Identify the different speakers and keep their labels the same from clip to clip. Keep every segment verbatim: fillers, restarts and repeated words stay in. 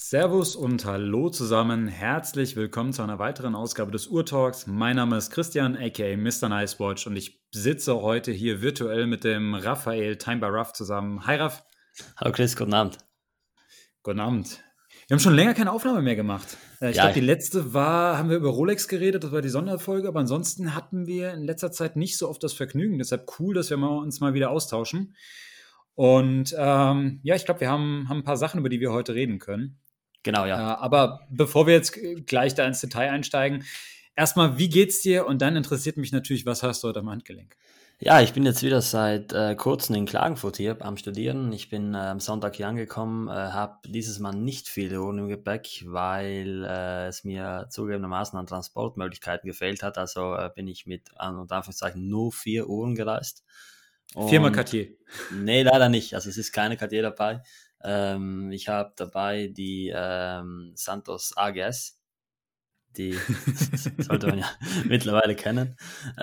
Speaker 1: Servus und hallo zusammen. Herzlich willkommen zu einer weiteren Ausgabe des Ur-Talks. Mein Name ist Christian, aka Mister Nicewatch, und ich sitze heute hier virtuell mit dem Raphael Time by Ruff zusammen. Hi Raff.
Speaker 2: Hallo Chris, guten Abend.
Speaker 1: Guten Abend. Wir haben schon länger keine Aufnahme mehr gemacht. Äh, Ich
Speaker 2: Ja,
Speaker 1: glaube, die
Speaker 2: ich,
Speaker 1: letzte war, haben wir über Rolex geredet, das war die Sonderfolge, aber ansonsten hatten wir in letzter Zeit nicht so oft das Vergnügen. Deshalb cool, dass wir mal, uns mal wieder austauschen. Und ähm, ja, ich glaube, wir haben, haben ein paar Sachen, über die wir heute reden können.
Speaker 2: genau,
Speaker 1: Äh,
Speaker 2: ja.
Speaker 1: aber bevor wir jetzt äh, gleich da ins Detail einsteigen, erstmal, wie geht's dir? Und dann interessiert mich natürlich, was hast du heute am Handgelenk?
Speaker 2: Ja, ich bin jetzt wieder seit äh, kurzem in Klagenfurt hier am Studieren. Ich bin äh, am Sonntag hier angekommen, äh, habe dieses Mal nicht viele Uhren im Gepäck, weil äh, es mir zugegebenermaßen an Transportmöglichkeiten gefehlt hat. Also äh, bin ich mit an und Anführungszeichen nur vier Uhren gereist.
Speaker 1: Firma
Speaker 2: Und
Speaker 1: Cartier.
Speaker 2: nee, leider nicht. Also es ist keine Cartier dabei. Ähm, ich habe dabei die ähm, Santos A G S. Die sollte man ja mittlerweile kennen.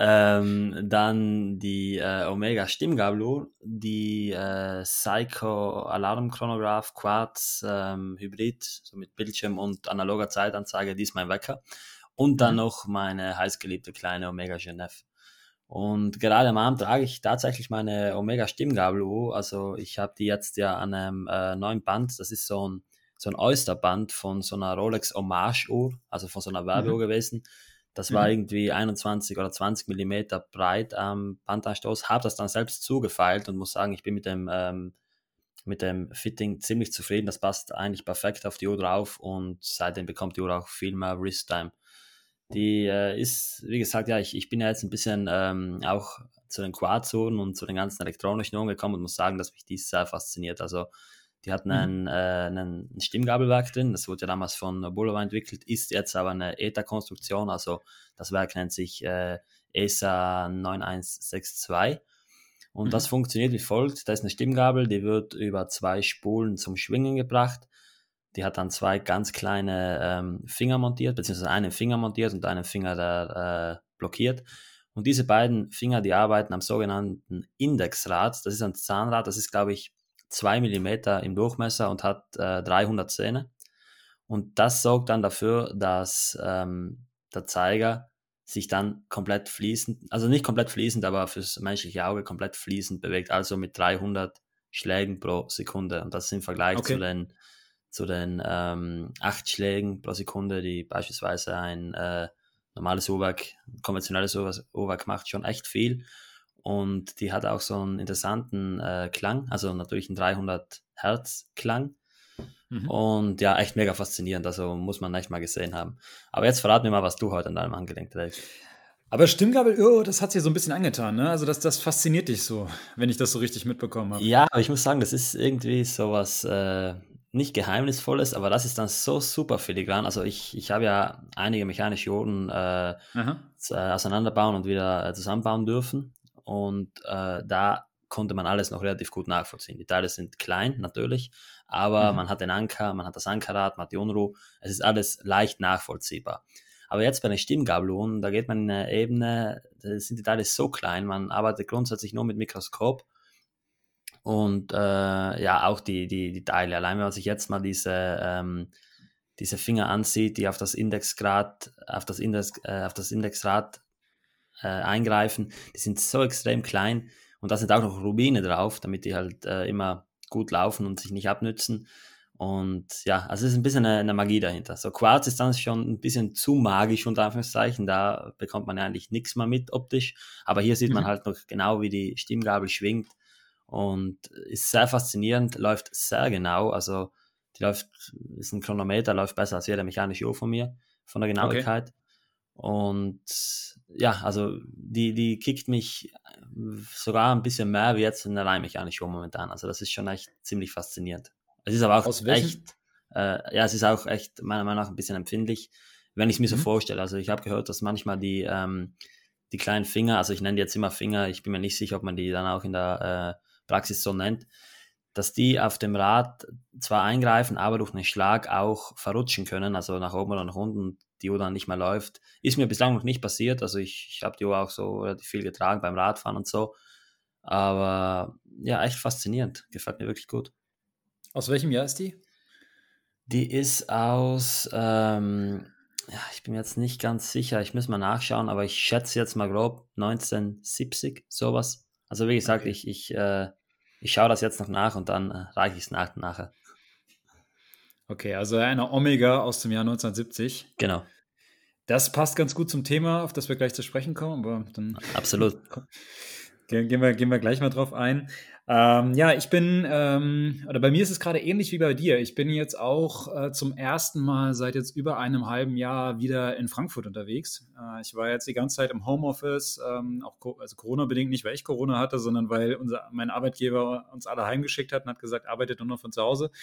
Speaker 2: Ähm, dann die äh, Omega Stimmgabeluhr, die äh, Seiko Alarmchronograph Quartz ähm, Hybrid, so mit Bildschirm und analoger Zeitanzeige, die ist mein Wecker. Und dann
Speaker 1: Mhm.
Speaker 2: noch meine heißgeliebte kleine Omega Genève. Und gerade am Abend trage ich tatsächlich meine Omega Stimmgabeluhr. Also ich habe die jetzt ja an einem äh, neuen Band. Das ist so ein so ein Oysterband von so einer Rolex Hommage-Uhr, also von so einer Werbeuhr
Speaker 1: Mhm.
Speaker 2: gewesen. Das war
Speaker 1: Mhm.
Speaker 2: irgendwie einundzwanzig oder zwanzig Millimeter breit am Bandanstoß. Habe das dann selbst zugefeilt und muss sagen, ich bin mit dem, ähm, mit dem Fitting ziemlich zufrieden. Das passt eigentlich perfekt auf die Uhr drauf und seitdem bekommt die Uhr auch viel mehr Wrist-Time. Die äh, ist, wie gesagt, ja, ich, ich bin ja jetzt ein bisschen ähm, auch zu den Quarzuhren und zu den ganzen elektronischen Uhren gekommen und muss sagen, dass mich dies sehr fasziniert. Also die hat
Speaker 1: Mhm.
Speaker 2: einen, äh, einen ein Stimmgabelwerk drin, das wurde ja damals von Bulova entwickelt, ist jetzt aber eine E T A-Konstruktion, also das Werk nennt sich äh, E S A neun eins sechs zwei und das
Speaker 1: Mhm.
Speaker 2: funktioniert wie folgt. Da ist eine Stimmgabel, die wird über zwei Spulen zum Schwingen gebracht. Die hat dann zwei ganz kleine ähm, Finger montiert, beziehungsweise einen Finger montiert und einen Finger da, äh, blockiert. Und diese beiden Finger, die arbeiten am sogenannten Indexrad. Das ist ein Zahnrad, das ist, glaube ich, zwei Millimeter im Durchmesser und hat äh, dreihundert Zähne. Und das sorgt dann dafür, dass ähm, der Zeiger sich dann komplett fließend, also nicht komplett fließend, aber fürs menschliche Auge komplett fließend bewegt, also mit dreihundert Schlägen pro Sekunde. Und das ist im Vergleich zu
Speaker 1: Okay.
Speaker 2: den, zu den ähm, acht Schlägen pro Sekunde, die beispielsweise ein äh, normales Uhrwerk, konventionelles Uhrwerk Uhrwerk macht, schon echt viel. Und die hat auch so einen interessanten äh, Klang, also natürlich einen dreihundert Hertz Klang.
Speaker 1: Mhm.
Speaker 2: Und ja, echt mega faszinierend, also muss man echt mal gesehen haben. Aber jetzt verrat mir mal, was du heute an deinem Handgelenk trägst.
Speaker 1: Aber Stimmgabel, oh, das hat dir so ein bisschen angetan, ne? Also das, das fasziniert dich so, wenn ich das so richtig mitbekommen habe.
Speaker 2: Ja, aber ich muss sagen, das ist irgendwie sowas äh, nicht Geheimnisvolles, aber das ist dann so super filigran. Also ich, ich habe ja einige mechanische Uhren äh,
Speaker 1: Aha.
Speaker 2: z- äh, auseinanderbauen und wieder äh, zusammenbauen dürfen. Und äh, da konnte man alles noch relativ gut nachvollziehen. Die Teile sind klein, natürlich, aber man
Speaker 1: Mhm.
Speaker 2: hat den Anker, man hat das Ankerrad, man hat die Unruh. Es ist alles leicht nachvollziehbar. Aber jetzt bei den Stimmgabeluhren, da geht man in eine Ebene, da sind die Teile so klein, man arbeitet grundsätzlich nur mit Mikroskop und äh, ja, auch die, die, die Teile. Allein wenn man sich jetzt mal diese, ähm, diese Finger ansieht, die auf das Indexgrad, auf das Index, äh, auf das Indexrad äh, eingreifen, die sind so extrem klein und da sind auch noch Rubine drauf, damit die halt äh, immer gut laufen und sich nicht abnützen. Und ja, also es ist ein bisschen eine, eine Magie dahinter. So Quarz ist dann schon ein bisschen zu magisch, unter Anführungszeichen. Da bekommt man ja eigentlich nichts mehr mit optisch. Aber hier sieht man
Speaker 1: Mhm.
Speaker 2: halt noch genau, wie die Stimmgabel schwingt und ist sehr faszinierend, läuft sehr genau. Also die läuft, ist ein Chronometer, läuft besser als jede mechanische Uhr von mir, von der
Speaker 1: Okay.
Speaker 2: Genauigkeit. Und ja, also die, die kickt mich sogar ein bisschen mehr wie jetzt eine rein mechanische Uhr momentan. Also das ist schon echt ziemlich faszinierend. Es ist aber auch
Speaker 1: Aus welchem?
Speaker 2: echt, äh, ja, es ist auch echt meiner Meinung nach ein bisschen empfindlich, wenn ich es mir so
Speaker 1: Mhm.
Speaker 2: vorstelle. Also ich habe gehört, dass manchmal die, ähm, die kleinen Finger, also ich nenne die jetzt immer Finger, ich bin mir nicht sicher, ob man die dann auch in der äh, Praxis so nennt, dass die auf dem Rad zwar eingreifen, aber durch einen Schlag auch verrutschen können, also nach oben oder nach unten und die Uhr dann nicht mehr läuft. Ist mir bislang noch nicht passiert, also ich, ich habe die Uhr auch so relativ viel getragen beim Radfahren und so, aber ja, echt faszinierend, gefällt mir wirklich gut.
Speaker 1: Aus welchem Jahr ist die?
Speaker 2: Die ist aus, ähm, ja, ich bin mir jetzt nicht ganz sicher, ich muss mal nachschauen, aber ich schätze jetzt mal grob neunzehnhundertsiebzig, sowas. Also wie gesagt,
Speaker 1: Okay.
Speaker 2: ich, ich, äh, ich schaue das jetzt noch nach und dann äh, reiche ich es nach nachher.
Speaker 1: Okay, also eine Omega aus dem Jahr neunzehnhundertsiebzig.
Speaker 2: Genau,
Speaker 1: Das passt ganz gut zum Thema, auf das wir gleich zu sprechen kommen, aber dann
Speaker 2: absolut.
Speaker 1: Ge gehen wir gehen wir gleich mal drauf ein. Ähm, ja, ich bin, ähm oder bei mir ist es gerade ähnlich wie bei dir. Ich bin jetzt auch, äh, zum ersten Mal seit jetzt über einem halben Jahr wieder in Frankfurt unterwegs. Äh, ich war jetzt die ganze Zeit im Homeoffice, ähm, auch Co also Corona-bedingt, nicht weil ich Corona hatte, sondern weil unser mein Arbeitgeber uns alle heimgeschickt hat und hat gesagt: „Arbeitet nur noch von zu Hause."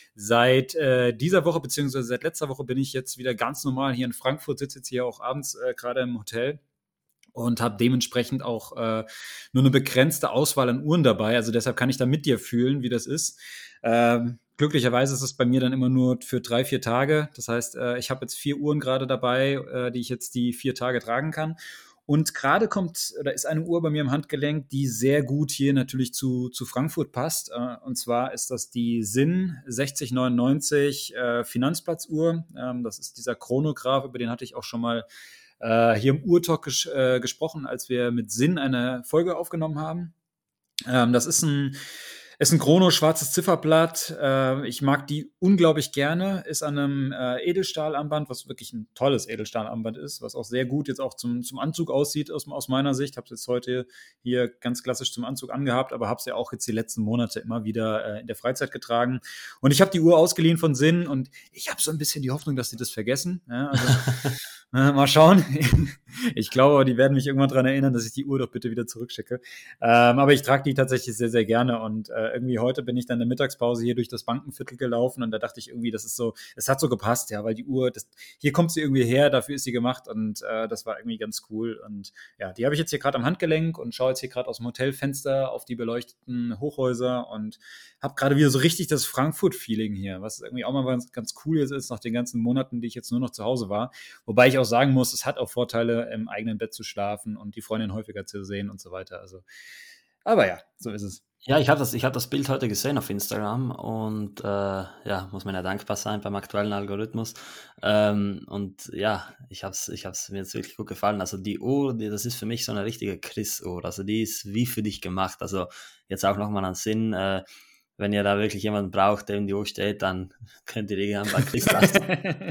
Speaker 1: Seit, äh, dieser Woche beziehungsweise seit letzter Woche bin ich jetzt wieder ganz normal hier in Frankfurt, sitze jetzt hier auch abends, äh, grade im Hotel und habe dementsprechend auch äh, nur eine begrenzte Auswahl an Uhren dabei. Also deshalb kann ich da mit dir fühlen, wie das ist. Ähm, glücklicherweise ist es bei mir dann immer nur für drei, vier Tage. Das heißt, äh, ich habe jetzt vier Uhren gerade dabei, äh, die ich jetzt die vier Tage tragen kann. Und gerade kommt, oder ist eine Uhr bei mir im Handgelenk, die sehr gut hier natürlich zu, zu Frankfurt passt. Äh, und zwar ist das die Sinn sechzig neunundneunzig äh, Finanzplatzuhr. Ähm, das ist dieser Chronograph, über den hatte ich auch schon mal äh, hier im Urtalk ges äh, gesprochen, als wir mit Sinn eine Folge aufgenommen haben. Ähm, das ist ein, ist ein Chrono, schwarzes Zifferblatt. Äh, ich mag die unglaublich gerne. Ist an einem äh, Edelstahlarmband, was wirklich ein tolles Edelstahlarmband ist, was auch sehr gut jetzt auch zum, zum Anzug aussieht aus, aus meiner Sicht. Habe es jetzt heute hier ganz klassisch zum Anzug angehabt, aber habe es ja auch jetzt die letzten Monate immer wieder äh, in der Freizeit getragen. Und ich habe die Uhr ausgeliehen von Sinn und ich habe so ein bisschen die Hoffnung, dass sie das vergessen. Ja, also äh, mal schauen. Ich glaube, die werden mich irgendwann daran erinnern, dass ich die Uhr doch bitte wieder zurückschicke. Ähm, aber ich trage die tatsächlich sehr, sehr gerne. Und äh, irgendwie heute bin ich dann in der Mittagspause hier durch das Bankenviertel gelaufen und da dachte ich irgendwie, das ist so, es hat so gepasst, ja, weil die Uhr, das, hier kommt sie irgendwie her, dafür ist sie gemacht und äh, das war irgendwie ganz cool. Und ja, die habe ich jetzt hier gerade am Handgelenk und schaue jetzt hier gerade aus dem Hotelfenster auf die beleuchteten Hochhäuser und habe gerade wieder so richtig das Frankfurt-Feeling hier, was irgendwie auch mal ganz, ganz cool jetzt ist, nach den ganzen Monaten, die ich jetzt nur noch zu Hause war. Wobei ich auch sagen muss, es hat auch Vorteile, im eigenen Bett zu schlafen und die Freundin häufiger zu sehen und so weiter. Also, aber ja, so ist es.
Speaker 2: Ja, ich habe das, ich hab das Bild heute gesehen auf Instagram und äh, ja, muss man ja dankbar sein beim aktuellen Algorithmus. Ähm, und ja, ich habe es ich hab's mir jetzt wirklich gut gefallen. Also die Uhr, die, das ist für mich so eine richtige Chris-Uhr. Also die ist wie für dich gemacht. Also jetzt auch nochmal an Sinn, äh, wenn ihr da wirklich jemanden braucht, der in die Uhr steht, dann könnt ihr die gerne bei Chris lassen.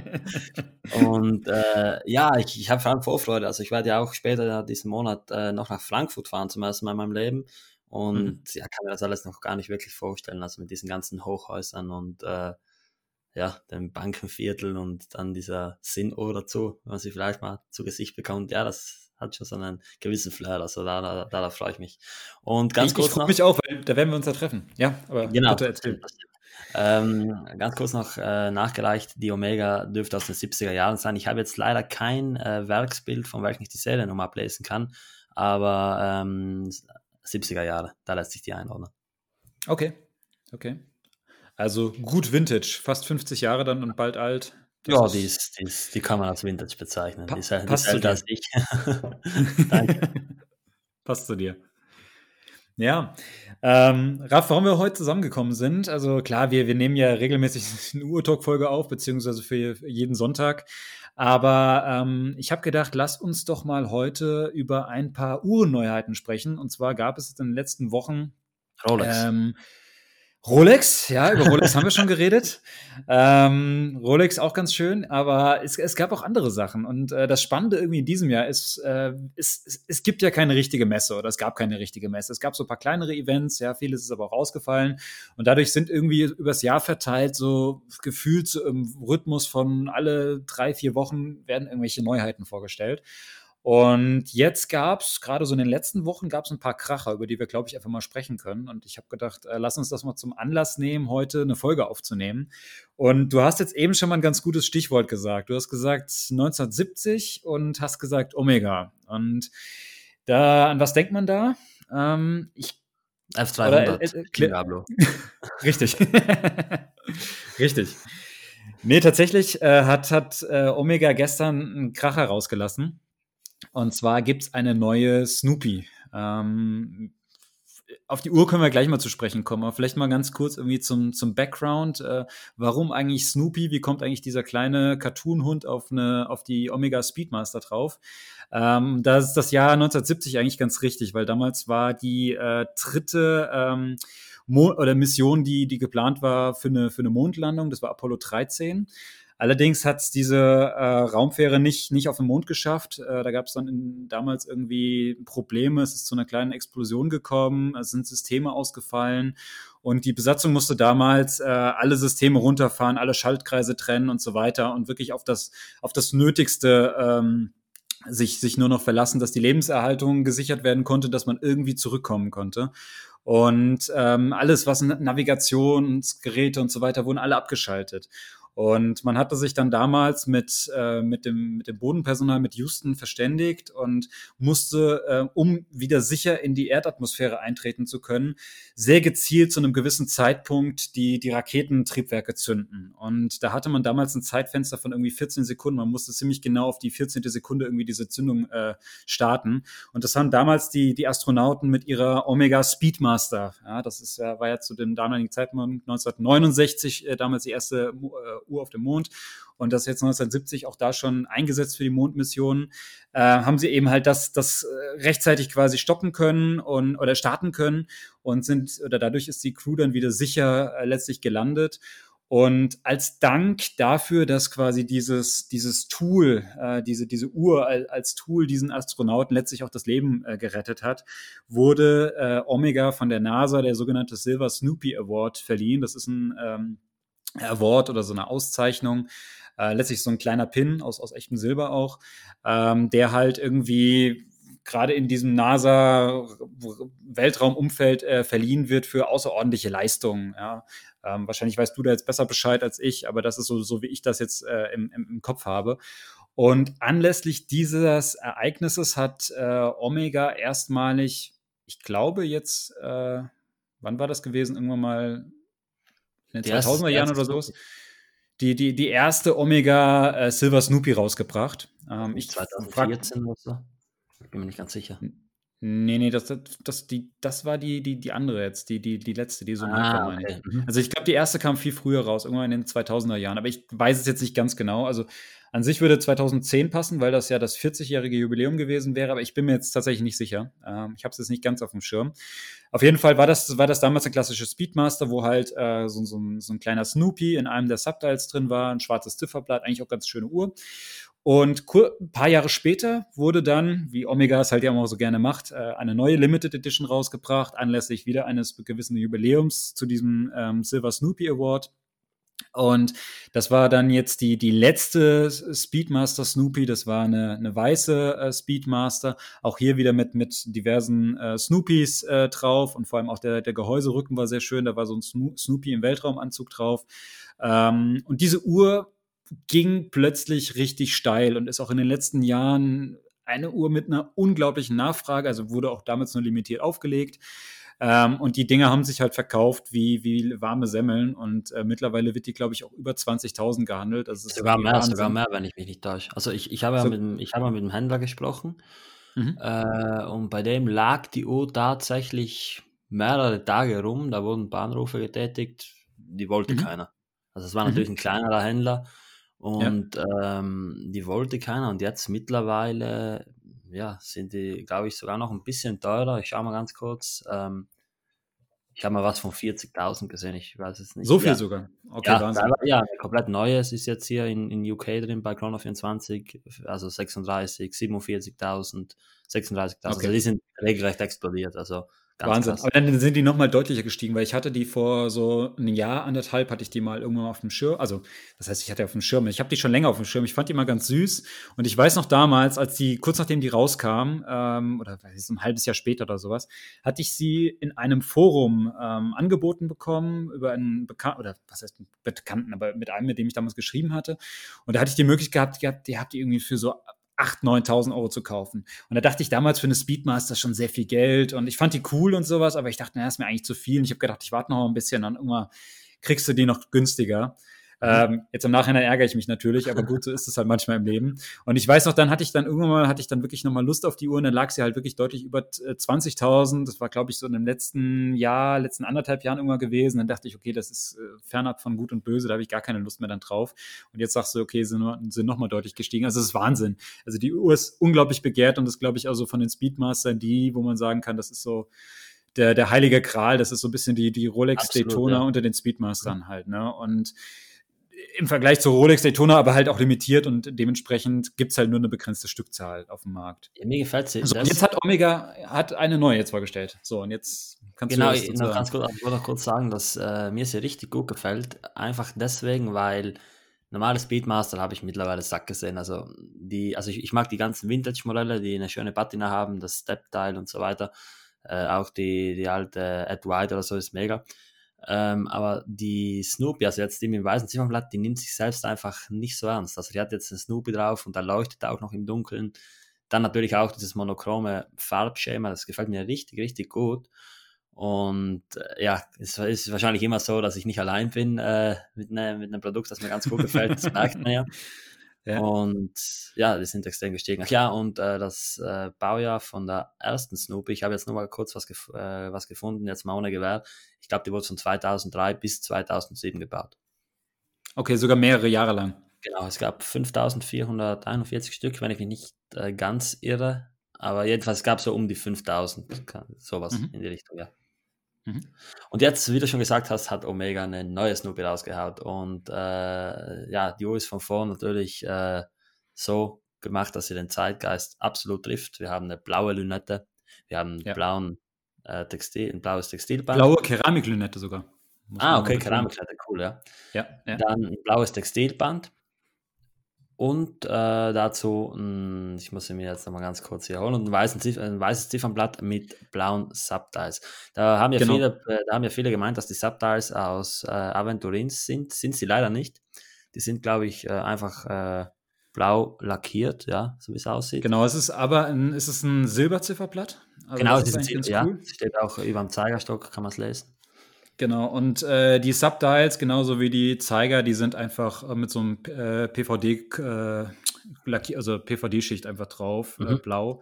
Speaker 2: Und äh, ja, ich, ich habe vor allem Vorfreude. Also ich werde ja auch später diesen Monat äh, noch nach Frankfurt fahren, zum ersten Mal in meinem Leben.
Speaker 1: Mhm.
Speaker 2: Und ja, kann mir das alles noch gar nicht wirklich vorstellen. Also mit diesen ganzen Hochhäusern und äh, ja, dem Bankenviertel und dann dieser Sinnohr dazu, wenn man sie vielleicht mal zu Gesicht bekommt. Ja, das hat schon so einen gewissen Flair. Also da, da, da, da freue ich mich. Und ganz
Speaker 1: Ich, ich
Speaker 2: kurz
Speaker 1: freue
Speaker 2: noch,
Speaker 1: mich auch, weil da werden wir uns ja treffen. Ja, aber
Speaker 2: genau,
Speaker 1: bitte
Speaker 2: das stimmt,
Speaker 1: erzähl.
Speaker 2: das stimmt. Ähm, ganz kurz noch äh, nachgereicht, die Omega dürfte aus den siebziger Jahren sein. Ich habe jetzt leider kein äh, Werksbild, von welchem ich die Seriennummer ablesen kann, aber ähm, siebziger Jahre, da lässt sich die einordnen.
Speaker 1: Okay, okay. Also gut Vintage, fast fünfzig Jahre dann und bald alt. Das
Speaker 2: Ja, die,
Speaker 1: ist,
Speaker 2: ist, die, ist, die kann man als Vintage bezeichnen. Die
Speaker 1: pa
Speaker 2: ist, äl- die ist
Speaker 1: passt zu
Speaker 2: älter als
Speaker 1: dir.
Speaker 2: ich. Danke.
Speaker 1: Passt zu dir. Ja, ähm, Raff, warum wir heute zusammengekommen sind, also klar, wir, wir nehmen ja regelmäßig eine Uhr-Talk-Folge auf, beziehungsweise für jeden Sonntag. Aber ähm, ich habe gedacht, lass uns doch mal heute über ein paar Uhrenneuheiten sprechen. Und zwar gab es in den letzten Wochen
Speaker 2: Rolex.
Speaker 1: ähm, Rolex, ja, über Rolex haben wir schon geredet. Ähm, Rolex auch ganz schön, aber es, es gab auch andere Sachen. Und äh, das Spannende irgendwie in diesem Jahr ist, äh, ist es, es gibt ja keine richtige Messe oder es gab keine richtige Messe. Es gab so ein paar kleinere Events, ja, vieles ist aber auch ausgefallen. Und dadurch sind irgendwie übers Jahr verteilt so gefühlt so im Rhythmus von alle drei, vier Wochen werden irgendwelche Neuheiten vorgestellt. Und jetzt gab's gerade so in den letzten Wochen gab's ein paar Kracher, über die wir, glaube ich, einfach mal sprechen können. Und ich habe gedacht, äh, lass uns das mal zum Anlass nehmen, heute eine Folge aufzunehmen. Und du hast jetzt eben schon mal ein ganz gutes Stichwort gesagt. Du hast gesagt neunzehnhundertsiebzig und hast gesagt Omega. Und da, an was denkt man da? Ähm, ich, oder, äh,
Speaker 2: F dreihundert,
Speaker 1: äh,
Speaker 2: Team
Speaker 1: klär-
Speaker 2: Gablo.
Speaker 1: richtig. Richtig. Nee, tatsächlich äh, hat, hat äh, Omega gestern einen Kracher rausgelassen. Und zwar gibt's eine neue Snoopy. Ähm, auf die Uhr können wir gleich mal zu sprechen kommen, aber vielleicht mal ganz kurz irgendwie zum, zum Background. Äh, warum eigentlich Snoopy? Wie kommt eigentlich dieser kleine Cartoon-Hund auf, eine, auf die Omega Speedmaster drauf? Ähm, da ist das Jahr neunzehnhundertsiebzig eigentlich ganz richtig, weil damals war die äh, dritte ähm, Mo- oder Mission, die, die geplant war für eine, für eine Mondlandung. Das war Apollo dreizehn. Allerdings hat es diese äh, Raumfähre nicht, nicht auf den Mond geschafft. Äh, da gab es dann in, damals irgendwie Probleme. Es ist zu einer kleinen Explosion gekommen. Es sind Systeme ausgefallen. Und die Besatzung musste damals äh, alle Systeme runterfahren, alle Schaltkreise trennen und so weiter und wirklich auf das, auf das Nötigste ähm, sich, sich nur noch verlassen, dass die Lebenserhaltung gesichert werden konnte, dass man irgendwie zurückkommen konnte. Und ähm, alles, was Navigationsgeräte und so weiter, wurden alle abgeschaltet. Und man hatte sich dann damals mit, äh, mit, dem, mit dem Bodenpersonal, mit Houston verständigt und musste, äh, um wieder sicher in die Erdatmosphäre eintreten zu können, sehr gezielt zu einem gewissen Zeitpunkt die, die Raketentriebwerke zünden. Und da hatte man damals ein Zeitfenster von irgendwie vierzehn Sekunden. Man musste ziemlich genau auf die vierzehnte Sekunde irgendwie diese Zündung äh, starten. Und das haben damals die, die Astronauten mit ihrer Omega Speedmaster, ja, das ist ja, war ja zu dem damaligen Zeitpunkt neunzehnhundertneunundsechzig äh, damals die erste äh, Uhr auf dem Mond und das jetzt neunzehnhundertsiebzig auch da schon eingesetzt für die Mondmissionen, äh, haben sie eben halt das, das rechtzeitig quasi stoppen können und, oder starten können und sind, oder dadurch ist die Crew dann wieder sicher äh, letztlich gelandet. Und als Dank dafür, dass quasi dieses, dieses Tool, äh, diese, diese Uhr als, als Tool diesen Astronauten letztlich auch das Leben äh, gerettet hat, wurde äh, Omega von der NASA der sogenannte Silver Snoopy Award verliehen. Das ist ein ähm, Award oder so eine Auszeichnung, äh, letztlich so ein kleiner Pin aus, aus echtem Silber auch, ähm, der halt irgendwie gerade in diesem NASA-Weltraumumfeld äh, verliehen wird für außerordentliche Leistungen. Ja. Ähm, wahrscheinlich weißt du da jetzt besser Bescheid als ich, aber das ist so, so wie ich das jetzt äh, im, im, im Kopf habe. Und anlässlich dieses Ereignisses hat äh, Omega erstmalig, ich glaube jetzt, äh, wann war das gewesen? Irgendwann mal in den
Speaker 2: Die erste,
Speaker 1: zweitausender
Speaker 2: die
Speaker 1: Jahren
Speaker 2: erste
Speaker 1: oder sowas, die, die, die erste Omega äh, Silver Snoopy rausgebracht. Ähm, ich frage,
Speaker 2: zweitausendvierzehn oder so. Ich bin mir nicht ganz sicher.
Speaker 1: nee, nee, das, das, das, die, das war die, die, die andere jetzt, die, die, die letzte, die so neu war,
Speaker 2: Ah,
Speaker 1: meine ich.
Speaker 2: okay. Mhm.
Speaker 1: Also ich glaube, die erste kam viel früher raus, irgendwann in den zweitausender Jahren, aber ich weiß es jetzt nicht ganz genau. Also an sich würde zweitausendzehn passen, weil das ja das vierzigjährige Jubiläum gewesen wäre, aber ich bin mir jetzt tatsächlich nicht sicher. Ähm, ich habe es jetzt nicht ganz auf dem Schirm. Auf jeden Fall war das, war das damals ein klassisches Speedmaster, wo halt äh, so, so, ein, so ein kleiner Snoopy in einem der Subdials drin war, ein schwarzes Zifferblatt, eigentlich auch ganz schöne Uhr. Und ein paar Jahre später wurde dann, wie Omega es halt ja immer so gerne macht, äh, eine neue Limited Edition rausgebracht, anlässlich wieder eines gewissen Jubiläums zu diesem ähm, Silver Snoopy Award. Und das war dann jetzt die, die letzte Speedmaster Snoopy, das war eine, eine weiße äh, Speedmaster, auch hier wieder mit, mit diversen äh, Snoopys äh, drauf und vor allem auch der, der Gehäuserücken war sehr schön, da war so ein Snoopy im Weltraumanzug drauf. Ähm, und diese Uhr ging plötzlich richtig steil und ist auch in den letzten Jahren eine Uhr mit einer unglaublichen Nachfrage, also wurde auch damals nur limitiert aufgelegt. Ähm, und die Dinger haben sich halt verkauft wie, wie warme Semmeln und äh, mittlerweile wird die, glaube ich, auch über zwanzigtausend gehandelt. Das ist
Speaker 2: Sogar mehr,
Speaker 1: Wahnsinn.
Speaker 2: sogar mehr, wenn ich mich nicht täusche. Also ich, ich habe ja
Speaker 1: So,
Speaker 2: mit dem, ich habe mal mit dem Händler gesprochen
Speaker 1: mhm.
Speaker 2: äh, und bei dem lag die Uhr tatsächlich mehrere Tage rum. Da wurden ein paar Anrufe getätigt, die wollte
Speaker 1: Mhm.
Speaker 2: keiner. Also es war
Speaker 1: Mhm.
Speaker 2: natürlich ein kleinerer Händler
Speaker 1: Ja.
Speaker 2: und ähm, die wollte keiner. Und jetzt mittlerweile, ja, sind die, glaube ich, sogar noch ein bisschen teurer. Ich schaue mal ganz kurz. Ähm, ich habe mal was von vierzigtausend gesehen, ich weiß es
Speaker 1: So
Speaker 2: nicht.
Speaker 1: viel
Speaker 2: Ja,
Speaker 1: sogar. Okay,
Speaker 2: ja,
Speaker 1: Wahnsinn.
Speaker 2: teilweise, ja, eine komplett neue. Es ist jetzt hier in, in U K drin bei Chrono vierundzwanzig, also sechsunddreißig, siebenundvierzigtausend, sechsunddreißigtausend. Also
Speaker 1: Okay.
Speaker 2: die sind regelrecht explodiert, also ganz
Speaker 1: Wahnsinn.
Speaker 2: krass.
Speaker 1: Aber dann sind die noch mal deutlicher gestiegen, weil ich hatte die vor so ein Jahr, anderthalb hatte ich die mal irgendwann auf dem Schirm. Also, das heißt, ich hatte auf dem Schirm. Ich habe die schon länger auf dem Schirm. Ich fand die mal ganz süß. Und ich weiß noch damals, als die, kurz nachdem die rauskam, ähm, oder weiß ich, so ein halbes Jahr später oder sowas, hatte ich sie in einem Forum ähm, angeboten bekommen über einen Bekannten, oder was heißt einen Bekannten, aber mit einem, mit dem ich damals geschrieben hatte. Und da hatte ich die Möglichkeit gehabt, die habt ihr irgendwie für so achttausend, neuntausend Euro zu kaufen. Und da dachte ich damals für eine Speedmaster schon sehr viel Geld und ich fand die cool und sowas, aber ich dachte, na, ist mir eigentlich zu viel. Und ich habe gedacht, ich warte noch ein bisschen, dann irgendwann kriegst du die noch günstiger. Ähm, jetzt im Nachhinein ärgere ich mich natürlich, aber gut, so ist es halt manchmal im Leben. Und ich weiß noch, dann hatte ich dann irgendwann mal, hatte ich dann wirklich nochmal Lust auf die Uhr und dann lag sie halt wirklich deutlich über äh, zwanzigtausend. Das war, glaube ich, so in dem letzten Jahr, letzten anderthalb Jahren irgendwann gewesen. Dann dachte ich, okay, das ist äh, fernab von Gut und Böse, da habe ich gar keine Lust mehr dann drauf. Und jetzt sagst du, okay, sind, nur- sind nochmal deutlich gestiegen. Also das ist Wahnsinn. Also die Uhr ist unglaublich begehrt und ist, glaube ich, auch so von den Speedmastern die, wo man sagen kann, das ist so der, der heilige Gral, das ist so ein bisschen die, die Rolex
Speaker 2: Absolut,
Speaker 1: Daytona
Speaker 2: ja.
Speaker 1: unter den Speedmastern halt, ne? Und im Vergleich zur Rolex Daytona aber halt auch limitiert und dementsprechend gibt's halt nur eine begrenzte Stückzahl auf dem Markt.
Speaker 2: Ja, mir gefällt sie.
Speaker 1: So, und jetzt
Speaker 2: Das,
Speaker 1: hat Omega hat eine neue jetzt vorgestellt. So, und jetzt kannst du ja
Speaker 2: genau,
Speaker 1: was
Speaker 2: ich,
Speaker 1: dazu
Speaker 2: noch
Speaker 1: sagen.
Speaker 2: ganz kurz, ich wollte noch kurz sagen, dass äh, mir sie richtig gut gefällt. Einfach deswegen, weil normale Speedmaster habe ich mittlerweile satt gesehen. Also, die, also ich, ich mag die ganzen Vintage-Modelle, die eine schöne Patina haben, das Step-Teil und so weiter. Äh, auch die, die alte Ed White oder so ist mega. Ähm, aber die Snoopy, also jetzt die mit dem weißen Ziffernblatt, die nimmt sich selbst einfach nicht so ernst. Also die hat jetzt einen Snoopy drauf und da leuchtet auch noch im Dunkeln. Dann natürlich auch dieses monochrome Farbschema, das gefällt mir richtig, richtig gut. Und äh, ja, es ist wahrscheinlich immer so, dass ich nicht allein bin äh, mit, ne, mit einem Produkt, das mir ganz gut gefällt. Das merkt man ja.
Speaker 1: Ja.
Speaker 2: Und ja, die sind extrem gestiegen. Ach ja, und äh, das äh, Baujahr von der ersten Snoopy, ich habe jetzt nur mal kurz was, gef äh, was gefunden, jetzt mal ohne Gewehr. Ich glaube, die wurde von zweitausenddrei bis zweitausendsieben gebaut.
Speaker 1: Okay, sogar mehrere Jahre lang.
Speaker 2: Genau, es gab fünftausendvierhunderteinundvierzig Stück, wenn ich mich nicht äh, ganz irre. Aber jedenfalls gab es so um die fünftausend, sowas
Speaker 1: Mhm.
Speaker 2: in die Richtung, ja.
Speaker 1: Mhm.
Speaker 2: Und jetzt, wie du schon gesagt hast, hat Omega eine neue Snoopy rausgehaut. Und äh, ja, die Uhr ist von vorn natürlich äh, so gemacht, dass sie den Zeitgeist absolut trifft. Wir haben eine blaue Lünette, wir haben einen
Speaker 1: Ja.
Speaker 2: blauen, äh, Textil, ein blaues Textilband.
Speaker 1: Blaue Keramiklünette sogar. Muss
Speaker 2: Ah,
Speaker 1: man mal
Speaker 2: okay,
Speaker 1: betonen.
Speaker 2: Keramiklünette, cool, ja.
Speaker 1: Ja, ja.
Speaker 2: Dann ein blaues Textilband. Und äh, dazu, mh, ich muss sie mir jetzt nochmal ganz kurz hier holen, und ein, weißen Ziff ein weißes Ziffernblatt mit blauen Subtiles. Da haben ja
Speaker 1: Genau.
Speaker 2: viele, äh, da haben ja viele gemeint, dass die Subtiles aus äh, Aventurins sind. Sind sie leider nicht. Die sind, glaube ich, äh, einfach äh, blau lackiert, ja, so wie es aussieht.
Speaker 1: Genau, es ist aber ein, es ist ein Silberzifferblatt. Also
Speaker 2: Genau,
Speaker 1: das
Speaker 2: es
Speaker 1: ist
Speaker 2: ist ein
Speaker 1: eigentlich
Speaker 2: Ziel,
Speaker 1: ganz
Speaker 2: ja,
Speaker 1: cool.
Speaker 2: es steht auch über dem Zeigerstock, kann man es lesen.
Speaker 1: Genau, und äh, die Subdials, genauso wie die Zeiger, die sind einfach äh, mit so einem äh, P V D, äh, lackier- also P V D-Schicht einfach drauf, äh,
Speaker 2: Mhm.
Speaker 1: blau.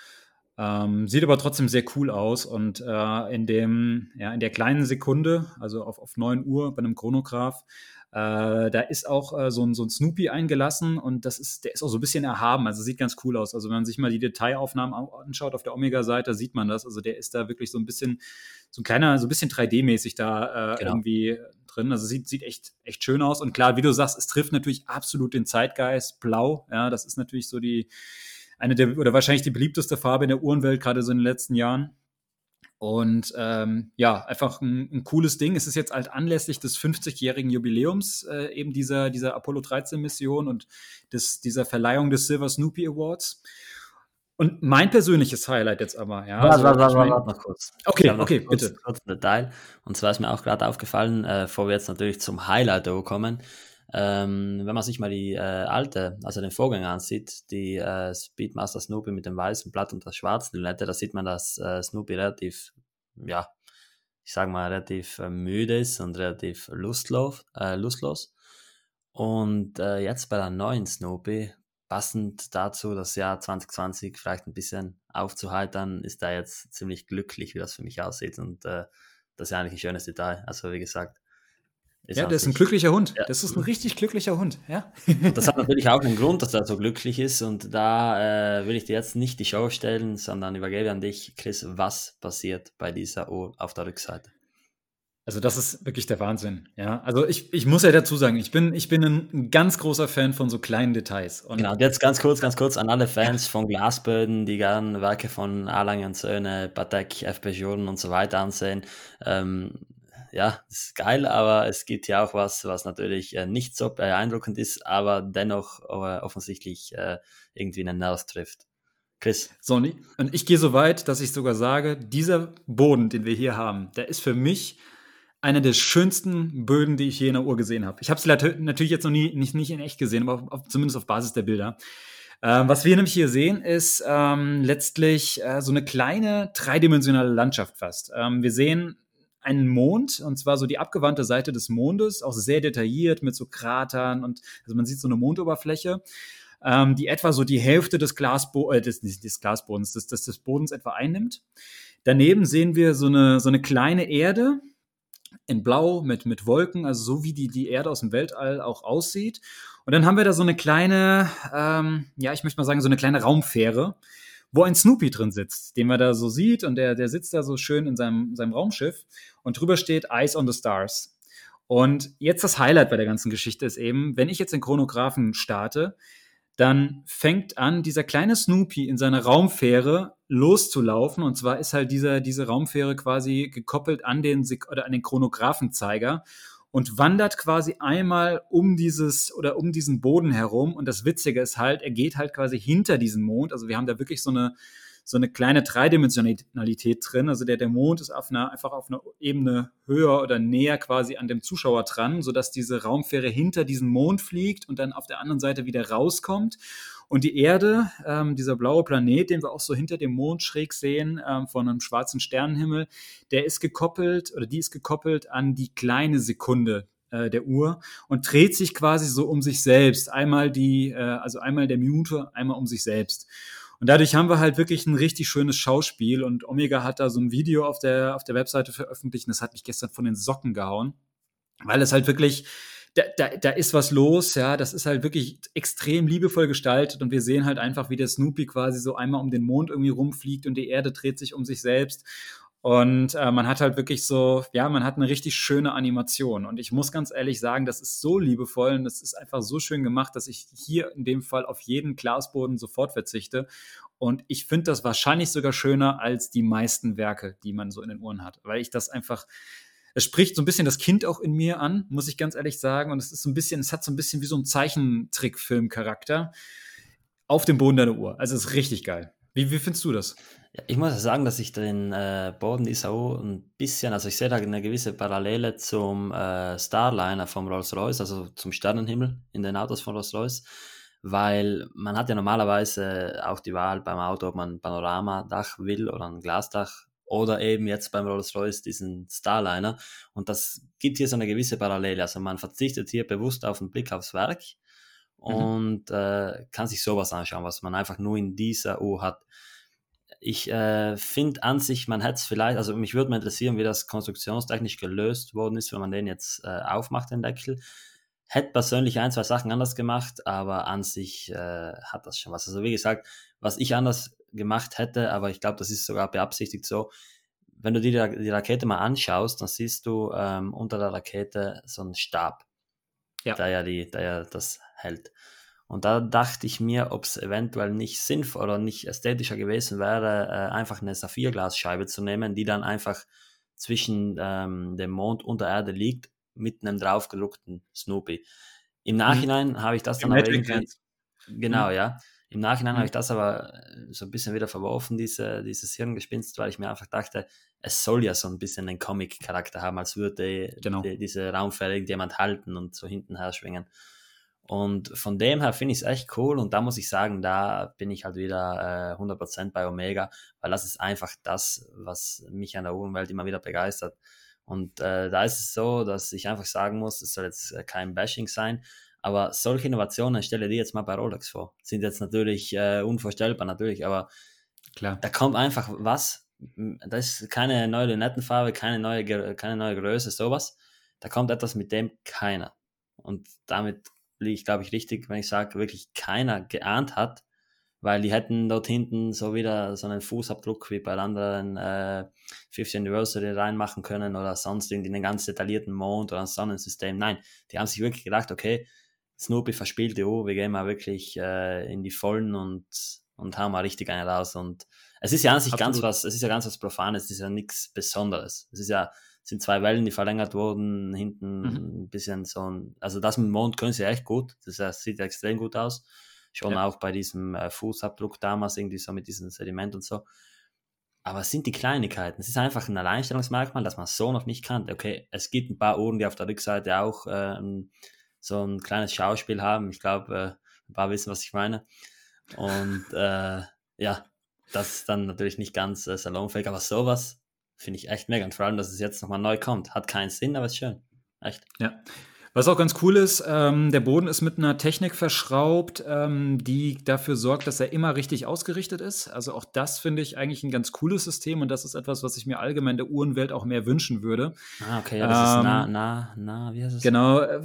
Speaker 1: Ähm, sieht aber trotzdem sehr cool aus und äh, in dem, ja, in der kleinen Sekunde, also auf, auf neun Uhr bei einem Chronograph, äh, da ist auch äh, so, ein, so ein Snoopy eingelassen und das ist, der ist auch so ein bisschen erhaben, also sieht ganz cool aus. Also wenn man sich mal die Detailaufnahmen anschaut auf der Omega-Seite, sieht man das. Also der ist da wirklich so ein bisschen, so ein kleiner, so ein bisschen drei D-mäßig da äh,
Speaker 2: Genau.
Speaker 1: irgendwie drin. Also sieht, sieht echt, echt schön aus. Und klar, wie du sagst, es trifft natürlich absolut den Zeitgeist. Blau, ja, das ist natürlich so die, eine der, oder wahrscheinlich die beliebteste Farbe in der Uhrenwelt, gerade so in den letzten Jahren. Und ähm, ja, einfach ein, ein cooles Ding. Es ist jetzt halt anlässlich des fünfzigjährigen Jubiläums äh, eben dieser, dieser Apollo dreizehn Mission und des, dieser Verleihung des Silver Snoopy Awards. Und mein persönliches Highlight jetzt aber, ja,
Speaker 2: Warte,
Speaker 1: also
Speaker 2: warte,
Speaker 1: ich
Speaker 2: warte,
Speaker 1: meine,
Speaker 2: warte noch kurz. Ich
Speaker 1: okay,
Speaker 2: habe noch
Speaker 1: okay,
Speaker 2: kurz,
Speaker 1: bitte.
Speaker 2: kurz ein Detail. Und zwar ist mir auch gerade aufgefallen, äh, bevor wir jetzt natürlich zum Highlight kommen, ähm, wenn man sich mal die äh, alte, also den Vorgänger ansieht, die äh, Speedmaster Snoopy mit dem weißen Blatt und der schwarzen Lünette, da sieht man, dass äh, Snoopy relativ, ja, ich sage mal, relativ äh, müde ist und relativ lustlos. Äh, lustlos. Und äh, jetzt bei der neuen Snoopy, passend dazu, das Jahr zwanzig zwanzig vielleicht ein bisschen aufzuheitern, ist er jetzt ziemlich glücklich, wie das für mich aussieht. Und äh, das ist ja eigentlich ein schönes Detail. Also wie gesagt, ist
Speaker 1: Ja,
Speaker 2: an
Speaker 1: der ist ein
Speaker 2: sich.
Speaker 1: glücklicher Hund.
Speaker 2: Ja.
Speaker 1: Das ist ein richtig glücklicher Hund, ja.
Speaker 2: Und das hat natürlich auch einen Grund, dass er so glücklich ist. Und da äh, will ich dir jetzt nicht die Show stellen, sondern übergebe an dich, Chris, was passiert bei dieser Uhr auf der Rückseite.
Speaker 1: Also das ist wirklich der Wahnsinn, ja. Also ich, ich muss ja dazu sagen, ich bin, ich bin ein, ein ganz großer Fan von so kleinen Details. Und
Speaker 2: Genau, und jetzt ganz kurz, ganz kurz an alle Fans von Glasböden, die gern Werke von Alange und Söhne, Patek, F. Jordan und so weiter ansehen. Ähm, ja, das ist geil, aber es gibt ja auch was, was natürlich äh, nicht so beeindruckend ist, aber dennoch äh, offensichtlich äh, irgendwie einen Nerv trifft. Chris.
Speaker 1: So, und ich gehe so weit, dass ich sogar sage, dieser Boden, den wir hier haben, der ist für mich einer der schönsten Böden, die ich je in der Uhr gesehen habe. Ich habe sie natürlich jetzt noch nie nicht, nicht in echt gesehen, aber auf, auf, zumindest auf Basis der Bilder. Ähm, was wir nämlich hier sehen, ist ähm, letztlich äh, so eine kleine dreidimensionale Landschaft fast. Ähm, wir sehen einen Mond, und zwar so die abgewandte Seite des Mondes, auch sehr detailliert mit so Kratern und also man sieht so eine Mondoberfläche, ähm, die etwa so die Hälfte des, Glasbo äh, des, des Glasbodens, des, des, des Bodens etwa einnimmt. Daneben sehen wir so eine, so eine kleine Erde in Blau mit, mit Wolken, also so wie die, die Erde aus dem Weltall auch aussieht. Und dann haben wir da so eine kleine, ähm, ja, ich möchte mal sagen, so eine kleine Raumfähre, wo ein Snoopy drin sitzt, den man da so sieht und der, der sitzt da so schön in seinem, seinem Raumschiff und drüber steht Eyes on the Stars. Und jetzt das Highlight bei der ganzen Geschichte ist eben, wenn ich jetzt den Chronographen starte, dann fängt an, dieser kleine Snoopy in seiner Raumfähre loszulaufen. Und zwar ist halt dieser, diese Raumfähre quasi gekoppelt an den, Sek- oder an den Chronographenzeiger und wandert quasi einmal um dieses oder um diesen Boden herum. Und das Witzige ist halt, er geht halt quasi hinter diesen Mond. Also wir haben da wirklich so eine, so eine kleine Dreidimensionalität drin. Also der, der Mond ist auf einer, einfach auf einer Ebene höher oder näher quasi an dem Zuschauer dran, sodass diese Raumfähre hinter diesen Mond fliegt und dann auf der anderen Seite wieder rauskommt. Und die Erde, ähm, dieser blaue Planet, den wir auch so hinter dem Mond schräg sehen, ähm, von einem schwarzen Sternenhimmel, der ist gekoppelt oder die ist gekoppelt an die kleine Sekunde äh, der Uhr und dreht sich quasi so um sich selbst. Einmal die, äh, also einmal der Minute, einmal um sich selbst. Und dadurch haben wir halt wirklich ein richtig schönes Schauspiel und Omega hat da so ein Video auf der, auf der Webseite veröffentlicht und das hat mich gestern von den Socken gehauen, weil es halt wirklich, da, da, da ist was los, ja, das ist halt wirklich extrem liebevoll gestaltet und wir sehen halt einfach, wie der Snoopy quasi so einmal um den Mond irgendwie rumfliegt und die Erde dreht sich um sich selbst. Und äh, man hat halt wirklich so, ja, man hat eine richtig schöne Animation. Und ich muss ganz ehrlich sagen, das ist so liebevoll und das ist einfach so schön gemacht, dass ich hier in dem Fall auf jeden Glasboden sofort verzichte. Und ich finde das wahrscheinlich sogar schöner als die meisten Werke, die man so in den Ohren hat. Weil ich das einfach, es spricht so ein bisschen das Kind auch in mir an, muss ich ganz ehrlich sagen. Und es ist so ein bisschen, es hat so ein bisschen wie so ein Zeichentrickfilm-Charakter auf dem Boden deiner Uhr. Also es ist richtig geil. Wie, wie findest du das?
Speaker 2: Ja, ich muss ja sagen, dass ich den äh, Boden dieser Uhr ein bisschen, also ich sehe da eine gewisse Parallele zum äh, Starliner vom Rolls-Royce, also zum Sternenhimmel in den Autos von Rolls-Royce, weil man hat ja normalerweise auch die Wahl beim Auto, ob man ein Panoramadach will oder ein Glasdach oder eben jetzt beim Rolls-Royce diesen Starliner, und das gibt hier so eine gewisse Parallele, also man verzichtet hier bewusst auf den Blick aufs Werk
Speaker 1: Mhm.
Speaker 2: und äh, kann sich sowas anschauen, was man einfach nur in dieser Uhr hat. Ich äh, finde an sich, man hätte es vielleicht, also mich würde mal interessieren, wie das konstruktionstechnisch gelöst worden ist, wenn man den jetzt äh, aufmacht, den Deckel. Hätte persönlich ein, zwei Sachen anders gemacht, aber an sich äh, hat das schon was. Also wie gesagt, was ich anders gemacht hätte, aber ich glaube, das ist sogar beabsichtigt so, wenn du dir die, die Rakete mal anschaust, dann siehst du ähm, unter der Rakete so einen Stab,
Speaker 1: Ja.
Speaker 2: der ja, die, der ja das hält. Und da dachte ich mir, ob es eventuell nicht sinnvoll oder nicht ästhetischer gewesen wäre, äh, einfach eine Saphirglasscheibe zu nehmen, die dann einfach zwischen ähm, dem Mond und der Erde liegt, mit einem draufgedruckten Snoopy. Im
Speaker 1: Mhm.
Speaker 2: Nachhinein habe ich das dann aber
Speaker 1: Imagining
Speaker 2: irgendwie,
Speaker 1: Hands.
Speaker 2: genau,
Speaker 1: Mhm.
Speaker 2: ja, im Nachhinein habe
Speaker 1: Mhm.
Speaker 2: ich das aber äh, so ein bisschen wieder verworfen, diese, dieses Hirngespinst, weil ich mir einfach dachte, es soll ja so ein bisschen einen Comic-Charakter haben, als würde
Speaker 1: Genau.
Speaker 2: die, diese Raumfähre irgendjemand halten und so hinten her schwingen. Und von dem her finde ich es echt cool, und da muss ich sagen, da bin ich halt wieder äh, hundert Prozent bei Omega, weil das ist einfach das, was mich an der Uhrenwelt immer wieder begeistert. Und äh, da ist es so, dass ich einfach sagen muss, es soll jetzt äh, kein Bashing sein, aber solche Innovationen, stelle dir jetzt mal bei Rolex vor, sind jetzt natürlich äh, unvorstellbar, natürlich, aber
Speaker 1: Klar.
Speaker 2: da kommt einfach was, da ist keine neue Lünettenfarbe, keine neue, Ge- keine neue Größe, sowas. Da kommt etwas, mit dem keiner. Und damit liege ich, glaube ich, richtig, wenn ich sage, wirklich keiner geahnt hat, weil die hätten dort hinten so wieder so einen Fußabdruck wie bei anderen äh, fünfzig Anniversary reinmachen können oder sonst irgendwie einen ganz detaillierten Mond oder ein Sonnensystem. Nein, die haben sich wirklich gedacht, okay, Snoopy verspielt die Uhr, wir gehen mal wirklich äh, in die Vollen und, und hauen mal richtig eine raus. Und es ist ja an sich ganz
Speaker 1: Absolut.
Speaker 2: was, es ist ja ganz was Profanes, es ist ja nichts Besonderes. Es ist ja, es sind zwei Wellen, die verlängert wurden,
Speaker 1: Mhm.
Speaker 2: hinten ein bisschen so ein, also das mit dem Mond können sie ja echt gut, das, das sieht ja extrem gut aus. Schon
Speaker 1: Ja.
Speaker 2: auch bei diesem äh, Fußabdruck damals, irgendwie so mit diesem Sediment und so. Aber es sind die Kleinigkeiten. Es ist einfach ein Alleinstellungsmerkmal, das man so noch nicht kannte. Okay, es gibt ein paar Uhren, die auf der Rückseite auch äh, so ein kleines Schauspiel haben. Ich glaube, äh, ein paar wissen, was ich meine. Und äh, ja, das ist dann natürlich nicht ganz äh, salonfähig, aber sowas, finde ich echt mega. Und vor allem, dass es jetzt nochmal neu kommt. Hat keinen Sinn, aber ist schön. Echt.
Speaker 1: Ja. Was auch ganz cool ist, ähm, der Boden ist mit einer Technik verschraubt, ähm, die dafür sorgt, dass er immer richtig ausgerichtet ist. Also auch das finde ich eigentlich ein ganz cooles System und das ist etwas, was ich mir allgemein der Uhrenwelt auch mehr wünschen würde.
Speaker 2: Ah, okay, ja, das ist na,
Speaker 1: Ähm,
Speaker 2: na, na, wie heißt es?
Speaker 1: genau, äh,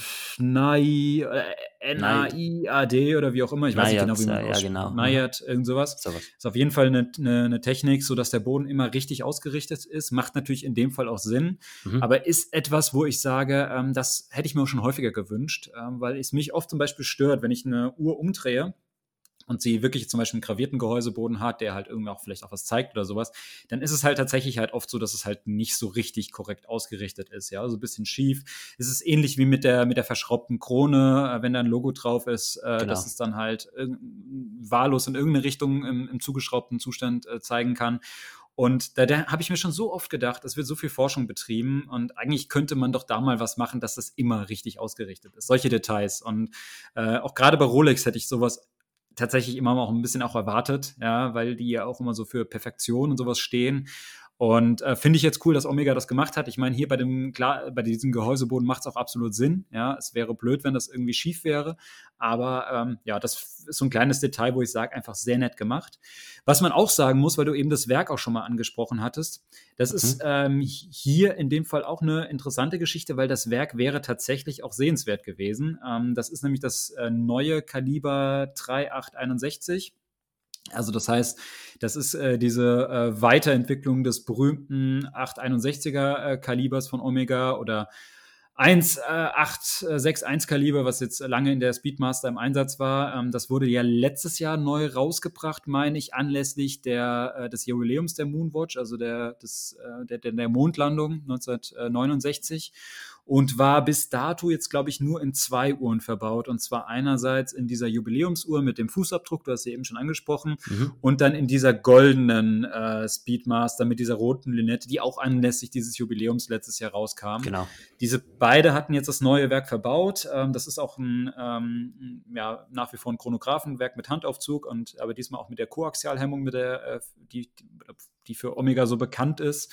Speaker 1: Nai, äh,
Speaker 2: Nein,
Speaker 1: N A I A D oder wie auch immer, ich weiß nicht genau, wie
Speaker 2: Nayat,
Speaker 1: man
Speaker 2: äh, ja,
Speaker 1: ausspricht.
Speaker 2: genau. Mhm.
Speaker 1: Nayat, irgend sowas.
Speaker 2: Sowas.
Speaker 1: Ist auf jeden Fall eine, eine, eine Technik, sodass der Boden immer richtig ausgerichtet ist. Macht natürlich in dem Fall auch Sinn,
Speaker 2: Mhm.
Speaker 1: aber ist etwas, wo ich sage, ähm, das hätte ich mir auch schon häufiger gewünscht, ähm, weil es mich oft zum Beispiel stört, wenn ich eine Uhr umdrehe und sie wirklich zum Beispiel einen gravierten Gehäuseboden hat, der halt irgendwie auch vielleicht auch was zeigt oder sowas, dann ist es halt tatsächlich halt oft so, dass es halt nicht so richtig korrekt ausgerichtet ist, ja, so ein bisschen schief. Es ist ähnlich wie mit der, mit der verschraubten Krone, äh, wenn da ein Logo drauf ist, äh, dass
Speaker 2: Genau.
Speaker 1: es dann halt irg- wahllos in irgendeine Richtung im, im zugeschraubten Zustand äh, zeigen kann. Und da, da habe ich mir schon so oft gedacht, es wird so viel Forschung betrieben und eigentlich könnte man doch da mal was machen, dass das immer richtig ausgerichtet ist. Solche Details. Und äh, auch gerade bei Rolex hätte ich sowas tatsächlich immer auch ein bisschen auch erwartet, ja, weil die ja auch immer so für Perfektion und sowas stehen. Und äh, finde ich jetzt cool, dass Omega das gemacht hat. Ich meine, hier bei dem klar, bei diesem Gehäuseboden macht es auch absolut Sinn. Ja, es wäre blöd, wenn das irgendwie schief wäre. Aber ähm, ja, das ist so ein kleines Detail, wo ich sage, einfach sehr nett gemacht. Was man auch sagen muss, weil du eben das Werk auch schon mal angesprochen hattest, das ist
Speaker 2: Mhm.
Speaker 1: ähm, hier in dem Fall auch eine interessante Geschichte, weil das Werk wäre tatsächlich auch sehenswert gewesen. Ähm, das ist nämlich das äh, neue Kaliber achtunddreißig einundsechzig. Also das heißt, das ist äh, diese äh, Weiterentwicklung des berühmten achthunderteinundsechziger äh, Kalibers von Omega oder eins äh, acht sechs eins Kaliber, was jetzt lange in der Speedmaster im Einsatz war. Ähm, das wurde ja letztes Jahr neu rausgebracht, meine ich, anlässlich der, äh, des Jubiläums der Moonwatch, also der, des, äh, der, der, der Mondlandung neunzehnhundertneunundsechzig und war bis dato jetzt, glaube ich, nur in zwei Uhren verbaut. Und zwar einerseits in dieser Jubiläumsuhr mit dem Fußabdruck, du hast sie eben schon angesprochen,
Speaker 2: Mhm.
Speaker 1: und dann in dieser goldenen äh, Speedmaster mit dieser roten Lünette, die auch anlässlich dieses Jubiläums letztes Jahr rauskam.
Speaker 2: Genau.
Speaker 1: Diese beide hatten jetzt das neue Werk verbaut. Ähm, das ist auch ein, ähm, ja, nach wie vor ein Chronographenwerk mit Handaufzug und aber diesmal auch mit der Koaxialhemmung, mit der, äh, die, die für Omega so bekannt ist.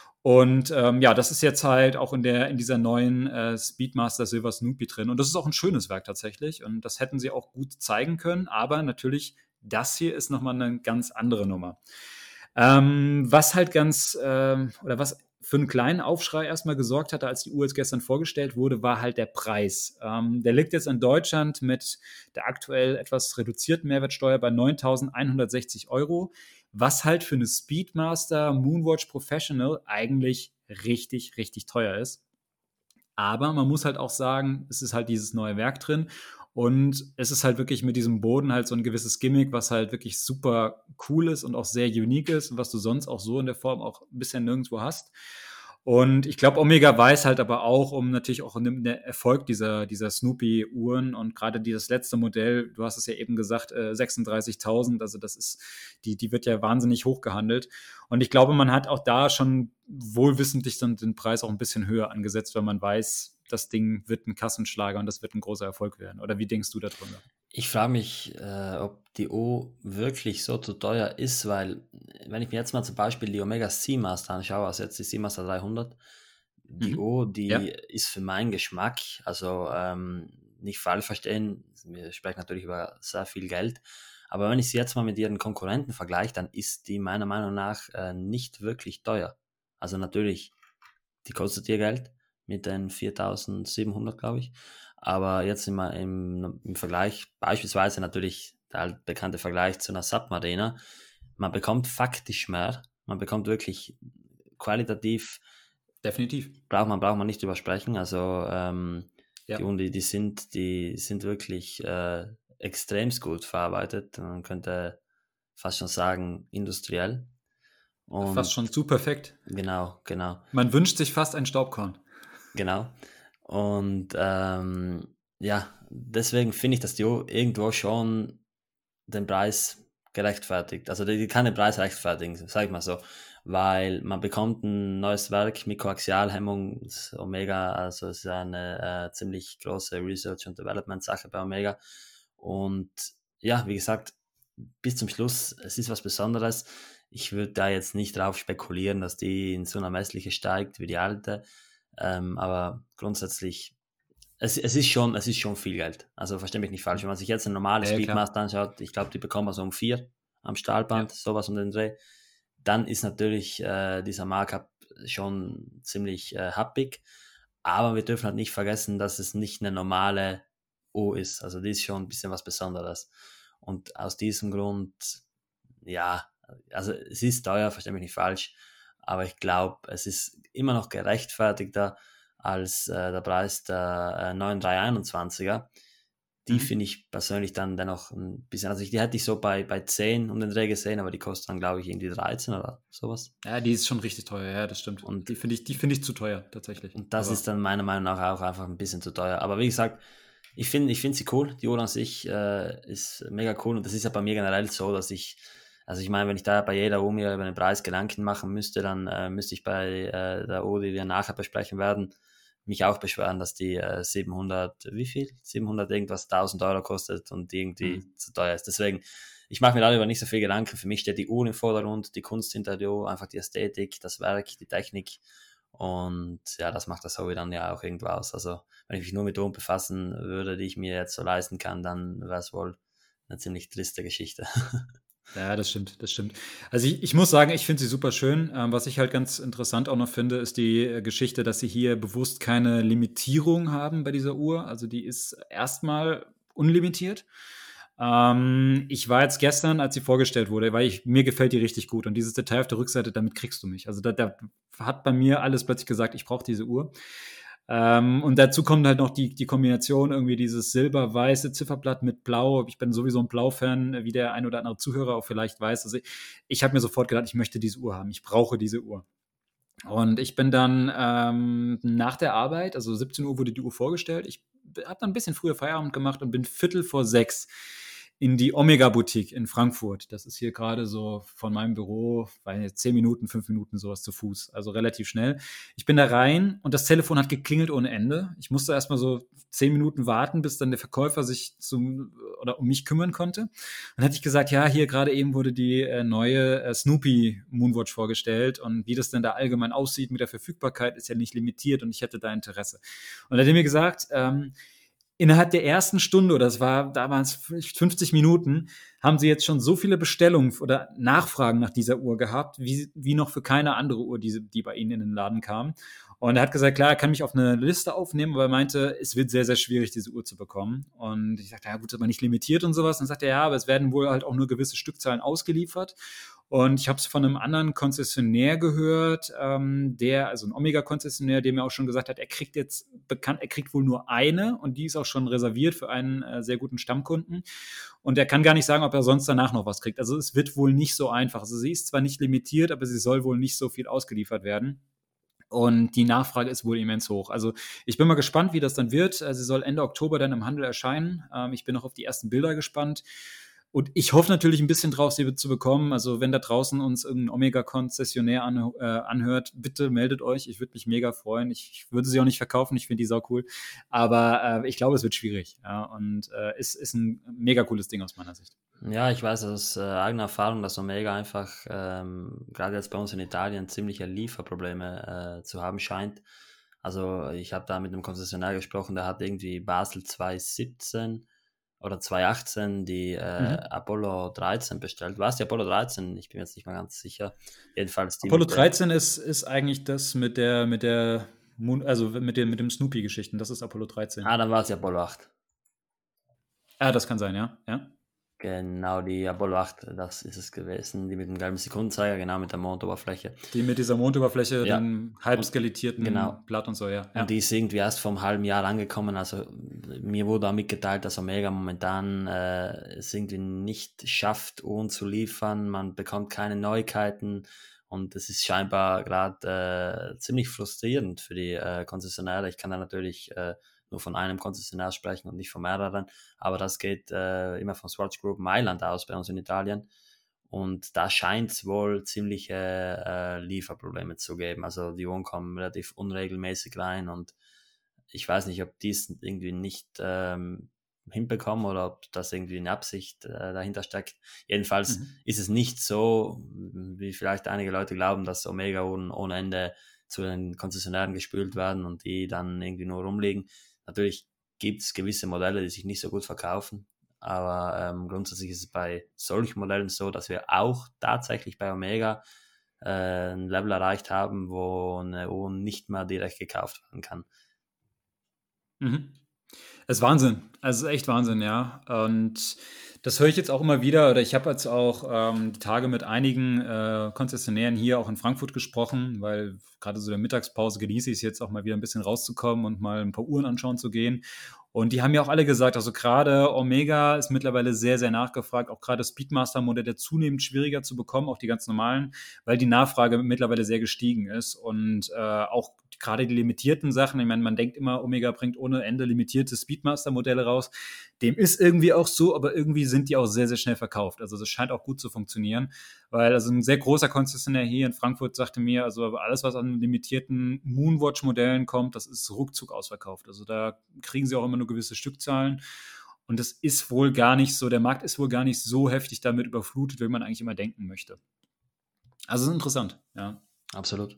Speaker 1: Und ähm, ja, das ist jetzt halt auch in der in dieser neuen äh, Speedmaster Silver Snoopy drin. Und das ist auch ein schönes Werk tatsächlich. Und das hätten sie auch gut zeigen können. Aber natürlich, das hier ist nochmal eine ganz andere Nummer. Ähm, was halt ganz, ähm, oder was für einen kleinen Aufschrei erstmal gesorgt hatte, als die Uhr jetzt gestern vorgestellt wurde, war halt der Preis. Ähm, der liegt jetzt in Deutschland mit der aktuell etwas reduzierten Mehrwertsteuer bei neuntausendeinhundertsechzig Euro, was halt für eine Speedmaster Moonwatch Professional eigentlich richtig, richtig teuer ist. Aber man muss halt auch sagen, es ist halt dieses neue Werk drin und es ist halt wirklich mit diesem Boden halt so ein gewisses Gimmick, was halt wirklich super cool ist und auch sehr unique ist und was du sonst auch so in der Form auch bisher nirgendwo hast. Und ich glaube, Omega weiß halt aber auch um natürlich auch den Erfolg dieser, dieser Snoopy-Uhren und gerade dieses letzte Modell, du hast es ja eben gesagt, äh, sechsunddreißigtausend, also das ist, die, die wird ja wahnsinnig hoch gehandelt. Und ich glaube, man hat auch da schon wohlwissentlich dann den Preis auch ein bisschen höher angesetzt, weil man weiß, das Ding wird ein Kassenschlager und das wird ein großer Erfolg werden. Oder wie denkst du darüber?
Speaker 2: Ich frage mich, äh, ob die O wirklich so zu teuer ist, weil, wenn ich mir jetzt mal zum Beispiel die Omega Seamaster anschaue, also jetzt die Seamaster dreihundert, die
Speaker 1: Mhm.
Speaker 2: O, die
Speaker 1: Ja,
Speaker 2: ist für meinen Geschmack, also ähm, nicht falsch verstehen, wir sprechen natürlich über sehr viel Geld, aber wenn ich sie jetzt mal mit ihren Konkurrenten vergleiche, dann ist die meiner Meinung nach äh, nicht wirklich teuer. Also natürlich, die kostet ihr Geld mit den viertausendsiebenhundert, glaube ich. Aber jetzt immer im, im Vergleich, beispielsweise natürlich der bekannte Vergleich zu einer Submariner, man bekommt faktisch mehr, man bekommt wirklich qualitativ,
Speaker 1: definitiv.
Speaker 2: braucht man, braucht man nicht drüber sprechen. Also ähm, die
Speaker 1: Ja.
Speaker 2: Hunde, die sind, die sind wirklich äh, extremst gut verarbeitet. Man könnte fast schon sagen, industriell.
Speaker 1: Fast
Speaker 2: Und
Speaker 1: schon zu perfekt.
Speaker 2: genau, genau.
Speaker 1: Man wünscht sich fast ein Staubkorn.
Speaker 2: Genau. Und ähm, ja, deswegen finde ich, dass die irgendwo schon den Preis gerechtfertigt. Also die, die kann den Preis rechtfertigen, sag ich mal so. Weil man bekommt ein neues Werk mit Koaxialhemmung, das Omega, also es ist eine äh, ziemlich große Research- und Development-Sache bei Omega. Und ja, wie gesagt, bis zum Schluss, es ist was Besonderes. ich würde da jetzt nicht drauf spekulieren, dass die in so einer Messliche steigt wie die alte. Ähm, aber grundsätzlich, es, es, ist schon, es ist schon viel Geld. Also verstehe mich nicht falsch. Wenn man sich jetzt eine normale
Speaker 1: Ja, ja, klar.
Speaker 2: Speedmaster anschaut, ich glaube, die bekommen wir so um vier am
Speaker 1: Ja.
Speaker 2: Stahlband, sowas um den Dreh. Dann ist natürlich äh, dieser Markup schon ziemlich äh, happig. Aber wir dürfen halt nicht vergessen, dass es nicht eine normale Uhr ist. Also die ist schon ein bisschen was Besonderes. Und aus diesem Grund, ja, also es ist teuer, verstehe mich nicht falsch, aber ich glaube, es ist immer noch gerechtfertigter als äh, der Preis der äh, neun drei einundzwanziger. Die
Speaker 1: Mhm.
Speaker 2: finde ich persönlich dann dennoch ein bisschen, also ich, die hätte ich so bei, bei zehn um den Dreh gesehen, aber die kostet dann, glaube ich, irgendwie dreizehn oder sowas.
Speaker 1: Ja, die ist schon richtig teuer, ja, das stimmt.
Speaker 2: Und
Speaker 1: Die finde ich, die finde ich zu teuer, tatsächlich.
Speaker 2: Und das ist
Speaker 1: Aber
Speaker 2: dann meiner Meinung nach auch einfach ein bisschen zu teuer. Aber wie gesagt, ich finde ich find sie cool. Die Uhr an sich äh, ist mega cool. Und das ist ja bei mir generell so, dass ich, also ich meine, wenn ich da bei jeder Uhr mir über den Preis Gedanken machen müsste, dann äh, müsste ich bei äh, der Uhr, die wir nachher besprechen werden, mich auch beschweren, dass die äh, siebenhundert, wie viel? siebenhundert irgendwas tausend Euro kostet und irgendwie
Speaker 1: mhm.
Speaker 2: zu teuer ist. Deswegen, ich mache mir darüber nicht so viel Gedanken. Für mich steht die Uhr im Vordergrund, die Kunst hinter der Uhr, einfach die Ästhetik, das Werk, die Technik. Und ja, das macht das Hobby dann ja auch irgendwo aus. Also, wenn ich mich nur mit Uhren befassen würde, die ich mir jetzt so leisten kann, dann wäre es wohl eine ziemlich triste Geschichte.
Speaker 1: Ja, das stimmt, das stimmt. Also ich, ich muss sagen, ich finde sie super schön. Ähm, was ich halt ganz interessant auch noch finde, ist die äh, Geschichte, dass sie hier bewusst keine Limitierung haben bei dieser Uhr. Also die ist erstmal unlimitiert. Ähm, ich war jetzt gestern, als sie vorgestellt wurde, weil ich, mir gefällt die richtig gut. Und dieses Detail auf der Rückseite, damit kriegst du mich. Also da, da hat bei mir alles plötzlich gesagt, ich brauche diese Uhr. Ähm, und dazu kommt halt noch die, die Kombination irgendwie dieses silber-weiße Zifferblatt mit Blau. Ich bin sowieso ein Blau-Fan, wie der ein oder andere Zuhörer auch vielleicht weiß. Also ich, ich habe mir sofort gedacht, ich möchte diese Uhr haben. Ich brauche diese Uhr. Und ich bin dann ähm, nach der Arbeit, also siebzehn Uhr wurde die Uhr vorgestellt. Ich habe dann ein bisschen früher Feierabend gemacht und bin Viertel vor sechs in die Omega-Boutique in Frankfurt. Das ist hier gerade so von meinem Büro, bei zehn Minuten, fünf Minuten sowas zu Fuß, also relativ schnell. Ich bin da rein und das Telefon hat geklingelt ohne Ende. Ich musste erstmal so zehn Minuten warten, bis dann der Verkäufer sich zum, oder um mich kümmern konnte. Dann hatte ich gesagt, ja, hier gerade eben wurde die äh, neue äh, Snoopy Moonwatch vorgestellt und wie das denn da allgemein aussieht mit der Verfügbarkeit ist ja nicht limitiert und ich hätte da Interesse. Und er hat mir gesagt, ähm, innerhalb der ersten Stunde, oder das war damals fünfzig Minuten, haben sie jetzt schon so viele Bestellungen oder Nachfragen nach dieser Uhr gehabt, wie, wie noch für keine andere Uhr, die, die bei ihnen in den Laden kam. Und er hat gesagt, klar, er kann mich auf eine Liste aufnehmen, aber er meinte, es wird sehr, sehr schwierig, diese Uhr zu bekommen. Und ich sagte, ja gut, ist aber nicht limitiert und sowas. Und dann sagte er, ja, aber es werden wohl halt auch nur gewisse Stückzahlen ausgeliefert. Und ich habe es von einem anderen Konzessionär gehört, ähm, der, also ein Omega-Konzessionär, der mir auch schon gesagt hat, er kriegt jetzt bekannt, er kriegt wohl nur eine und die ist auch schon reserviert für einen äh, sehr guten Stammkunden. Und er kann gar nicht sagen, ob er sonst danach noch was kriegt. Also es wird wohl nicht so einfach. Also sie ist zwar nicht limitiert, aber sie soll wohl nicht so viel ausgeliefert werden. Und die Nachfrage ist wohl immens hoch. Also ich bin mal gespannt, wie das dann wird. Sie soll Ende Oktober dann im Handel erscheinen. Ähm, ich bin noch auf die ersten Bilder gespannt. Und ich hoffe natürlich ein bisschen drauf, sie zu bekommen. Also wenn da draußen uns irgendein Omega-Konzessionär an, äh, anhört, bitte meldet euch. Ich würde mich mega freuen. Ich, ich würde sie auch nicht verkaufen. Ich finde die sau cool. Aber äh, ich glaube, es wird schwierig. Ja? Und äh, ist, ist ein mega cooles Ding aus meiner Sicht.
Speaker 2: Ja, ich weiß aus äh, eigener Erfahrung, dass Omega einfach ähm, gerade jetzt bei uns in Italien ziemliche Lieferprobleme äh, zu haben scheint. Also ich habe da mit einem Konzessionär gesprochen, der hat irgendwie Basel zweitausendsiebzehn oder zweitausendachtzehn die äh,
Speaker 1: Mhm.
Speaker 2: Apollo dreizehn bestellt. War es die Apollo dreizehn? Ich bin mir jetzt nicht mal ganz sicher. Jedenfalls die
Speaker 1: Apollo
Speaker 2: mit der,
Speaker 1: dreizehn ist, ist eigentlich das mit der, mit der, Moon, also mit dem, mit dem Snoopy-Geschichten. Das ist Apollo dreizehn.
Speaker 2: ah, dann war es die Apollo acht.
Speaker 1: Ah, das kann sein, ja. Ja.
Speaker 2: Genau, die Apollo acht, das ist es gewesen, die mit dem gelben Sekundenzeiger, genau mit der Mondoberfläche.
Speaker 1: Die mit dieser Mondoberfläche,
Speaker 2: Ja,
Speaker 1: dem halb
Speaker 2: und
Speaker 1: skelettierten
Speaker 2: genau.
Speaker 1: Blatt und so, ja.
Speaker 2: Und
Speaker 1: Ja.
Speaker 2: die ist irgendwie erst vor einem halben Jahr angekommen. Also mir wurde auch mitgeteilt, dass Omega momentan äh, es irgendwie nicht schafft, Uhren zu liefern. Man bekommt keine Neuigkeiten und es ist scheinbar gerade äh, ziemlich frustrierend für die äh, Konzessionäre. Ich kann da natürlich äh, nur von einem Konzessionär sprechen und nicht von mehreren, aber das geht äh, immer von Swatch Group Mailand aus bei uns in Italien. Und da scheint es wohl ziemliche äh, Lieferprobleme zu geben. Also die Uhren kommen relativ unregelmäßig rein und ich weiß nicht, ob dies irgendwie nicht ähm, hinbekommen oder ob das irgendwie eine Absicht äh, dahinter steckt. Jedenfalls
Speaker 1: Mhm.
Speaker 2: ist es nicht so, wie vielleicht einige Leute glauben, dass Omega-Uhren ohne Ende zu den Konzessionären gespült werden und die dann irgendwie nur rumliegen. Natürlich gibt es gewisse Modelle, die sich nicht so gut verkaufen, aber ähm, grundsätzlich ist es bei solchen Modellen so, dass wir auch tatsächlich bei Omega äh, ein Level erreicht haben, wo eine Uhr nicht mehr direkt gekauft werden kann.
Speaker 1: Mhm. Es ist Wahnsinn. Also, es ist echt Wahnsinn, ja. Und das höre ich jetzt auch immer wieder oder ich habe jetzt auch, ähm, die Tage mit einigen, äh, Konzessionären hier auch in Frankfurt gesprochen, weil gerade so in der Mittagspause genieße ich es jetzt auch mal wieder ein bisschen rauszukommen und mal ein paar Uhren anschauen zu gehen. Und die haben ja auch alle gesagt, also gerade Omega ist mittlerweile sehr, sehr nachgefragt, auch gerade das Speedmaster-Modell zunehmend schwieriger zu bekommen, auch die ganz normalen, weil die Nachfrage mittlerweile sehr gestiegen ist und äh, auch gerade die limitierten Sachen, ich meine, man denkt immer, Omega bringt ohne Ende limitierte Speedmaster-Modelle raus. Dem ist irgendwie auch so, aber irgendwie sind die auch sehr, sehr schnell verkauft. Also das scheint auch gut zu funktionieren, weil also ein sehr großer Konzessionär hier in Frankfurt sagte mir, also alles, was an limitierten Moonwatch-Modellen kommt, das ist ruckzuck ausverkauft. Also da kriegen sie auch immer nur gewisse Stückzahlen. Und das ist wohl gar nicht so, der Markt ist wohl gar nicht so heftig damit überflutet, wie man eigentlich immer denken möchte. Also es ist interessant, ja.
Speaker 2: Absolut.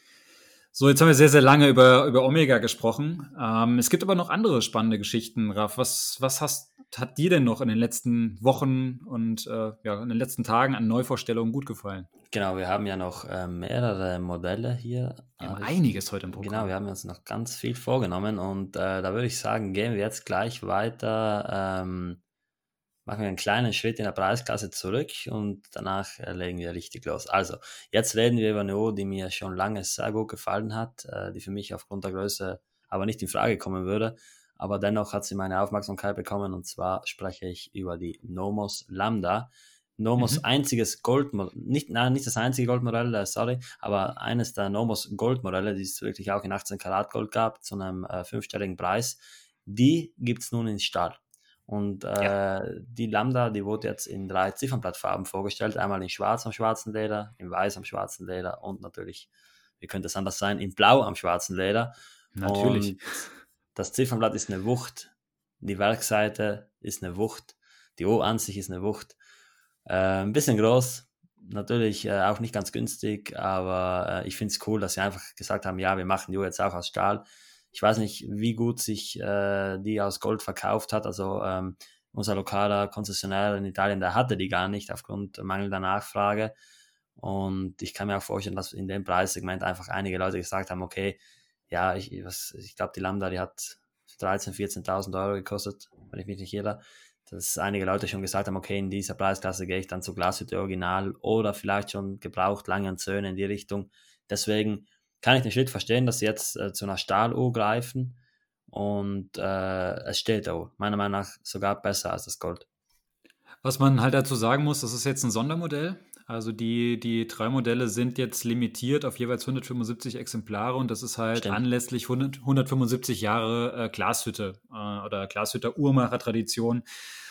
Speaker 1: So, jetzt haben wir sehr, sehr lange über, über Omega gesprochen. Ähm, es gibt aber noch andere spannende Geschichten, Raf. Was, was hast, hat dir denn noch in den letzten Wochen und äh, ja, in den letzten Tagen an Neuvorstellungen gut gefallen?
Speaker 2: Genau, wir haben ja noch äh, mehrere Modelle hier.
Speaker 1: Wir haben
Speaker 2: Aber ich,
Speaker 1: einiges heute im
Speaker 2: genau, wir
Speaker 1: Programm.
Speaker 2: haben uns noch ganz viel vorgenommen und äh, da würde ich sagen, gehen wir jetzt gleich weiter. Ähm, machen wir einen kleinen Schritt in der Preisklasse zurück und danach äh, legen wir richtig los. Also, jetzt reden wir über eine Uhr, die mir schon lange sehr gut gefallen hat, äh, die für mich aufgrund der Größe aber nicht in Frage kommen würde. Aber dennoch hat sie meine Aufmerksamkeit bekommen und zwar spreche ich über die Nomos Lambda. Nomos
Speaker 1: Mhm.
Speaker 2: einziges Goldmodell, nicht, nein, nicht das einzige Goldmodell, äh, sorry, aber eines der Nomos Goldmodelle, die es wirklich auch in achtzehn Karat Gold gab, zu einem äh, fünfstelligen Preis, die gibt es nun in Stahl. Und
Speaker 1: Ja.
Speaker 2: äh, die Lambda, die wurde jetzt in drei Ziffernblattfarben vorgestellt. Einmal in schwarz am schwarzen Leder, in weiß am schwarzen Leder und natürlich, wie könnte es anders sein, in blau am schwarzen Leder.
Speaker 1: Natürlich.
Speaker 2: Und das Ziffernblatt ist eine Wucht, die Werkseite ist eine Wucht, die Uhr an sich ist eine Wucht. Äh, ein bisschen groß, natürlich äh, auch nicht ganz günstig, aber äh, ich finde es cool, dass sie einfach gesagt haben, ja, wir machen die Uhr jetzt auch aus Stahl. Ich weiß nicht, wie gut sich äh, die aus Gold verkauft hat. Also ähm, unser lokaler Konzessionär in Italien, der hatte die gar nicht aufgrund mangelnder Nachfrage. Und ich kann mir auch vorstellen, dass in dem Preissegment einfach einige Leute gesagt haben, okay, ja, ich, was, ich glaube, die Lambda, die hat dreizehn, vierzehntausend Euro gekostet, wenn ich mich nicht irre. Dass einige Leute schon gesagt haben, okay, in dieser Preisklasse gehe ich dann zu Glashütte Original oder vielleicht schon gebraucht, Lange und Söhne in die Richtung. Deswegen kann ich den Schritt verstehen, dass sie jetzt äh, zu einer Stahluhr greifen und äh, es steht auch, meiner Meinung nach sogar besser als das Gold.
Speaker 1: Was man halt dazu sagen muss, das ist jetzt ein Sondermodell. Also die, die drei Modelle sind jetzt limitiert auf jeweils hundertfünfundsiebzig Exemplare und das ist halt
Speaker 2: Stimmt.
Speaker 1: anlässlich hundert, hundertfünfundsiebzig Jahre äh, Glashütte äh, oder Glashütter Uhrmacher-Tradition.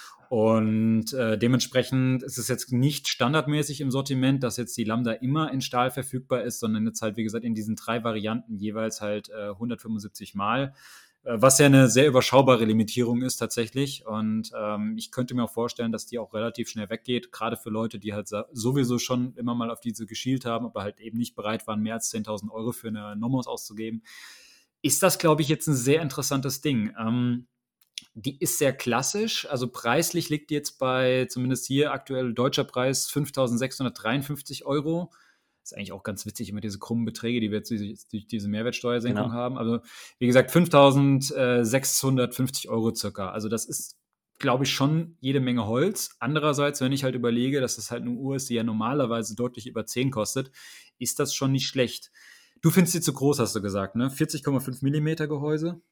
Speaker 1: Und äh, dementsprechend ist es jetzt nicht standardmäßig im Sortiment, dass jetzt die Lambda immer in Stahl verfügbar ist, sondern jetzt halt, wie gesagt, in diesen drei Varianten jeweils halt äh, hundertfünfundsiebzig Mal. Was ja eine sehr überschaubare Limitierung ist tatsächlich. Und ähm, ich könnte mir auch vorstellen, dass die auch relativ schnell weggeht, gerade für Leute, die halt sowieso schon immer mal auf diese geschielt haben, aber halt eben nicht bereit waren, mehr als zehntausend Euro für eine Nomos auszugeben. Ist das, glaube ich, jetzt ein sehr interessantes Ding. Ähm, die ist sehr klassisch, also preislich liegt die jetzt bei, zumindest hier aktuell deutscher Preis, fünftausendsechshundertdreiundfünfzig Euro. Ist eigentlich auch ganz witzig, immer diese krummen Beträge, die wir jetzt durch, durch diese Mehrwertsteuersenkung
Speaker 2: Genau.
Speaker 1: haben. Also, wie gesagt, fünftausendsechshundertfünfzig Euro circa. Also, das ist, glaube ich, schon jede Menge Holz. Andererseits, wenn ich halt überlege, dass das halt eine Uhr ist, die ja normalerweise deutlich über zehn kostet, ist das schon nicht schlecht. Du findest sie zu groß, hast du gesagt, ne? vierzig Komma fünf Millimeter Gehäuse.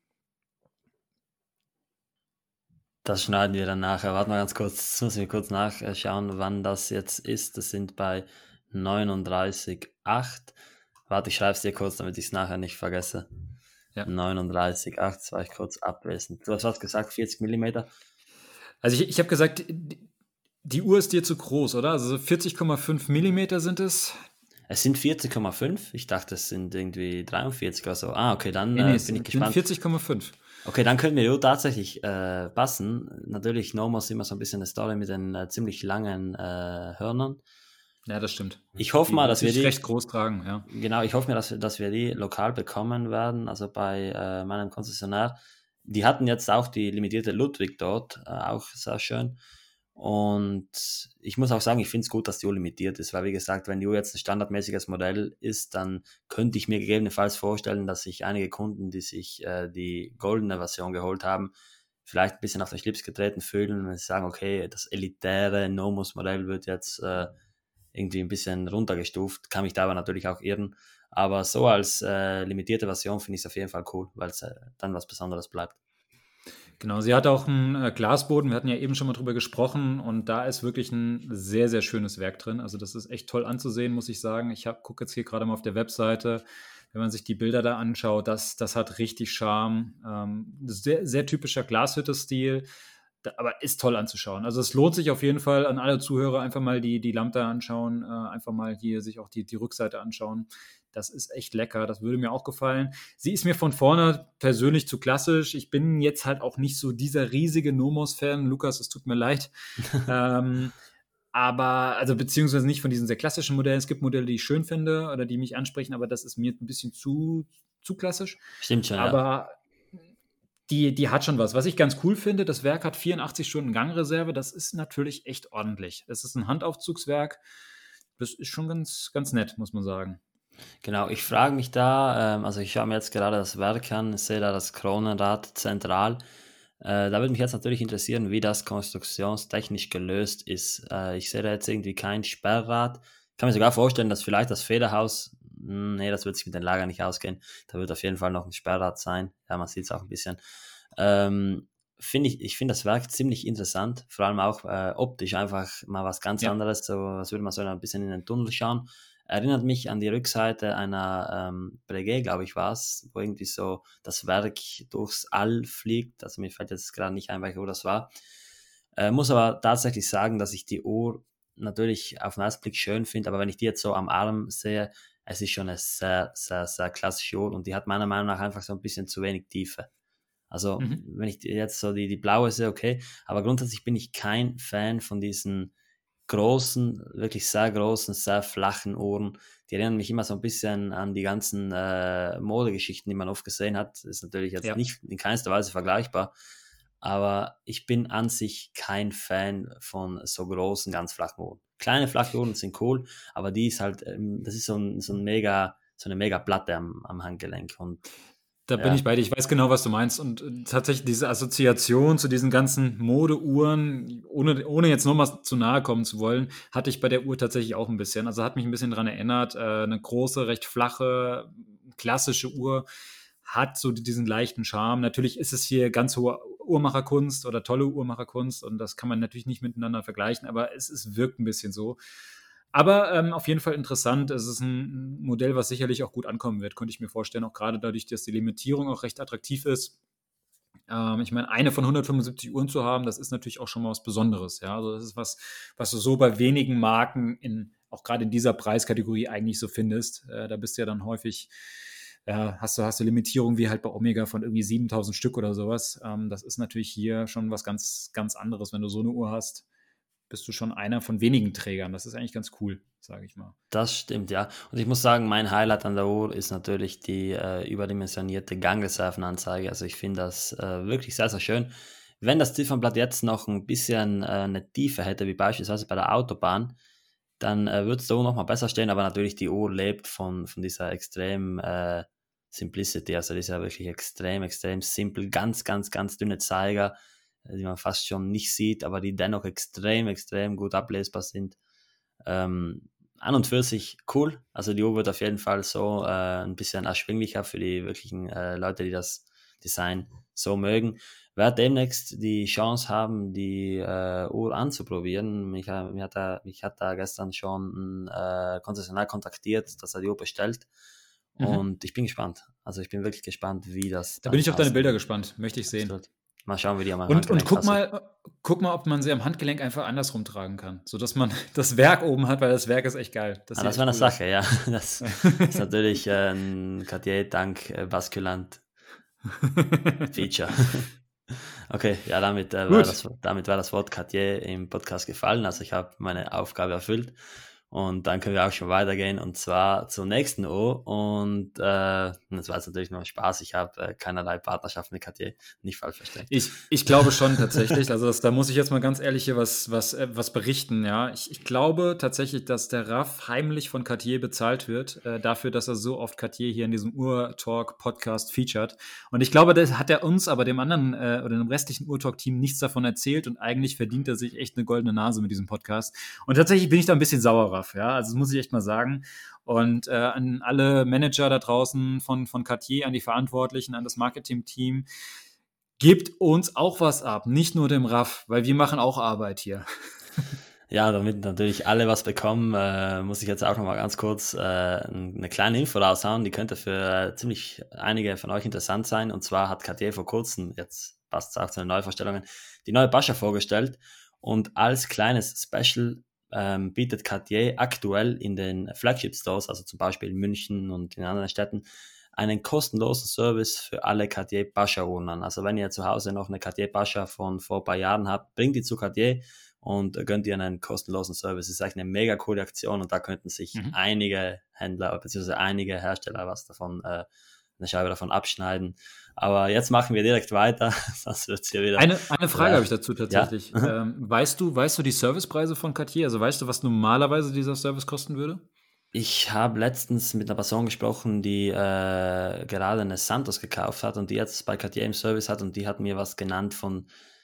Speaker 2: Das schneiden wir dann nachher. Warte mal ganz kurz, jetzt muss ich kurz nachschauen, wann das jetzt ist. Das sind bei neununddreißig Komma acht. Warte, ich schreibe es dir kurz, damit ich es nachher nicht vergesse.
Speaker 1: Ja.
Speaker 2: neununddreißig Komma acht, das war ich kurz abwesend. Du hast was gesagt, vierzig Millimeter?
Speaker 1: Also ich, ich habe gesagt, die Uhr ist dir zu groß, oder? Also vierzig Komma fünf Millimeter sind es.
Speaker 2: Es sind vierzig Komma fünf. Ich dachte, es sind irgendwie dreiundvierzig oder so. Ah, okay, dann
Speaker 1: Nee, nee,
Speaker 2: äh,
Speaker 1: es
Speaker 2: bin ich
Speaker 1: sind
Speaker 2: gespannt.
Speaker 1: vierzig Komma fünf.
Speaker 2: Okay, dann können wir tatsächlich äh, passen. Natürlich, Nomos immer so ein bisschen eine Story mit den äh, ziemlich langen äh, Hörnern.
Speaker 1: Ja, das stimmt.
Speaker 2: Ich hoffe
Speaker 1: Die
Speaker 2: mal,
Speaker 1: muss
Speaker 2: dass wir
Speaker 1: ich
Speaker 2: die,
Speaker 1: recht groß tragen, ja.
Speaker 2: genau, ich hoffe mir, dass wir, dass wir die lokal bekommen werden, also bei äh, meinem Konzessionär. Die hatten jetzt auch die limitierte Ludwig dort, äh, auch sehr schön. Und ich muss auch sagen, ich finde es gut, dass die Uhr limitiert ist, weil wie gesagt, wenn die Uhr jetzt ein standardmäßiges Modell ist, dann könnte ich mir gegebenenfalls vorstellen, dass sich einige Kunden, die sich äh, die goldene Version geholt haben, vielleicht ein bisschen auf den Schlips getreten fühlen, wenn sie sagen, okay, das elitäre Nomos-Modell wird jetzt äh, irgendwie ein bisschen runtergestuft, kann mich da aber natürlich auch irren. Aber so als äh, limitierte Version finde ich es auf jeden Fall cool, weil es äh, dann was Besonderes bleibt.
Speaker 1: Genau, sie hat auch einen äh, Glasboden. Wir hatten ja eben schon mal drüber gesprochen und da ist wirklich ein sehr, sehr schönes Werk drin. Also das ist echt toll anzusehen, muss ich sagen. Ich gucke jetzt hier gerade mal auf der Webseite, wenn man sich die Bilder da anschaut, das, das hat richtig Charme. Ähm, sehr, sehr typischer Glashütte-Stil, da, aber ist toll anzuschauen. Also es lohnt sich auf jeden Fall an alle Zuhörer einfach mal die, die Lambda anschauen, äh, einfach mal hier sich auch die, die Rückseite anschauen. Das ist echt lecker, das würde mir auch gefallen. Sie ist mir von vorne persönlich zu klassisch. Ich bin jetzt halt auch nicht so dieser riesige Nomos-Fan. Lukas, es tut mir leid. ähm, aber, also beziehungsweise nicht von diesen sehr klassischen Modellen. Es gibt Modelle, die ich schön finde oder die mich ansprechen, aber das ist mir ein bisschen zu, zu klassisch.
Speaker 2: Stimmt schon, ja.
Speaker 1: Aber die, die hat schon was. Was ich ganz cool finde, das Werk hat vierundachtzig Stunden Gangreserve. Das ist natürlich echt ordentlich. Es ist ein Handaufzugswerk. Das ist schon ganz, ganz nett, muss man sagen.
Speaker 2: Genau, ich frage mich da, ähm, also ich schaue mir jetzt gerade das Werk an, sehe da das Kronenrad zentral. Äh, da würde mich jetzt natürlich interessieren, wie das konstruktionstechnisch gelöst ist. Äh, ich sehe da jetzt irgendwie kein Sperrrad. Ich kann mir sogar vorstellen, dass vielleicht das Federhaus, mh, nee, das wird sich mit den Lagern nicht ausgehen. Da wird auf jeden Fall noch ein Sperrrad sein. Ja, man sieht es auch ein bisschen. Ähm, finde ich, ich finde das Werk ziemlich interessant, vor allem auch äh, optisch einfach mal was ganz
Speaker 1: Ja.
Speaker 2: anderes, so als würde man so ein bisschen in den Tunnel schauen. Erinnert mich an die Rückseite einer ähm, Breguet, glaube ich, war es, wo irgendwie so das Werk durchs All fliegt. Also mir fällt jetzt gerade nicht ein, wo das war. Äh, muss aber tatsächlich sagen, dass ich die Uhr natürlich auf den ersten Blick schön finde, aber wenn ich die jetzt so am Arm sehe, es ist schon eine sehr, sehr, sehr klassische Uhr und die hat meiner Meinung nach einfach so ein bisschen zu wenig Tiefe. Also
Speaker 1: Mhm.
Speaker 2: wenn ich jetzt so die, die blaue sehe, okay, aber grundsätzlich bin ich kein Fan von diesen großen, wirklich sehr großen, sehr flachen Uhren. Die erinnern mich immer so ein bisschen an die ganzen äh, Modegeschichten, die man oft gesehen hat. Das ist natürlich jetzt
Speaker 1: Ja.
Speaker 2: nicht in keinster Weise vergleichbar, aber ich bin an sich kein Fan von so großen, ganz flachen Uhren. Kleine flache Uhren sind cool, aber die ist halt, ähm, das ist so ein, so ein mega, so eine mega Platte am, am Handgelenk und
Speaker 1: Da bin
Speaker 2: ja,
Speaker 1: ich bei dir. Ich weiß genau, was du meinst. Und äh, tatsächlich diese Assoziation zu diesen ganzen Modeuhren, ohne, ohne jetzt nochmal zu nahe kommen zu wollen, hatte ich bei der Uhr tatsächlich auch ein bisschen. Also hat mich ein bisschen dran erinnert. Äh, eine große, recht flache, klassische Uhr hat so diesen leichten Charme. Natürlich ist es hier ganz hohe Uhrmacherkunst oder tolle Uhrmacherkunst und das kann man natürlich nicht miteinander vergleichen, aber es, es wirkt ein bisschen so. Aber ähm, auf jeden Fall interessant. Es ist ein Modell, was sicherlich auch gut ankommen wird, könnte ich mir vorstellen, auch gerade dadurch, dass die Limitierung auch recht attraktiv ist. Ähm, ich meine, eine von hundertfünfundsiebzig Uhren zu haben, das ist natürlich auch schon mal was Besonderes. Ja? Also das ist was, was du so bei wenigen Marken in, auch gerade in dieser Preiskategorie eigentlich so findest. Äh, da bist du ja dann häufig, ja, hast du, hast du Limitierung wie halt bei Omega von irgendwie siebentausend Stück oder sowas. Ähm, das ist natürlich hier schon was ganz, ganz anderes, wenn du so eine Uhr hast, bist du schon einer von wenigen Trägern. Das ist eigentlich ganz cool, sage ich mal.
Speaker 2: das stimmt, ja. Und ich muss sagen, mein Highlight an der Uhr ist natürlich die äh, überdimensionierte Gangreservenanzeige. Also ich finde das äh, wirklich sehr, sehr schön. Wenn das Ziffernblatt jetzt noch ein bisschen äh, eine Tiefe hätte, wie beispielsweise bei der Autobahn, dann äh, würde es da noch mal besser stehen. Aber natürlich, die Uhr lebt von, von dieser extrem äh, Simplicity. Also die ist ja wirklich extrem, extrem simpel. Ganz, ganz, ganz dünne Zeiger, äh, die man fast schon nicht sieht, aber die dennoch extrem, extrem gut ablesbar sind. Ähm, an und für sich cool. Also die Uhr wird auf jeden Fall so äh, ein bisschen erschwinglicher für die wirklichen äh, Leute, die das Design so mögen. Werde demnächst die Chance haben, die äh, Uhr anzuprobieren. Mich, äh, mich, hat da, mich hat da gestern schon ein äh, Konzessionär kontaktiert, dass er die Uhr bestellt.
Speaker 1: Mhm.
Speaker 2: Und ich bin gespannt. Also ich bin wirklich gespannt, wie das
Speaker 1: Da bin
Speaker 2: dann
Speaker 1: ich auf deine
Speaker 2: aussehen
Speaker 1: Bilder
Speaker 2: wird.
Speaker 1: gespannt. Möchte ich sehen.
Speaker 2: Absolut. Mal schauen, wie die an meinem
Speaker 1: Und, und
Speaker 2: Handgelenk
Speaker 1: guck
Speaker 2: passen.
Speaker 1: mal, guck mal, ob man sie am Handgelenk einfach andersrum tragen kann, sodass man das Werk oben hat, weil das Werk ist echt geil. Das
Speaker 2: Ah,
Speaker 1: sieht
Speaker 2: das wäre
Speaker 1: echt
Speaker 2: eine
Speaker 1: cool aus.
Speaker 2: Sache, ja. Das ist natürlich äh, ein Cartier dank äh, Basculant Feature. Okay, ja, damit, äh, war
Speaker 1: Gut.
Speaker 2: das, damit war das Wort Cartier im Podcast gefallen. Also ich habe meine Aufgabe erfüllt. Und dann können wir auch schon weitergehen und zwar zur nächsten Uhr. Und äh, das war jetzt natürlich nur Spaß. Ich habe äh, keinerlei Partnerschaft mit Cartier, nicht falsch verstehen.
Speaker 1: Ich, ich glaube schon tatsächlich. Also das, da muss ich jetzt mal ganz ehrlich hier was, was, äh, was berichten. Ja, ich, ich glaube tatsächlich, dass der Raff heimlich von Cartier bezahlt wird äh, dafür, dass er so oft Cartier hier in diesem Ur-Talk-Podcast featured. Und ich glaube, das hat er uns, aber dem anderen äh, oder dem restlichen Ur-Talk-Team nichts davon erzählt. Und eigentlich verdient er sich echt eine goldene Nase mit diesem Podcast. Und tatsächlich bin ich da ein bisschen sauer, Raff. Ja, also das muss ich echt mal sagen. Und äh, an alle Manager da draußen von, von Cartier, an die Verantwortlichen, an das Marketing-Team, gebt uns auch was ab, nicht nur dem Raff, weil wir machen auch Arbeit hier.
Speaker 2: Ja, damit natürlich alle was bekommen, äh, muss ich jetzt auch noch mal ganz kurz äh, eine kleine Info raushauen, die könnte für äh, ziemlich einige von euch interessant sein. Und zwar hat Cartier vor kurzem, jetzt passt es auch zu den Neuvorstellungen, die neue Pascha vorgestellt. Und als kleines Special ähm, bietet Cartier aktuell in den Flagship Stores, also zum Beispiel in München und in anderen Städten, einen kostenlosen Service für alle Cartier Pascha-Uhren an. Also wenn ihr zu Hause noch eine Cartier Pascha von vor ein paar Jahren habt, bringt die zu Cartier und gönnt ihr einen kostenlosen Service. Das ist eigentlich eine mega coole Aktion und da könnten sich
Speaker 1: Mhm.
Speaker 2: einige Händler bzw. einige Hersteller was davon, äh, eine Scheibe davon abschneiden. Aber jetzt machen wir direkt weiter, sonst wird es hier wieder...
Speaker 1: Eine, eine Frage
Speaker 2: Ja.
Speaker 1: habe ich dazu tatsächlich.
Speaker 2: Ja?
Speaker 1: Ähm, weißt du, weißt du die Servicepreise von Cartier? Also weißt du, was normalerweise dieser Service kosten würde?
Speaker 2: Ich habe letztens mit einer Person gesprochen, die äh, gerade eine Santos gekauft hat und die jetzt bei Cartier im Service hat und die hat mir was genannt von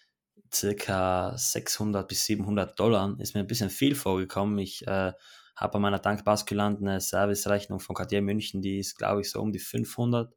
Speaker 2: circa sechshundert bis siebenhundert Dollar. Ist mir ein bisschen viel vorgekommen. Ich äh, habe bei meiner Tank Basculant eine Servicerechnung von Cartier München, die ist, glaube ich, so um die fünfhundert.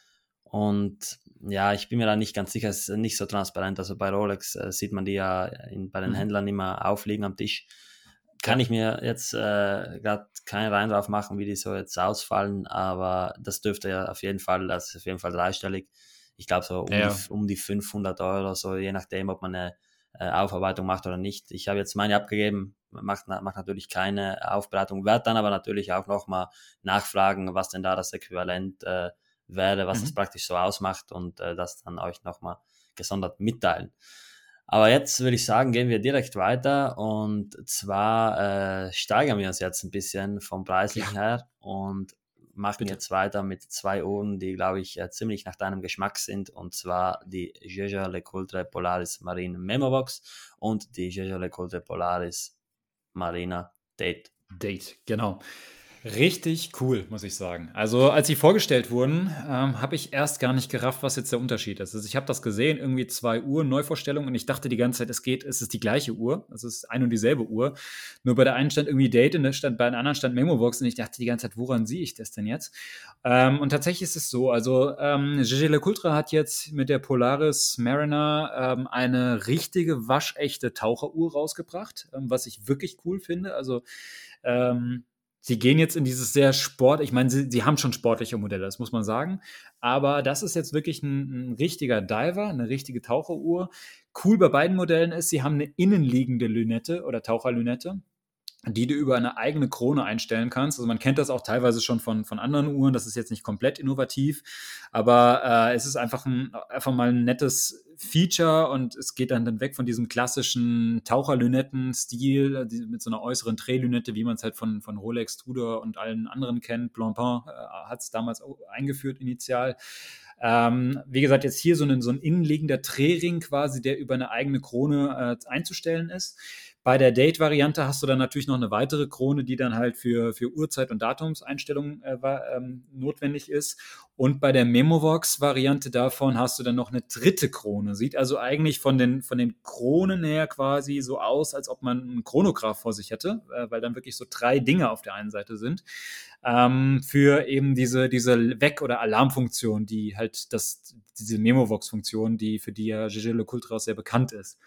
Speaker 2: Und ja, ich bin mir da nicht ganz sicher, es ist nicht so transparent. Also bei Rolex äh, sieht man die ja in, bei den
Speaker 1: Mhm.
Speaker 2: Händlern immer aufliegen am Tisch. Kann
Speaker 1: Ja.
Speaker 2: ich mir jetzt äh, gerade keinen Rein drauf machen, wie die so jetzt ausfallen, aber das dürfte ja auf jeden Fall, das ist auf jeden Fall dreistellig. Ich glaube so um,
Speaker 1: Ja,
Speaker 2: die,
Speaker 1: ja.
Speaker 2: um die fünfhundert Euro, so je nachdem, ob man eine äh, Aufarbeitung macht oder nicht. Ich habe jetzt meine abgegeben, macht, macht natürlich keine Aufbereitung, werde dann aber natürlich auch nochmal nachfragen, was denn da das Äquivalent äh, wäre, was das
Speaker 1: Mhm.
Speaker 2: praktisch so ausmacht und äh, das dann euch nochmal gesondert mitteilen. Aber jetzt würde ich sagen, gehen wir direkt weiter und zwar äh, steigern wir uns jetzt ein bisschen vom Preislichen
Speaker 1: Ja,
Speaker 2: her und machen
Speaker 1: bitte.
Speaker 2: jetzt weiter mit zwei Uhren, die, glaube ich, äh, ziemlich nach deinem Geschmack sind, und zwar die Jaeger-LeCoultre Polaris Marine Memovox und die Jaeger-LeCoultre Polaris Marina Date.
Speaker 1: Date, genau. Richtig cool, muss ich sagen. Also, als sie vorgestellt wurden, ähm, habe ich erst gar nicht gerafft, was jetzt der Unterschied ist. Also, ich habe das gesehen, irgendwie zwei Uhren Neuvorstellung und ich dachte die ganze Zeit, es geht, es ist die gleiche Uhr, es ist eine und dieselbe Uhr. Nur bei der einen stand irgendwie Date und der stand, bei der anderen stand Memovox und ich dachte die ganze Zeit, woran sehe ich das denn jetzt? Ähm, und tatsächlich ist es so, also ähm, Jaeger-LeCoultre hat jetzt mit der Polaris Mariner ähm, eine richtige, waschechte Taucheruhr rausgebracht, ähm, was ich wirklich cool finde. Also ähm, sie gehen jetzt in dieses sehr Sport, ich meine, sie, sie haben schon sportliche Modelle, das muss man sagen, aber das ist jetzt wirklich ein, ein richtiger Diver, eine richtige Taucheruhr. Cool bei beiden Modellen ist, sie haben eine innenliegende Lünette oder Taucherlünette, die du über eine eigene Krone einstellen kannst. Also man kennt das auch teilweise schon von, von anderen Uhren, das ist jetzt nicht komplett innovativ, aber äh, es ist einfach, ein, einfach mal ein nettes Feature und es geht dann, dann weg von diesem klassischen Taucherlünetten-Stil die, mit so einer äußeren Drehlünette, wie man es halt von, von Rolex, Tudor und allen anderen kennt. Blancpain äh, hat es damals auch eingeführt initial. Ähm, wie gesagt, jetzt hier so ein, so ein innenliegender Drehring quasi, der über eine eigene Krone äh, einzustellen ist. Bei der Date-Variante hast du dann natürlich noch eine weitere Krone, die dann halt für, für Uhrzeit- und Datumseinstellungen äh, ähm, notwendig ist. Und bei der Memovox-Variante davon hast du dann noch eine dritte Krone. Sieht also eigentlich von den, von den Kronen her quasi so aus, als ob man einen Chronograph vor sich hätte, äh, weil dann wirklich so drei Dinge auf der einen Seite sind. Ähm, für eben diese, diese Weck- oder Alarmfunktion, die halt das, diese Memovox-Funktion, die für die ja Jaeger-LeCoultre auch sehr bekannt ist.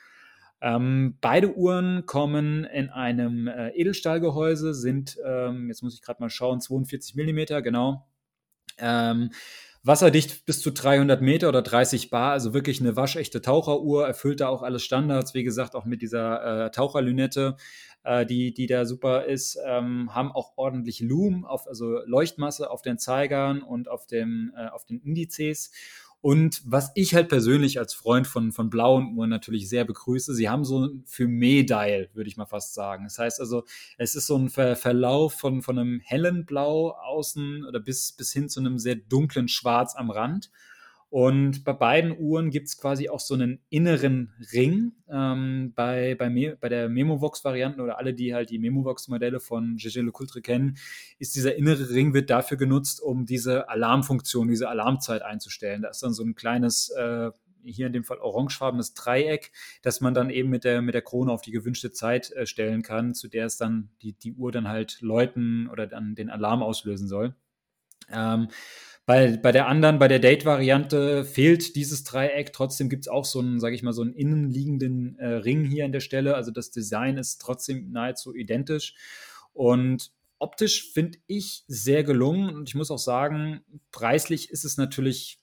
Speaker 1: Ähm, beide Uhren kommen in einem äh, Edelstahlgehäuse, sind, ähm, jetzt muss ich gerade mal schauen, zweiundvierzig Millimeter, genau. Ähm, wasserdicht bis zu dreihundert Meter oder dreißig Bar, also wirklich eine waschechte Taucheruhr, erfüllt da auch alle Standards, wie gesagt, auch mit dieser äh, Taucherlünette, äh, die, die da super ist, ähm, haben auch ordentlich Lumen, auf, also Leuchtmasse auf den Zeigern und auf, dem, äh, auf den Indizes. Und was ich halt persönlich als Freund von, von blauen Uhren natürlich sehr begrüße, sie haben so ein Fumé-Dial, würde ich mal fast sagen. Das heißt also, es ist so ein Ver Verlauf von, von einem hellen Blau außen oder bis, bis hin zu einem sehr dunklen Schwarz am Rand. Und bei beiden Uhren gibt es quasi auch so einen inneren Ring. Ähm, bei, bei, Me bei der Memovox-Varianten oder alle, die halt die Memovox-Modelle von Jaeger-LeCoultre kennen, ist dieser innere Ring wird dafür genutzt, um diese Alarmfunktion, diese Alarmzeit einzustellen. Da ist dann so ein kleines, äh, hier in dem Fall orangefarbenes Dreieck, das man dann eben mit der, mit der Krone auf die gewünschte Zeit äh, stellen kann, zu der es dann die, die Uhr dann halt läuten oder dann den Alarm auslösen soll. Ähm, bei, bei der anderen, bei der Date-Variante fehlt dieses Dreieck. Trotzdem gibt es auch so einen, sage ich mal, so einen innenliegenden äh, Ring hier an der Stelle. Also das Design ist trotzdem nahezu identisch. Und optisch finde ich sehr gelungen. Und ich muss auch sagen, preislich ist es natürlich,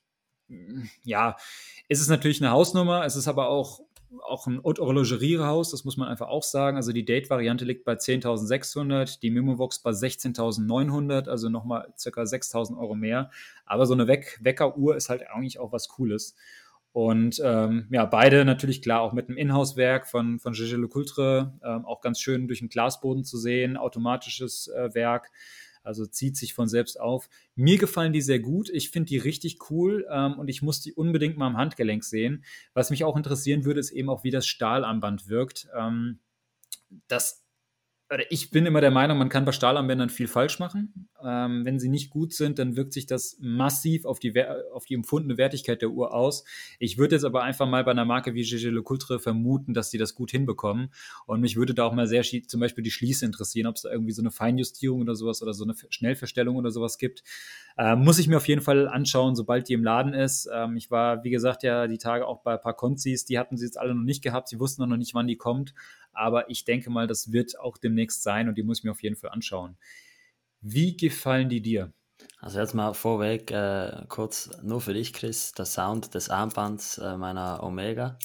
Speaker 1: ja, ist es natürlich eine Hausnummer. Es ist aber auch auch ein Haute Horlogerie-Haus, das muss man einfach auch sagen. Also die Date-Variante liegt bei zehntausendsechshundert, die Memovox bei sechzehntausendneunhundert, also nochmal circa sechstausend Euro mehr. Aber so eine Weck Weckeruhr ist halt eigentlich auch was Cooles. Und ähm, ja, beide natürlich klar auch mit einem Inhouse-Werk von, von Jaeger-LeCoultre, ähm, auch ganz schön durch den Glasboden zu sehen, automatisches äh, Werk, also zieht sich von selbst auf. Mir gefallen die sehr gut, ich finde die richtig cool ähm, und ich muss die unbedingt mal am Handgelenk sehen. Was mich auch interessieren würde, ist eben auch, wie das Stahlarmband wirkt. Ähm, das oder ich bin immer der Meinung, man kann bei Stahlarmbändern viel falsch machen. Ähm, wenn sie nicht gut sind, dann wirkt sich das massiv auf die, auf die empfundene Wertigkeit der Uhr aus. Ich würde jetzt aber einfach mal bei einer Marke wie Jaeger-LeCoultre vermuten, dass sie das gut hinbekommen. Und mich würde da auch mal sehr zum Beispiel die Schließe interessieren, ob es da irgendwie so eine Feinjustierung oder sowas oder so eine Schnellverstellung oder sowas gibt. Ähm, muss ich mir auf jeden Fall anschauen, sobald die im Laden ist. Ähm, ich war, wie gesagt, ja die Tage auch bei ein paar Konzis, die hatten sie jetzt alle noch nicht gehabt. Sie wussten noch nicht, wann die kommt. Aber ich denke mal, das wird auch demnächst sein und die muss ich mir auf jeden Fall anschauen. Wie gefallen die dir?
Speaker 2: Also jetzt mal vorweg, äh, kurz nur für dich, Chris, der Sound des Armbands äh, meiner Omega.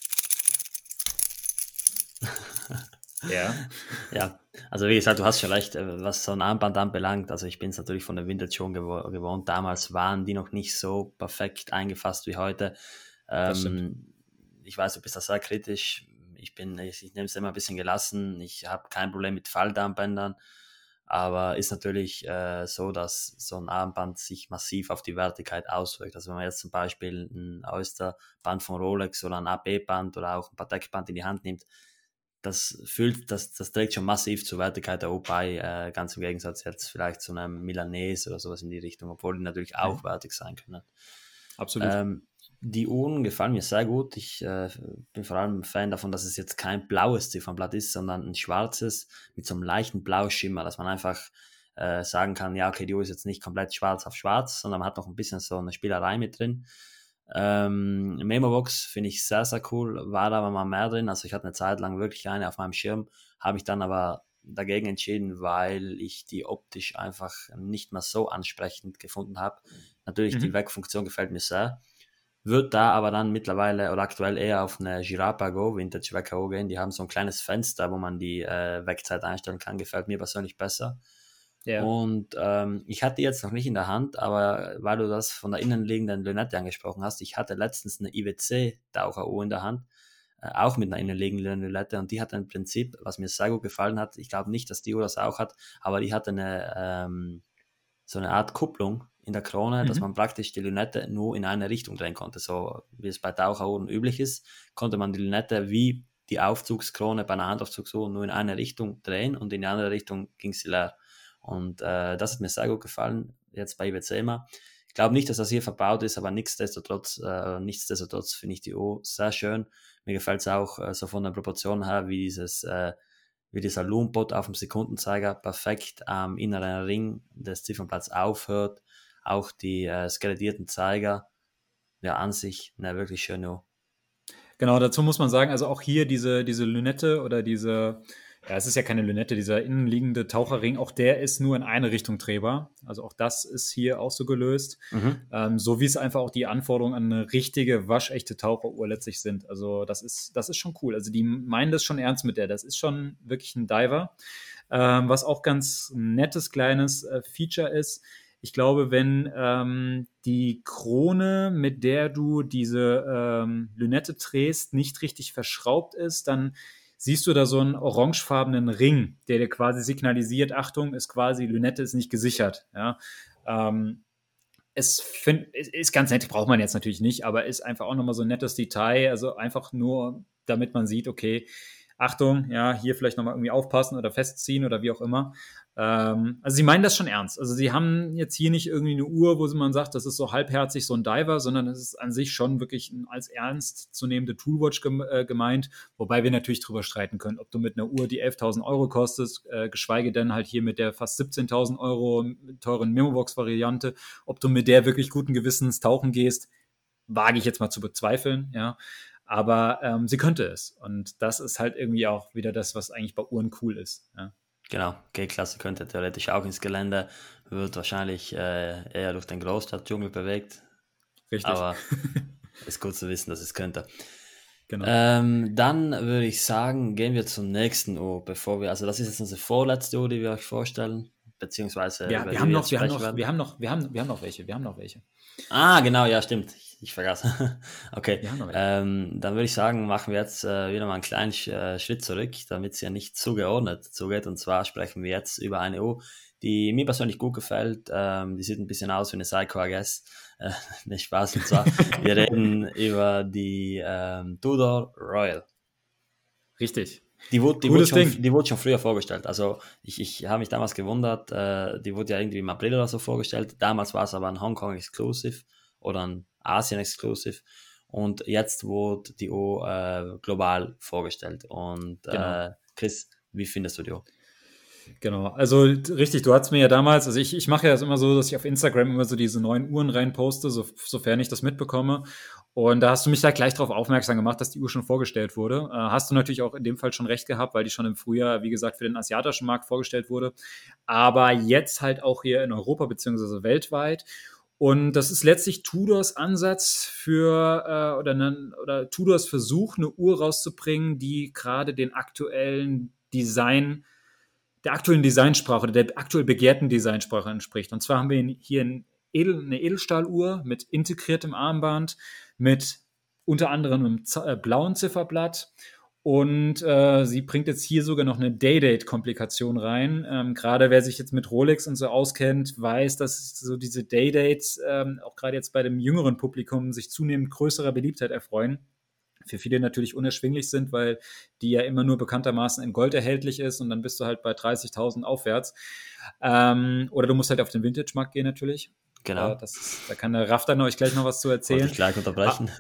Speaker 1: Ja.
Speaker 2: Ja, also wie gesagt, du hast schon recht, äh, was so ein Armband anbelangt. Also ich bin es natürlich von der Vintage schon gewo- gewohnt. Damals waren die noch nicht so perfekt eingefasst wie heute.
Speaker 1: Das stimmt.
Speaker 2: Ähm, ich weiß, du bist da sehr kritisch. Ich bin, ich, ich nehme es immer ein bisschen gelassen. Ich habe kein Problem mit Faltarmbändern. Aber ist natürlich äh, so, dass so ein Armband sich massiv auf die Wertigkeit auswirkt. Also wenn man jetzt zum Beispiel ein Oyster-Band von Rolex oder ein A P-Band oder auch ein Patek-Band in die Hand nimmt, das fühlt, das, das trägt schon massiv zur Wertigkeit der Uhr bei, äh, ganz im Gegensatz jetzt vielleicht zu einem Milanese oder sowas in die Richtung, obwohl die natürlich auch
Speaker 1: Mhm.
Speaker 2: wertig sein können.
Speaker 1: Absolut.
Speaker 2: Ähm, die Uhren gefallen mir sehr gut. Ich äh, bin vor allem ein Fan davon, dass es jetzt kein blaues Ziffernblatt ist, sondern ein schwarzes mit so einem leichten Blauschimmer, dass man einfach äh, sagen kann, ja, okay, die Uhr ist jetzt nicht komplett schwarz auf schwarz, sondern man hat noch ein bisschen so eine Spielerei mit drin. Ähm, Memobox finde ich sehr, sehr cool, war da aber mal mehr drin. Also ich hatte eine Zeit lang wirklich eine auf meinem Schirm, habe ich dann aber dagegen entschieden, weil ich die optisch einfach nicht mehr so ansprechend gefunden habe. Natürlich, die
Speaker 1: Mhm.
Speaker 2: Wegfunktion gefällt mir sehr. Wird da aber dann mittlerweile oder aktuell eher auf eine Girapa Go Vintage Wecker gehen. Die haben so ein kleines Fenster, wo man die äh, Wegzeit einstellen kann. Gefällt mir persönlich besser.
Speaker 1: Ja.
Speaker 2: Und ähm, ich hatte die jetzt noch nicht in der Hand, aber weil du das von der innenliegenden Lünette angesprochen hast, ich hatte letztens eine I W C-Taucheruhr in der Hand, äh, auch mit einer innenliegenden Lünette, und die hat ein Prinzip, was mir sehr gut gefallen hat. Ich glaube nicht, dass die Uhr das auch hat, aber die hatte eine, ähm, so eine Art Kupplung in der Krone, dass
Speaker 1: Mhm.
Speaker 2: man praktisch die Lünette nur in eine Richtung drehen konnte. So wie es bei Taucheruhren üblich ist, konnte man die Lünette wie die Aufzugskrone bei einer Handaufzugsuhr nur in eine Richtung drehen und in die andere Richtung ging sie leer. Und äh, das hat mir sehr gut gefallen, jetzt bei I W C immer. Ich glaube nicht, dass das hier verbaut ist, aber nichtsdestotrotz, äh, nichtsdestotrotz finde ich die Uhr sehr schön. Mir gefällt es auch äh, so von der Proportion her, wie dieses äh, wie dieser Loompot auf dem Sekundenzeiger perfekt am inneren Ring des Ziffernblatts aufhört. Auch die äh, skelettierten Zeiger, ja, an sich eine wirklich schöne Uhr.
Speaker 1: Genau, dazu muss man sagen, also auch hier diese, diese Lünette oder diese, Ja, es ist ja keine Lünette, dieser innenliegende Taucherring, auch der ist nur in eine Richtung drehbar. Also auch das ist hier auch so gelöst.
Speaker 2: Mhm.
Speaker 1: Ähm, so wie es einfach auch die Anforderungen an eine richtige, waschechte Taucheruhr letztlich sind. Also das ist, das ist schon cool. Also die meinen das schon ernst mit der. Das ist schon wirklich ein Diver. Ähm, was auch ganz nettes kleines äh, Feature ist, ich glaube, wenn ähm, die Krone, mit der du diese ähm, Lünette drehst, nicht richtig verschraubt ist, dann siehst du da so einen orangefarbenen Ring, der dir quasi signalisiert, Achtung, ist quasi, Lünette ist nicht gesichert. Ja? Ähm, es find, ist ganz nett, braucht man jetzt natürlich nicht, aber ist einfach auch nochmal so ein nettes Detail. Also einfach nur, damit man sieht, okay, Achtung, ja, hier vielleicht nochmal irgendwie aufpassen oder festziehen oder wie auch immer. Ähm, also sie meinen das schon ernst. Also sie haben jetzt hier nicht irgendwie eine Uhr, wo man sagt, das ist so halbherzig so ein Diver, sondern es ist an sich schon wirklich ein als ernst zu nehmende Toolwatch gem äh, gemeint, wobei wir natürlich drüber streiten können, ob du mit einer Uhr, die elftausend Euro kostet, äh, geschweige denn halt hier mit der fast siebzehntausend Euro teuren Memovox-Variante, ob du mit der wirklich guten Gewissens tauchen gehst, wage ich jetzt mal zu bezweifeln, ja. Aber ähm, sie könnte es. Und das ist halt irgendwie auch wieder das, was eigentlich bei Uhren cool ist. Ja.
Speaker 2: Genau, G-Klasse könnte theoretisch auch ins Gelände, wird wahrscheinlich äh, eher durch den Großstadtdschungel bewegt,
Speaker 1: Richtig.
Speaker 2: aber ist gut zu wissen, dass es könnte.
Speaker 1: Genau.
Speaker 2: Ähm, dann würde ich sagen, gehen wir zum nächsten Uhr, bevor wir, also das ist jetzt unsere vorletzte Uhr, die wir euch vorstellen, beziehungsweise
Speaker 1: Ja,
Speaker 2: über
Speaker 1: wir
Speaker 2: die
Speaker 1: haben
Speaker 2: wir
Speaker 1: noch,
Speaker 2: jetzt
Speaker 1: wir haben
Speaker 2: sprechen
Speaker 1: noch,
Speaker 2: werden.
Speaker 1: wir haben noch, wir haben, wir haben noch welche, wir haben noch welche.
Speaker 2: Ah, genau, ja, stimmt. Ich, ich vergaß. Okay,
Speaker 1: Wir haben noch welche.
Speaker 2: ähm, dann würde ich sagen, machen wir jetzt äh, wieder mal einen kleinen Sch- äh, Schritt zurück, damit es ja nicht zu geordnet zugeht. Und zwar sprechen wir jetzt über eine Uhr, die mir persönlich gut gefällt. Ähm, die sieht ein bisschen aus wie eine Seiko, I guess. Äh, nicht Spaß. Und zwar, wir reden über die ähm, Tudor Royal.
Speaker 1: Richtig.
Speaker 2: Die wurde, die wurde
Speaker 1: Cooles
Speaker 2: schon,
Speaker 1: Ding.
Speaker 2: die wurde schon früher vorgestellt. Also ich, ich habe mich damals gewundert, äh, die wurde ja irgendwie im April oder so vorgestellt. Damals war es aber ein Hongkong Exclusive oder ein Asien Exclusive. Und jetzt wurde die Uhr äh, global vorgestellt. Und
Speaker 1: Genau.
Speaker 2: äh, Chris, wie findest du die Uhr?
Speaker 1: Genau, also richtig, du hattest mir ja damals, also ich, ich mache ja das immer so, dass ich auf Instagram immer so diese neuen Uhren reinposte, so, sofern ich das mitbekomme. Und da hast du mich da gleich darauf aufmerksam gemacht, dass die Uhr schon vorgestellt wurde. Äh, hast du natürlich auch in dem Fall schon recht gehabt, weil die schon im Frühjahr, wie gesagt, für den asiatischen Markt vorgestellt wurde. Aber jetzt halt auch hier in Europa beziehungsweise weltweit. Und das ist letztlich Tudors Ansatz für, äh, oder, ne, oder Tudors Versuch, eine Uhr rauszubringen, die gerade den aktuellen Design der aktuellen Designsprache oder der aktuell begehrten Designsprache entspricht. Und zwar haben wir hier ein Edel, eine Edelstahluhr mit integriertem Armband, mit unter anderem einem äh, blauen Zifferblatt. Und äh, sie bringt jetzt hier sogar noch eine Day-Date-Komplikation rein. Ähm, gerade wer sich jetzt mit Rolex und so auskennt, weiß, dass so diese Day-Dates ähm, auch gerade jetzt bei dem jüngeren Publikum sich zunehmend größerer Beliebtheit erfreuen. Für viele natürlich unerschwinglich sind, weil die ja immer nur bekanntermaßen in Gold erhältlich ist und dann bist du halt bei dreißigtausend aufwärts. Ähm, oder du musst halt auf den Vintage-Markt gehen natürlich. Da,
Speaker 2: Genau,
Speaker 1: das ist, da kann der Raff dann euch gleich noch was zu
Speaker 2: wollte ich
Speaker 1: erzählen.
Speaker 2: gleich unterbrechen.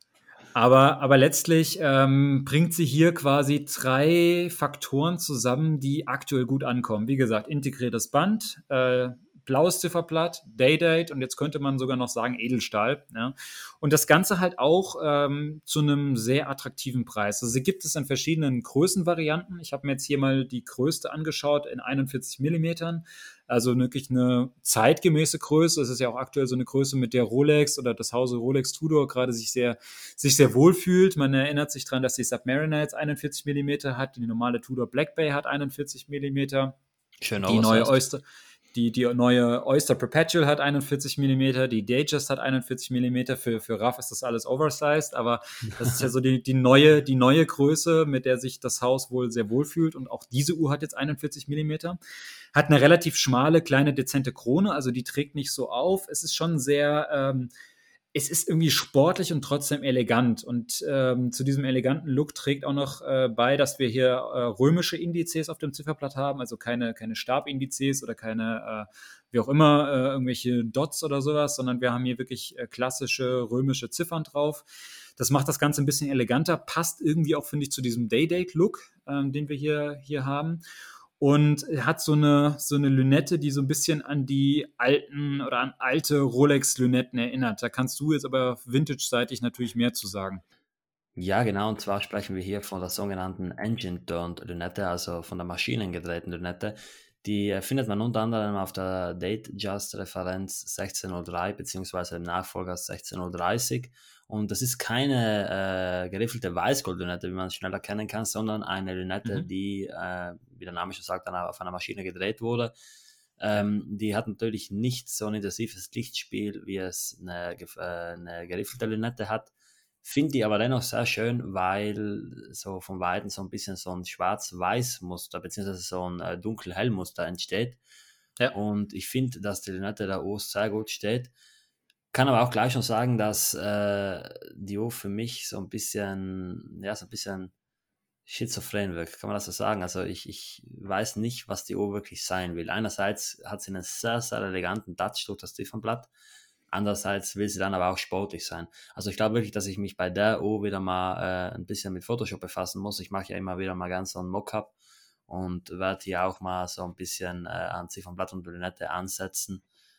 Speaker 1: Aber, aber letztlich ähm, bringt sie hier quasi drei Faktoren zusammen, die aktuell gut ankommen. Wie gesagt, integriertes Band, äh, blaues Zifferblatt, Day-Date und jetzt könnte man sogar noch sagen Edelstahl. Ja. Und das Ganze halt auch ähm, zu einem sehr attraktiven Preis. Also sie gibt es in verschiedenen Größenvarianten. Ich habe mir jetzt hier mal die größte angeschaut in einundvierzig Millimetern. Also wirklich eine zeitgemäße Größe. Es ist ja auch aktuell so eine Größe, mit der Rolex oder das Hause Rolex Tudor gerade sich sehr, sich sehr wohl fühlt. Man erinnert sich daran, dass die Submariner jetzt einundvierzig Millimeter hat, die normale Tudor Black Bay hat einundvierzig Millimeter.
Speaker 2: Schön
Speaker 1: Die neue
Speaker 2: oversized.
Speaker 1: Oyster, die, die neue Oyster Perpetual hat einundvierzig Millimeter, die Datejust hat einundvierzig Millimeter. Für, für Raff ist das alles oversized, aber das ist ja so die, die, neue, die neue Größe, mit der sich das Haus wohl sehr wohl fühlt. Und auch diese Uhr hat jetzt einundvierzig Millimeter. Hat eine relativ schmale, kleine, dezente Krone, also die trägt nicht so auf. Es ist schon sehr, ähm, es ist irgendwie sportlich und trotzdem elegant. Und ähm, zu diesem eleganten Look trägt auch noch äh, bei, dass wir hier äh, römische Indizes auf dem Zifferblatt haben, also keine, keine Stabindizes oder keine, äh, wie auch immer, äh, irgendwelche Dots oder sowas, sondern wir haben hier wirklich äh, klassische römische Ziffern drauf. Das macht das Ganze ein bisschen eleganter, passt irgendwie auch, finde ich, zu diesem Day-Date-Look, ähm, den wir hier, hier haben. Und hat so eine, so eine Lünette, die so ein bisschen an die alten oder an alte Rolex-Lünetten erinnert. Da kannst du jetzt aber vintage-seitig natürlich mehr zu sagen.
Speaker 2: Ja, genau, und zwar sprechen wir hier von der sogenannten Engine-Turned Lünette, also von der maschinengedrehten Lünette. Die äh, findet man unter anderem auf der Datejust-Referenz sechzehn null drei beziehungsweise im Nachfolger sechzehn null dreißig. Und das ist keine äh, geriffelte Weißgold-Lünette, wie man es schnell erkennen kann, sondern eine Lünette,
Speaker 1: Mhm.
Speaker 2: die, äh, wie der Name schon sagt, dann auf einer Maschine gedreht wurde.
Speaker 1: Ja.
Speaker 2: Ähm, die hat natürlich nicht so ein intensives Lichtspiel, wie es eine, gef- äh, eine geriffelte Lünette hat. Finde die aber dennoch sehr schön, weil so von Weitem so ein bisschen so ein Schwarz-Weiß-Muster, beziehungsweise so ein äh, Dunkel-Hell-Muster entsteht.
Speaker 1: Ja.
Speaker 2: Und ich finde, dass die Lünette der Uhr sehr gut steht. Kann aber auch gleich schon sagen, dass äh, die Uhr für mich so ein bisschen, ja, so ein bisschen schizophren wirkt, kann man das so sagen? Also ich, ich weiß nicht, was die Uhr wirklich sein will. Einerseits hat sie einen sehr, sehr eleganten Touch durch das Ziffernblatt, andererseits will sie dann aber auch sportlich sein. Also ich glaube wirklich, dass ich mich bei der Uhr wieder mal äh, ein bisschen mit Photoshop befassen muss. Ich mache ja immer wieder mal ganz so ein Mockup und werde hier auch mal so ein bisschen äh, an Ziffernblatt und Lünette ansetzen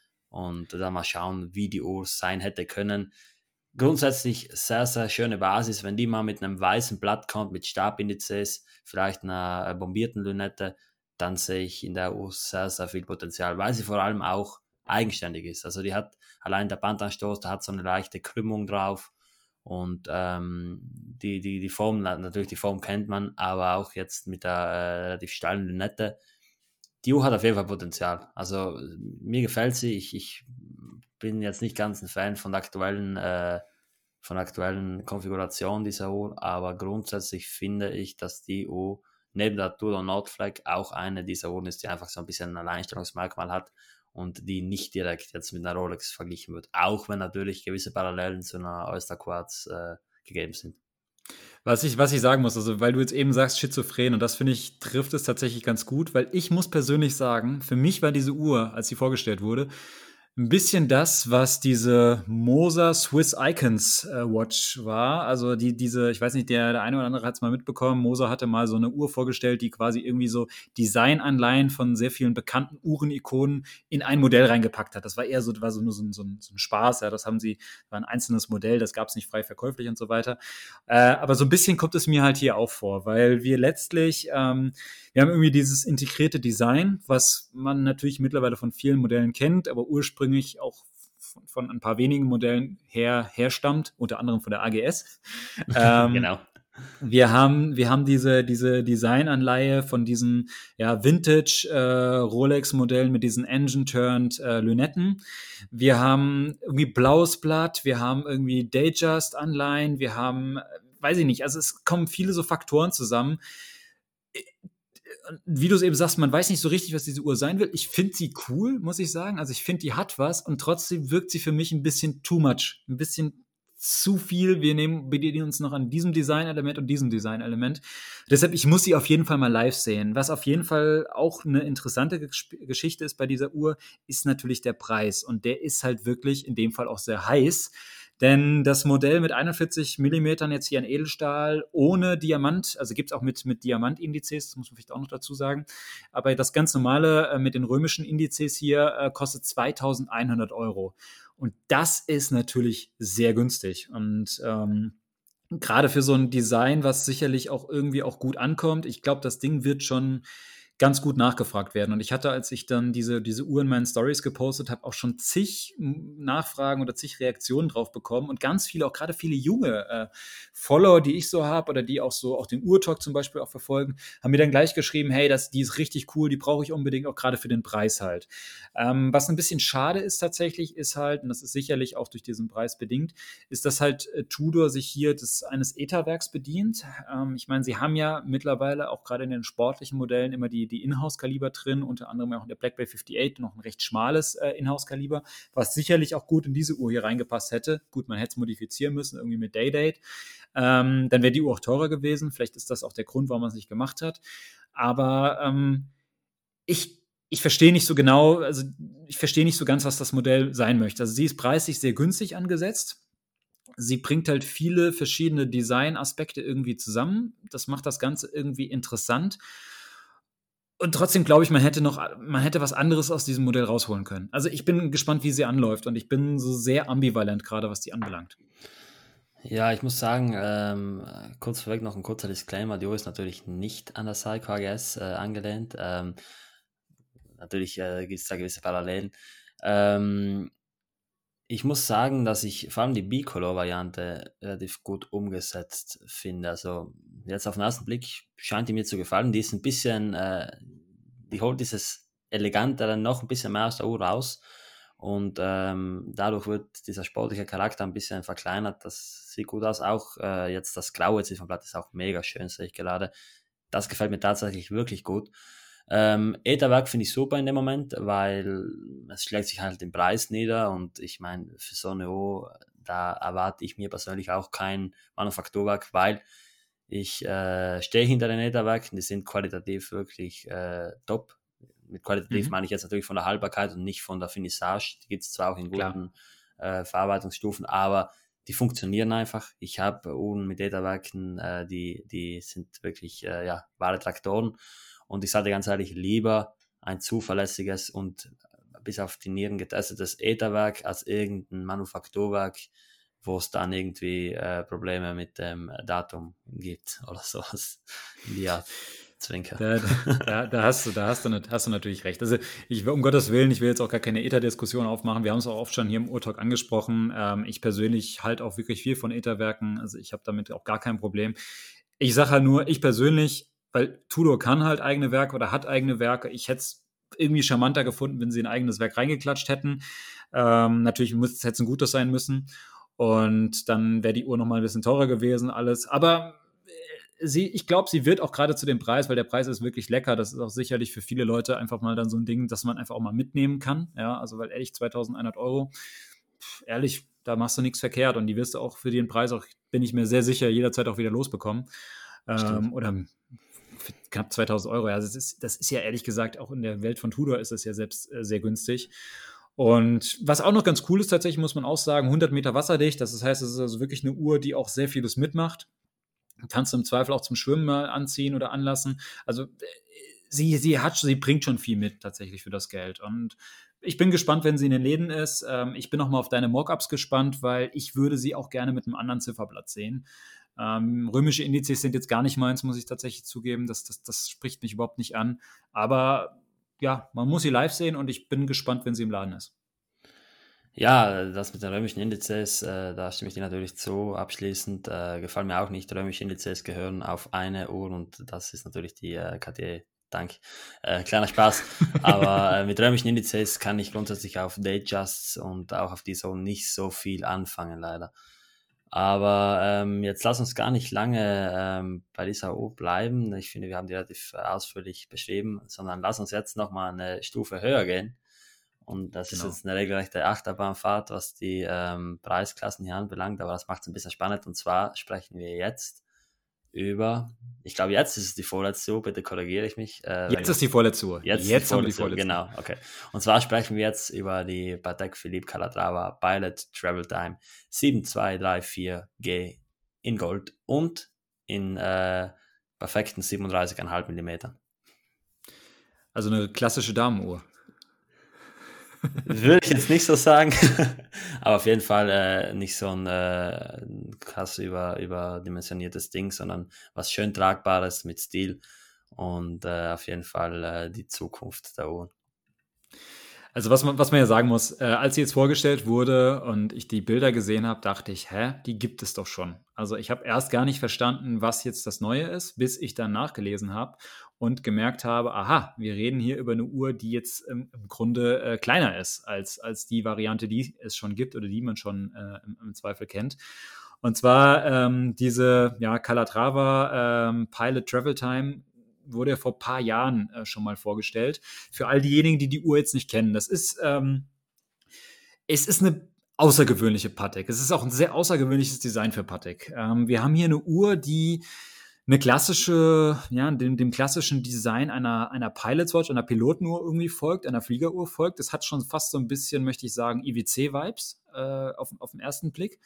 Speaker 2: und dann mal schauen, wie die Uhr sein hätte können. Grundsätzlich sehr, sehr schöne Basis. Wenn die mal mit einem weißen Blatt kommt, mit Stabindizes, vielleicht einer bombierten Lünette, dann sehe ich in der Uhr sehr, sehr viel Potenzial, weil sie vor allem auch eigenständig ist. Also die hat allein der Bandanstoß, da hat so eine leichte Krümmung drauf und ähm, die, die, die Form, natürlich die Form kennt man, aber auch jetzt mit der äh, relativ steilen Lünette, die Uhr hat auf jeden Fall Potenzial. Also mir gefällt sie. Ich, ich bin jetzt nicht ganz ein Fan von der aktuellen, äh, von der aktuellen Konfiguration dieser Uhr, aber grundsätzlich finde ich, dass die Uhr neben der Tudor Nordflag auch eine dieser Uhren ist, die einfach so ein bisschen ein Alleinstellungsmerkmal hat und die nicht direkt jetzt mit einer Rolex verglichen wird. Auch wenn natürlich gewisse Parallelen zu einer Oyster Quartz äh, gegeben sind.
Speaker 1: Was ich, was ich sagen muss, also weil du jetzt eben sagst, schizophren, und das finde ich, trifft es tatsächlich ganz gut, weil ich muss persönlich sagen, für mich war diese Uhr, als sie vorgestellt wurde, ein bisschen das, was diese Moser Swiss Icons äh, Watch war. Also die, diese, ich weiß nicht, der, der eine oder andere hat es mal mitbekommen, Moser hatte mal so eine Uhr vorgestellt, die quasi irgendwie so Designanleihen von sehr vielen bekannten Uhrenikonen in ein Modell reingepackt hat. Das war eher so, war so nur so ein, so ein, so ein Spaß, ja, das haben sie, war ein einzelnes Modell, das gab es nicht frei verkäuflich und so weiter. Äh, aber so ein bisschen kommt es mir halt hier auch vor, weil wir letztlich, ähm, wir haben irgendwie dieses integrierte Design, was man natürlich mittlerweile von vielen Modellen kennt, aber ursprünglich auch von, von ein paar wenigen Modellen her herstammt, unter anderem von der A G S. Ähm,
Speaker 2: Genau.
Speaker 1: wir haben, wir haben diese, diese Designanleihe von diesen ja, Vintage äh, Rolex-Modellen mit diesen Engine-Turned äh, Lünetten. Wir haben irgendwie blaues Blatt, wir haben irgendwie Datejust-Anleihen, wir haben, äh, weiß ich nicht, also es kommen viele so Faktoren zusammen. Wie du es eben sagst, man weiß nicht so richtig, was diese Uhr sein will. Ich finde sie cool, muss ich sagen. Also ich finde, die hat was und trotzdem wirkt sie für mich ein bisschen too much. Ein bisschen zu viel. Wir nehmen, bedienen uns noch an diesem Designelement und diesem Designelement. Deshalb, ich muss sie auf jeden Fall mal live sehen. Was auf jeden Fall auch eine interessante Gesp- Geschichte ist bei dieser Uhr, ist natürlich der Preis. Und der ist halt wirklich in dem Fall auch sehr heiß. Denn das Modell mit einundvierzig Millimetern jetzt hier in Edelstahl ohne Diamant, also gibt es auch mit, mit Diamantindizes, das muss man vielleicht auch noch dazu sagen. Aber das ganz normale äh, mit den römischen Indizes hier äh, kostet zweitausendeinhundert Euro. Und das ist natürlich sehr günstig. Und ähm, gerade für so ein Design, was sicherlich auch irgendwie auch gut ankommt, ich glaube, das Ding wird schon ganz gut nachgefragt werden. Und ich hatte, als ich dann diese, diese Uhr in meinen Stories gepostet habe, auch schon zig Nachfragen oder zig Reaktionen drauf bekommen und ganz viele, auch gerade viele junge äh, Follower, die ich so habe oder die auch so auch den Uhrtalk zum Beispiel auch verfolgen, haben mir dann gleich geschrieben, hey, das, die ist richtig cool, die brauche ich unbedingt, auch gerade für den Preis halt. Ähm, was ein bisschen schade ist tatsächlich, ist halt, und das ist sicherlich auch durch diesen Preis bedingt, ist, dass halt äh, Tudor sich hier des, eines ETA-Werks bedient. Ähm, ich meine, sie haben ja mittlerweile auch gerade in den sportlichen Modellen immer die, die Inhouse-Kaliber drin, unter anderem auch in der Black Bay fünfundachtzig noch ein recht schmales äh, Inhouse-Kaliber, was sicherlich auch gut in diese Uhr hier reingepasst hätte. Gut, man hätte es modifizieren müssen, irgendwie mit Day-Date. Ähm, dann wäre die Uhr auch teurer gewesen. Vielleicht ist das auch der Grund, warum man es nicht gemacht hat. Aber ähm, ich, ich verstehe nicht so genau, also ich verstehe nicht so ganz, was das Modell sein möchte. Also sie ist preislich sehr günstig angesetzt. Sie bringt halt viele verschiedene Designaspekte irgendwie zusammen. Das macht das Ganze irgendwie interessant. Und trotzdem glaube ich, man hätte noch, man hätte was anderes aus diesem Modell rausholen können. Also ich bin gespannt, wie sie anläuft und ich bin so sehr ambivalent gerade, was die anbelangt.
Speaker 2: Ja, ich muss sagen, ähm, kurz vorweg noch ein kurzer Disclaimer. Die Uhr ist natürlich nicht an der Seiko A G S äh, angelehnt. Ähm, natürlich äh, gibt es da gewisse Parallelen. Ähm, Ich muss sagen, dass ich vor allem die Bicolor-Variante relativ gut umgesetzt finde. Also jetzt auf den ersten Blick scheint die mir zu gefallen. Die ist ein bisschen, äh, die holt dieses Elegantere noch ein bisschen mehr aus der Uhr raus. Und ähm, dadurch wird dieser sportliche Charakter ein bisschen verkleinert. Das sieht gut aus. Auch äh, jetzt das graue Ziffernblatt ist auch mega schön, sehe ich gerade. Das gefällt mir tatsächlich wirklich gut. Ähm, Etherwerk finde ich super in dem Moment, weil es schlägt sich halt den Preis nieder und ich meine, für so eine O, da erwarte ich mir persönlich auch kein Manufakturwerk, weil ich äh, stehe hinter den Etherwerken, die sind qualitativ wirklich äh, top. Mit qualitativ
Speaker 1: Mhm.
Speaker 2: meine ich jetzt natürlich von der Haltbarkeit und nicht von der Finissage. Die gibt es zwar auch in
Speaker 1: Klar.
Speaker 2: guten äh, Verarbeitungsstufen, aber die funktionieren einfach. Ich habe Uhren mit Etherwerken, äh, die, die sind wirklich äh, ja, wahre Traktoren. Und ich sage ganz ehrlich, lieber ein zuverlässiges und bis auf die Nieren getestetes Etherwerk als irgendein Manufakturwerk, wo es dann irgendwie äh, Probleme mit dem Datum gibt oder sowas in die Art. Zwinker.
Speaker 1: Da, da, da, hast du, da hast du, nat- hast du natürlich recht. Also ich, um Gottes Willen, ich will jetzt auch gar keine Ether-Diskussion aufmachen. Wir haben es auch oft schon hier im Urtalk angesprochen. Ähm, ich persönlich halte auch wirklich viel von Etherwerken. Also ich habe damit auch gar kein Problem. Ich sage halt nur, ich persönlich, weil Tudor kann halt eigene Werke oder hat eigene Werke. Ich hätte es irgendwie charmanter gefunden, wenn sie ein eigenes Werk reingeklatscht hätten. Ähm, natürlich muss, hätte es ein gutes sein müssen. Und dann wäre die Uhr noch mal ein bisschen teurer gewesen, alles. Aber sie, ich glaube, sie wird auch gerade zu dem Preis, weil der Preis ist wirklich lecker. Das ist auch sicherlich für viele Leute einfach mal dann so ein Ding, dass man einfach auch mal mitnehmen kann. Ja, also weil ehrlich, zweitausendeinhundert Euro, pff, ehrlich, da machst du nichts verkehrt und die wirst du auch für den Preis auch, bin ich mir sehr sicher, jederzeit auch wieder losbekommen.
Speaker 2: Stimmt.
Speaker 1: Ähm, oder für knapp zweitausend Euro. Ja, das ist, das ist ja ehrlich gesagt, auch in der Welt von Tudor ist das ja selbst äh, sehr günstig. Und was auch noch ganz cool ist, tatsächlich muss man auch sagen, hundert Meter wasserdicht. Das heißt, es ist also wirklich eine Uhr, die auch sehr vieles mitmacht. Kannst du im Zweifel auch zum Schwimmen mal anziehen oder anlassen. Also äh, sie, sie hat, sie bringt schon viel mit tatsächlich für das Geld. Und ich bin gespannt, wenn sie in den Läden ist. Ähm, ich bin auch mal auf deine Mockups gespannt, weil ich würde sie auch gerne mit einem anderen Zifferblatt sehen. Ähm, römische Indizes sind jetzt gar nicht meins, muss ich tatsächlich zugeben. Das, das, das spricht mich überhaupt nicht an. Aber ja, man muss sie live sehen und ich bin gespannt, wenn sie im Laden ist.
Speaker 2: Ja, das mit den römischen Indizes, äh, da stimme ich dir natürlich zu. Abschließend äh, gefallen mir auch nicht. Römische Indizes gehören auf eine Uhr und das ist natürlich die äh, K T E. Dank. Äh, kleiner Spaß. Aber äh, mit römischen Indizes kann ich grundsätzlich auf Datejusts und auch auf die so nicht so viel anfangen, leider. Aber ähm, jetzt lass uns gar nicht lange ähm, bei dieser Uhr bleiben. Ich finde, wir haben die relativ äh, ausführlich beschrieben, sondern lass uns jetzt nochmal eine Stufe höher gehen. Und das ist
Speaker 1: Genau.
Speaker 2: jetzt eine regelrechte Achterbahnfahrt, was die ähm, Preisklassen hier anbelangt, aber das macht es ein bisschen spannend. Und zwar sprechen wir jetzt über, ich glaube, jetzt ist es die vorletzte Uhr, bitte korrigiere ich mich, äh, wenn
Speaker 1: Jetzt ist
Speaker 2: ich,
Speaker 1: die vorletzte Uhr.
Speaker 2: jetzt ist die
Speaker 1: Jetzt haben wir die
Speaker 2: vorletzte Uhr,
Speaker 1: vorletzte Uhr.
Speaker 2: genau, okay. Und zwar sprechen wir jetzt über die Patek Philippe Calatrava Pilot Travel Time sieben zwei drei vier G in Gold und in äh, perfekten siebenunddreißig Komma fünf Millimetern.
Speaker 1: Also eine klassische Damenuhr.
Speaker 2: Würde ich jetzt nicht so sagen, aber auf jeden Fall äh, nicht so ein äh, krass über, überdimensioniertes Ding, sondern was schön Tragbares mit Stil und äh, auf jeden Fall äh, die Zukunft der Uhren.
Speaker 1: Also was man, was man ja sagen muss, äh, als sie jetzt vorgestellt wurde und ich die Bilder gesehen habe, dachte ich, hä, die gibt es doch schon. Also ich habe erst gar nicht verstanden, was jetzt das Neue ist, bis ich dann nachgelesen habe und gemerkt habe, aha, wir reden hier über eine Uhr, die jetzt im, im Grunde äh, kleiner ist als, als die Variante, die es schon gibt oder die man schon äh, im, im Zweifel kennt. Und zwar ähm, diese ja, Calatrava ähm, Pilot Travel Time wurde ja vor ein paar Jahren äh, schon mal vorgestellt. Für all diejenigen, die die Uhr jetzt nicht kennen, das ist, ähm, es ist eine außergewöhnliche Patek. Es ist auch ein sehr außergewöhnliches Design für Patek. Ähm, wir haben hier eine Uhr, die eine klassische, ja, dem, dem klassischen Design einer, einer Pilot's Watch, einer Pilotenuhr irgendwie folgt, einer Fliegeruhr folgt. Das hat schon fast so ein bisschen, möchte ich sagen, I W C-Vibes äh, auf, auf den ersten Blick.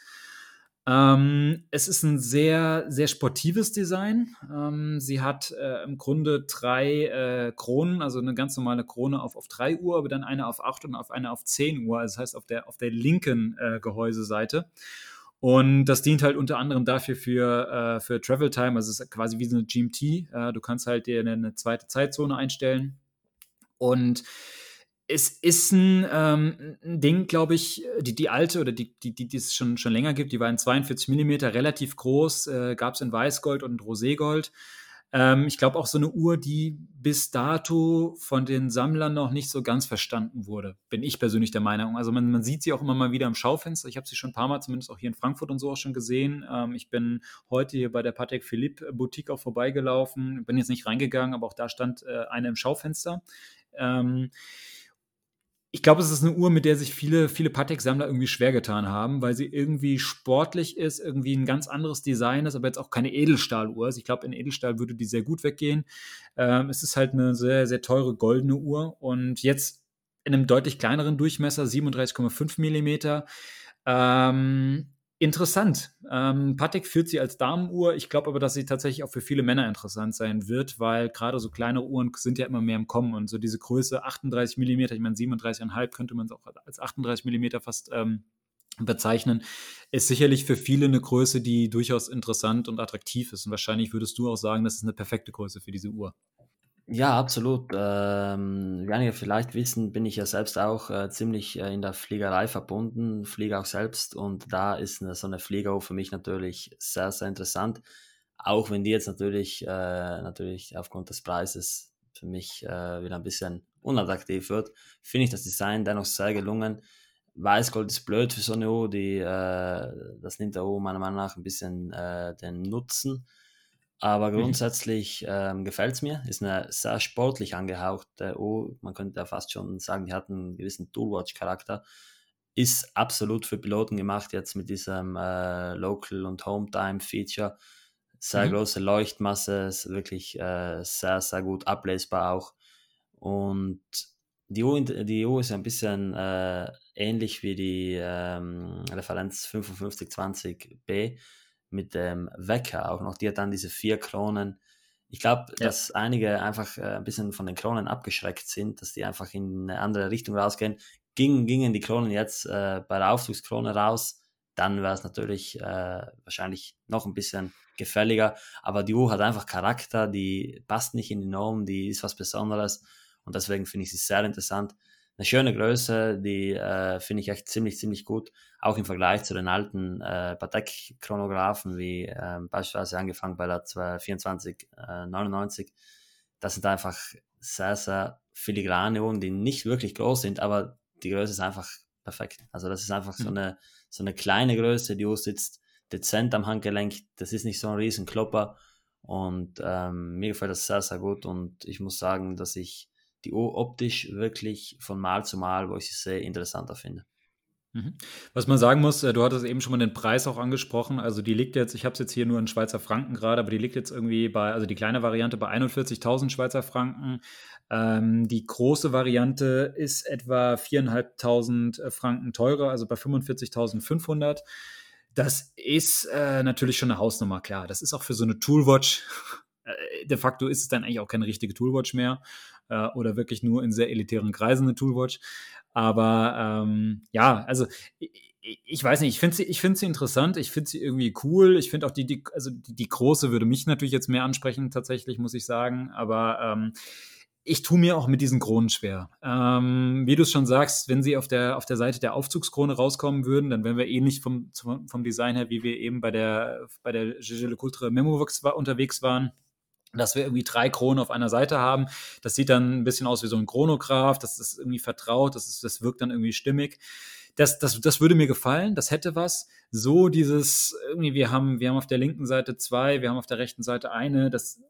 Speaker 1: Ähm, es ist ein sehr, sehr sportives Design. Ähm, sie hat äh, im Grunde drei äh, Kronen, also eine ganz normale Krone auf, auf drei Uhr, aber dann eine auf acht und auf eine auf zehn Uhr. Also das heißt auf der, auf der linken äh, Gehäuseseite. Und das dient halt unter anderem dafür für, äh, für Travel Time, also es ist quasi wie so eine G M T. Äh, du kannst halt dir eine, eine zweite Zeitzone einstellen. Und es ist ein, ähm, ein Ding, glaube ich, die, die alte oder die, die, die, die es schon, schon länger gibt, die war in zweiundvierzig Millimeter relativ groß, äh, gab es in Weißgold und in Roségold. Ähm, ich glaube auch so eine Uhr, die bis dato von den Sammlern noch nicht so ganz verstanden wurde, bin ich persönlich der Meinung. Also man, man sieht sie auch immer mal wieder im Schaufenster. Ich habe sie schon ein paar Mal, zumindest auch hier in Frankfurt und so auch schon gesehen. Ähm, ich bin heute hier bei der Patek Philippe Boutique auch vorbeigelaufen, bin jetzt nicht reingegangen, aber auch da stand äh, eine im Schaufenster. Ähm, ich glaube, es ist eine Uhr, mit der sich viele, viele Patek-Sammler irgendwie schwer getan haben, weil sie irgendwie sportlich ist, irgendwie ein ganz anderes Design ist, aber jetzt auch keine Edelstahluhr ist. Ich glaube, in Edelstahl würde die sehr gut weggehen. Ähm, es ist halt eine sehr, sehr teure goldene Uhr und jetzt in einem deutlich kleineren Durchmesser, siebenunddreißig Komma fünf Millimeter. Ähm, interessant. Ähm, Patek führt sie als Damenuhr. Ich glaube aber, dass sie tatsächlich auch für viele Männer interessant sein wird, weil gerade so kleine Uhren sind ja immer mehr im Kommen und so diese Größe achtunddreißig Millimeter, ich meine siebenunddreißig Komma fünf könnte man es auch als achtunddreißig Millimeter fast ähm, bezeichnen, ist sicherlich für viele eine Größe, die durchaus interessant und attraktiv ist. Und wahrscheinlich würdest du auch sagen, das ist eine perfekte Größe für diese Uhr.
Speaker 2: Ja, absolut. Ähm, wie einige vielleicht wissen, bin ich ja selbst auch äh, ziemlich äh, in der Fliegerei verbunden, fliege auch selbst und da ist eine, so eine Fliegeruhr für mich natürlich sehr, sehr interessant. Auch wenn die jetzt natürlich, äh, natürlich aufgrund des Preises für mich äh, wieder ein bisschen unattraktiv wird, finde ich das Design dennoch sehr gelungen. Weißgold ist blöd für so eine Uhr, die, äh, das nimmt der Uhr meiner Meinung nach ein bisschen äh, den Nutzen. Aber
Speaker 1: Mhm.
Speaker 2: grundsätzlich ähm, gefällt es mir. Ist eine sehr sportlich angehauchte Uhr. Man könnte ja fast schon sagen, die hat einen gewissen Toolwatch-Charakter. Ist absolut für Piloten gemacht, jetzt mit diesem äh, Local- und Home-Time-Feature. Sehr
Speaker 1: Mhm.
Speaker 2: große Leuchtmasse, ist wirklich äh, sehr, sehr gut ablesbar auch. Und die Uhr, die Uhr ist ein bisschen äh, ähnlich wie die ähm, Referenz fünfundfünfzig zwanzig B mit dem Wecker auch noch. Die hat dann diese vier Kronen. Ich glaube,
Speaker 1: Ja.
Speaker 2: dass einige einfach äh, ein bisschen von den Kronen abgeschreckt sind, dass die einfach in eine andere Richtung rausgehen. Ging, gingen die Kronen jetzt äh, bei der Aufzugskrone raus, dann wäre es natürlich äh, wahrscheinlich noch ein bisschen gefälliger. Aber die Uhr hat einfach Charakter, die passt nicht in die Norm, die ist was Besonderes. Und deswegen finde ich sie sehr interessant. Eine schöne Größe, die äh, finde ich echt ziemlich, ziemlich gut. Auch im Vergleich zu den alten äh, Patek-Chronographen, wie äh, beispielsweise angefangen bei der vierundzwanzig neunundneunzig. Das sind einfach sehr, sehr filigrane Uhren, die nicht wirklich groß sind, aber die Größe ist einfach perfekt. Also das ist einfach so
Speaker 1: Mhm.
Speaker 2: eine, so eine kleine Größe, die Uhr sitzt dezent am Handgelenk. Das ist nicht so ein riesen Klopper. Und ähm, mir gefällt das sehr, sehr gut. Und ich muss sagen, dass ich die Uhr optisch wirklich von Mal zu Mal, wo ich sie sehe, interessanter finde.
Speaker 1: Mhm. Was man sagen muss, äh, du hattest eben schon mal den Preis auch angesprochen. Also die liegt jetzt, ich habe es jetzt hier nur in Schweizer Franken gerade, aber die liegt jetzt irgendwie bei, also die kleine Variante bei einundvierzigtausend Schweizer Franken. Ähm, die große Variante ist etwa viertausendfünfhundert äh, Franken teurer, also bei fünfundvierzigtausendfünfhundert. Das ist äh, natürlich schon eine Hausnummer, klar. Das ist auch für so eine Toolwatch. Äh, de facto ist es dann eigentlich auch keine richtige Toolwatch mehr äh, oder wirklich nur in sehr elitären Kreisen eine Toolwatch. Aber ähm, ja, also ich, ich weiß nicht, ich finde sie, ich finde sie interessant, ich finde sie irgendwie cool. Ich finde auch die, die, also die, die große würde mich natürlich jetzt mehr ansprechen, tatsächlich, muss ich sagen. Aber ähm, ich tue mir auch mit diesen Kronen schwer. Ähm, wie du es schon sagst, wenn sie auf der, auf der Seite der Aufzugskrone rauskommen würden, dann wären wir ähnlich vom, vom, vom Design her, wie wir eben bei der, bei der G G Le Coultre Memovox war, unterwegs waren, dass wir irgendwie drei Kronen auf einer Seite haben. Das sieht dann ein bisschen aus wie so ein Chronograph, das ist irgendwie vertraut, das, ist, das wirkt dann irgendwie stimmig. Das, das, das würde mir gefallen, das hätte was. So dieses, irgendwie, wir haben, wir haben auf der linken Seite zwei, wir haben auf der rechten Seite eine, das,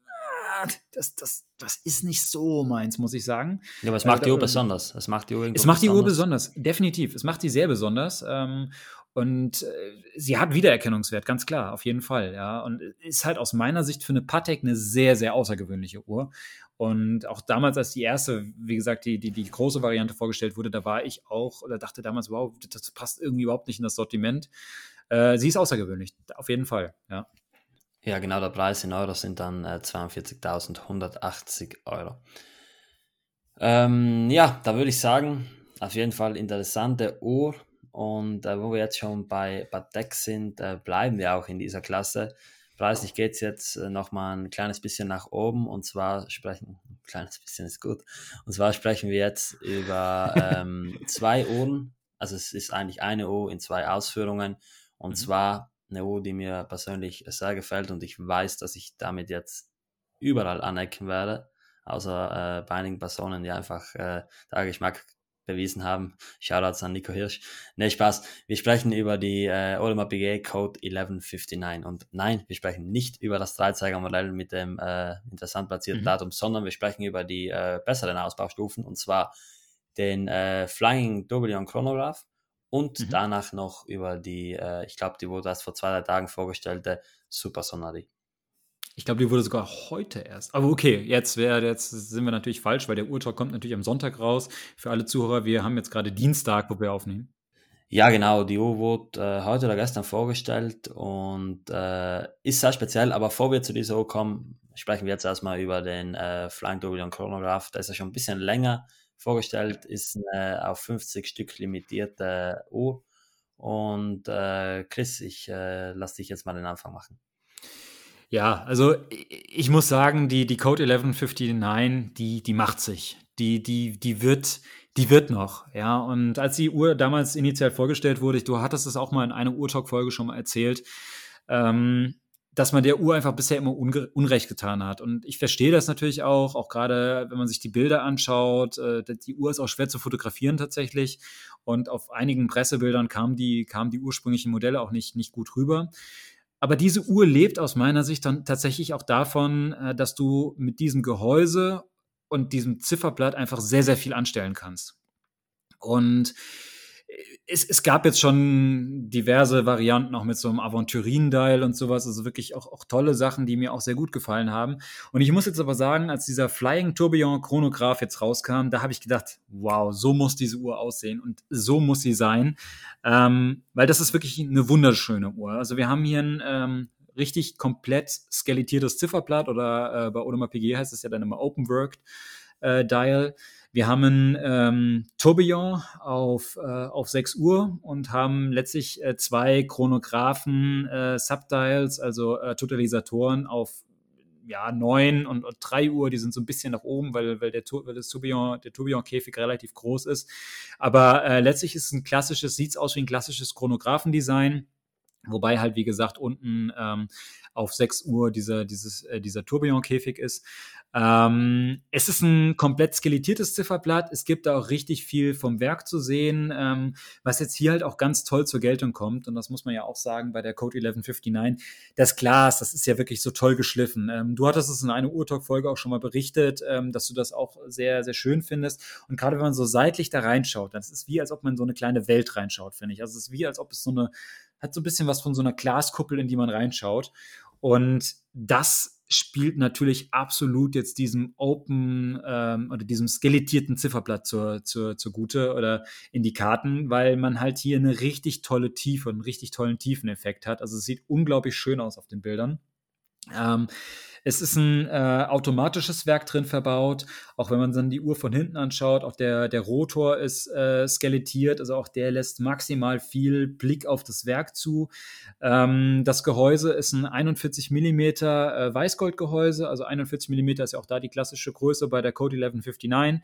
Speaker 1: ah, das, das, das ist nicht so meins, muss ich sagen.
Speaker 2: Ja, aber es
Speaker 1: Äh,
Speaker 2: macht
Speaker 1: da,
Speaker 2: die Uhr besonders. Es macht die Uhr
Speaker 1: es
Speaker 2: irgendwo
Speaker 1: macht die Uhr
Speaker 2: besonders.
Speaker 1: besonders, definitiv. Es macht sie sehr besonders. Ähm, und äh, sie hat Wiedererkennungswert, ganz klar, auf jeden Fall. Ja. Und ist halt aus meiner Sicht für eine Patek eine sehr, sehr außergewöhnliche Uhr. Und auch damals, als die erste, wie gesagt, die, die, die große Variante vorgestellt wurde, da war ich auch, oder dachte damals, wow, das passt irgendwie überhaupt nicht in das Sortiment. Äh, sie ist außergewöhnlich, auf jeden Fall. Ja.
Speaker 2: Ja, genau, der Preis in Euro sind dann äh, zweiundvierzigtausendeinhundertachtzig Euro. Ähm, ja, da würde ich sagen, auf jeden Fall interessante Uhr und äh, wo wir jetzt schon bei Patek sind, äh, bleiben wir auch in dieser Klasse. Preislich geht es jetzt äh, nochmal ein kleines bisschen nach oben, und zwar sprechen, ein kleines bisschen ist gut, und zwar sprechen wir jetzt über ähm, zwei Uhren, also es ist eigentlich eine Uhr in zwei Ausführungen, und
Speaker 1: Mhm.
Speaker 2: zwar eine Uhr, die mir persönlich sehr gefällt, und ich weiß, dass ich damit jetzt überall anecken werde, außer äh, bei einigen Personen, die einfach äh, der Geschmack bewiesen haben. Shoutouts an Nico Hirsch. Ne, Spaß. Wir sprechen über die äh, Audemars Piguet Code elf neunundfünfzig. Und nein, wir sprechen nicht über das Dreizeigermodell mit dem äh, interessant platzierten
Speaker 1: Mhm.
Speaker 2: Datum, sondern wir sprechen über die äh, besseren Ausbaustufen, und zwar den äh, Flying Tourbillon Chronograph und
Speaker 1: Mhm.
Speaker 2: danach noch über die, äh, ich glaube, die wurde erst vor zwei, drei Tagen vorgestellte Super Sonnerie.
Speaker 1: Ich glaube, die wurde sogar heute erst. Aber okay, jetzt, wär, jetzt sind wir natürlich falsch, weil der Urtalk kommt natürlich am Sonntag raus. Für alle Zuhörer, wir haben jetzt gerade Dienstag, wo wir aufnehmen.
Speaker 2: Ja, genau, die Uhr wurde äh, heute oder gestern vorgestellt und äh, ist sehr speziell, aber bevor wir zu dieser Uhr kommen, sprechen wir jetzt erstmal über den äh, Flying Tourbillon Chronograph. Da ist er schon ein bisschen länger vorgestellt, ist eine auf fünfzig Stück limitierte Uhr. Und äh, Chris, ich äh, lass dich jetzt mal den Anfang machen.
Speaker 1: Ja, also ich muss sagen, die, die Code elf neunundfünfzig, die, die macht sich. Die, die, die wird, die wird noch, ja. Und als die Uhr damals initial vorgestellt wurde, du hattest es auch mal in einer Uhrtalk-Folge schon mal erzählt, ähm, dass man der Uhr einfach bisher immer unge- Unrecht getan hat. Und ich verstehe das natürlich auch, auch gerade wenn man sich die Bilder anschaut. Äh, die Uhr ist auch schwer zu fotografieren tatsächlich. Und auf einigen Pressebildern kamen die, kamen die ursprünglichen Modelle auch nicht, nicht gut rüber. Aber diese Uhr lebt aus meiner Sicht dann tatsächlich auch davon, äh, dass du mit diesem Gehäuse und diesem Zifferblatt einfach sehr, sehr viel anstellen kannst. Und es, es gab jetzt schon diverse Varianten, auch mit so einem Aventurine-Dial und sowas, also wirklich auch, auch tolle Sachen, die mir auch sehr gut gefallen haben. Und ich muss jetzt aber sagen, als dieser Flying Tourbillon Chronograph jetzt rauskam, da habe ich gedacht, wow, so muss diese Uhr aussehen und so muss sie sein, ähm, weil das ist wirklich eine wunderschöne Uhr. Also wir haben hier ein ähm, richtig komplett skelettiertes Zifferblatt, oder äh, bei Audemars Piguet heißt es ja dann immer Open Worked äh, Dial. Wir haben ein ähm, Tourbillon auf, äh, auf sechs Uhr und haben letztlich äh, zwei Chronographen, äh, Subdials, also äh, Totalisatoren auf ja, neun und, und drei Uhr, die sind so ein bisschen nach oben, weil, weil, der, weil das Tourbillon, der Tourbillon-Käfig relativ groß ist. Aber äh, letztlich ist es ein klassisches, sieht es aus wie ein klassisches Chronographendesign. Wobei halt, wie gesagt, unten ähm, auf sechs Uhr dieser, dieses, äh, dieser Tourbillon-Käfig ist. Ähm, es ist ein komplett skelettiertes Zifferblatt. Es gibt da auch richtig viel vom Werk zu sehen, ähm, was jetzt hier halt auch ganz toll zur Geltung kommt. Und das muss man ja auch sagen bei der Code elf neunundfünfzig. Das Glas, das ist ja wirklich so toll geschliffen. Ähm, du hattest es in einer Urtalk-Folge auch schon mal berichtet, ähm, dass du das auch sehr, sehr schön findest. Und gerade wenn man so seitlich da reinschaut, dann ist es wie, als ob man in so eine kleine Welt reinschaut, finde ich. Also es ist wie, als ob es so eine hat so ein bisschen was von so einer Glaskuppel, in die man reinschaut. Und das spielt natürlich absolut jetzt diesem Open ähm, oder diesem skelettierten Zifferblatt zur, zur, zugute oder in die Karten, weil man halt hier eine richtig tolle Tiefe und einen richtig tollen Tiefeneffekt hat. Also es sieht unglaublich schön aus auf den Bildern. Ähm, es ist ein äh, automatisches Werk drin verbaut. Auch wenn man dann die Uhr von hinten anschaut, auch der, der Rotor ist äh, skelettiert, also auch der lässt maximal viel Blick auf das Werk zu. Ähm, das Gehäuse ist ein einundvierzig Millimeter äh, Weißgoldgehäuse, also einundvierzig Millimeter ist ja auch da die klassische Größe bei der Code elf neunundfünfzig.